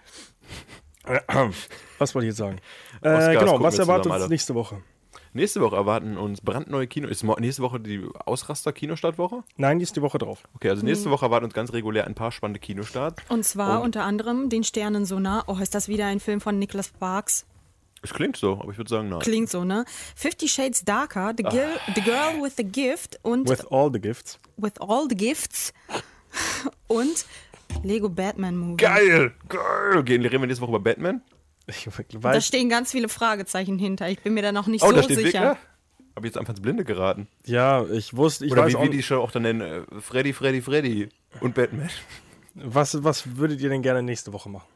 Was wollte ich jetzt sagen? Oscars Äh, genau, gucken was wir erwartet zusammen uns alle. nächste Woche? Nächste Woche erwarten uns brandneue Kino. Ist mo- nächste Woche die Ausraster-Kinostartwoche? Nein, die ist die Woche drauf. Okay, also nächste Woche erwarten uns ganz regulär ein paar spannende Kinostarts. Und zwar Und- unter anderem den Sternen so nah. Oh, ist das wieder ein Film von Nicholas Sparks? Es klingt so, aber ich würde sagen, nein. Klingt so, ne? Fifty Shades Darker, The, Gil the Girl with the Gift und With all the gifts. With All the Gifts und Lego Batman Movie. Geil! Geil! Gehen, reden wir nächste Woche über Batman? Ich Da weiß, stehen ganz viele Fragezeichen hinter. Ich bin mir da noch nicht Oh, so da steht sicher. Wickler? Hab ich jetzt einfach ins Blinde geraten. ja, ich wusste, ich Oder weiß wie auch, wir die Show auch dann nennen, äh, Freddy, Freddy, Freddy und Batman. was, was würdet ihr denn gerne nächste Woche machen?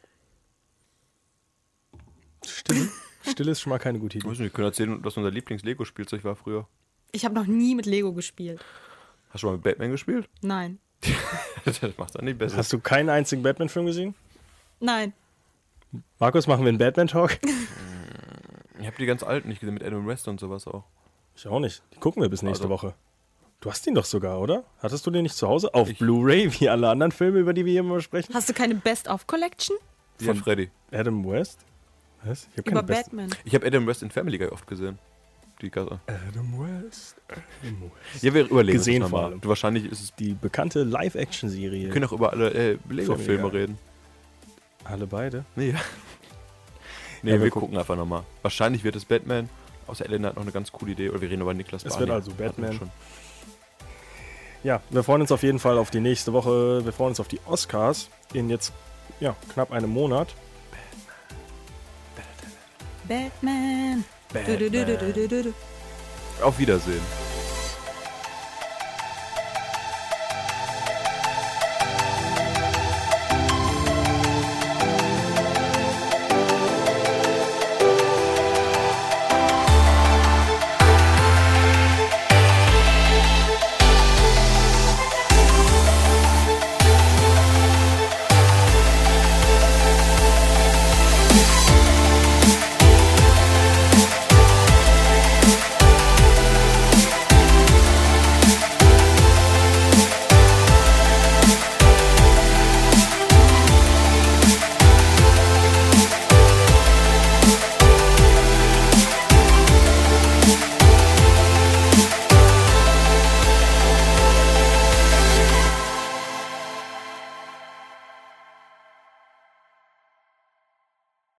Stille? Stille ist schon mal keine gute Ich Idee. weiß nicht, wir können erzählen, was unser Lieblings-Lego-Spielzeug war früher. Ich habe noch nie mit Lego gespielt. Hast du mal mit Batman gespielt? Nein. Das macht's dann nicht besser. Hast du keinen einzigen Batman-Film gesehen? Nein. Markus, machen wir einen Batman-Talk? Ich habe die ganz alten nicht gesehen, mit Adam West und sowas auch. Ich auch nicht. Die gucken wir bis nächste Also- Woche. Du hast ihn doch sogar, oder? Hattest du den nicht zu Hause? Auf Blu-ray, wie alle anderen Filme, über die wir hier immer sprechen? Hast du keine Best-of-Collection? Die hat Freddy. Adam West? Was? Ich habe Über keine besten. Batman. Ich habe Adam West in Family Guy oft gesehen. Die Gasse. Adam West. Adam West. Ja, wir überlegen Gesehen uns das vor nochmal. allem. Du, wahrscheinlich ist es. Die bekannte Live-Action-Serie. Wir können auch über alle äh, Lego-Filme Family Guy. reden. Alle beide. Nee, ja. Nee, Ja, wir, wir gucken einfach nochmal. Wahrscheinlich wird es Batman. Außer Ellen hat noch eine ganz coole Idee. Oder wir reden über Niklas Es Barney. wird also Hatten wir Batman. schon. Ja, wir freuen uns auf jeden Fall auf die nächste Woche. Wir freuen uns auf die Oscars in jetzt ja, knapp einem Monat. Batman. Batman. Du, du, du, du, du, du, du. Auf Wiedersehen.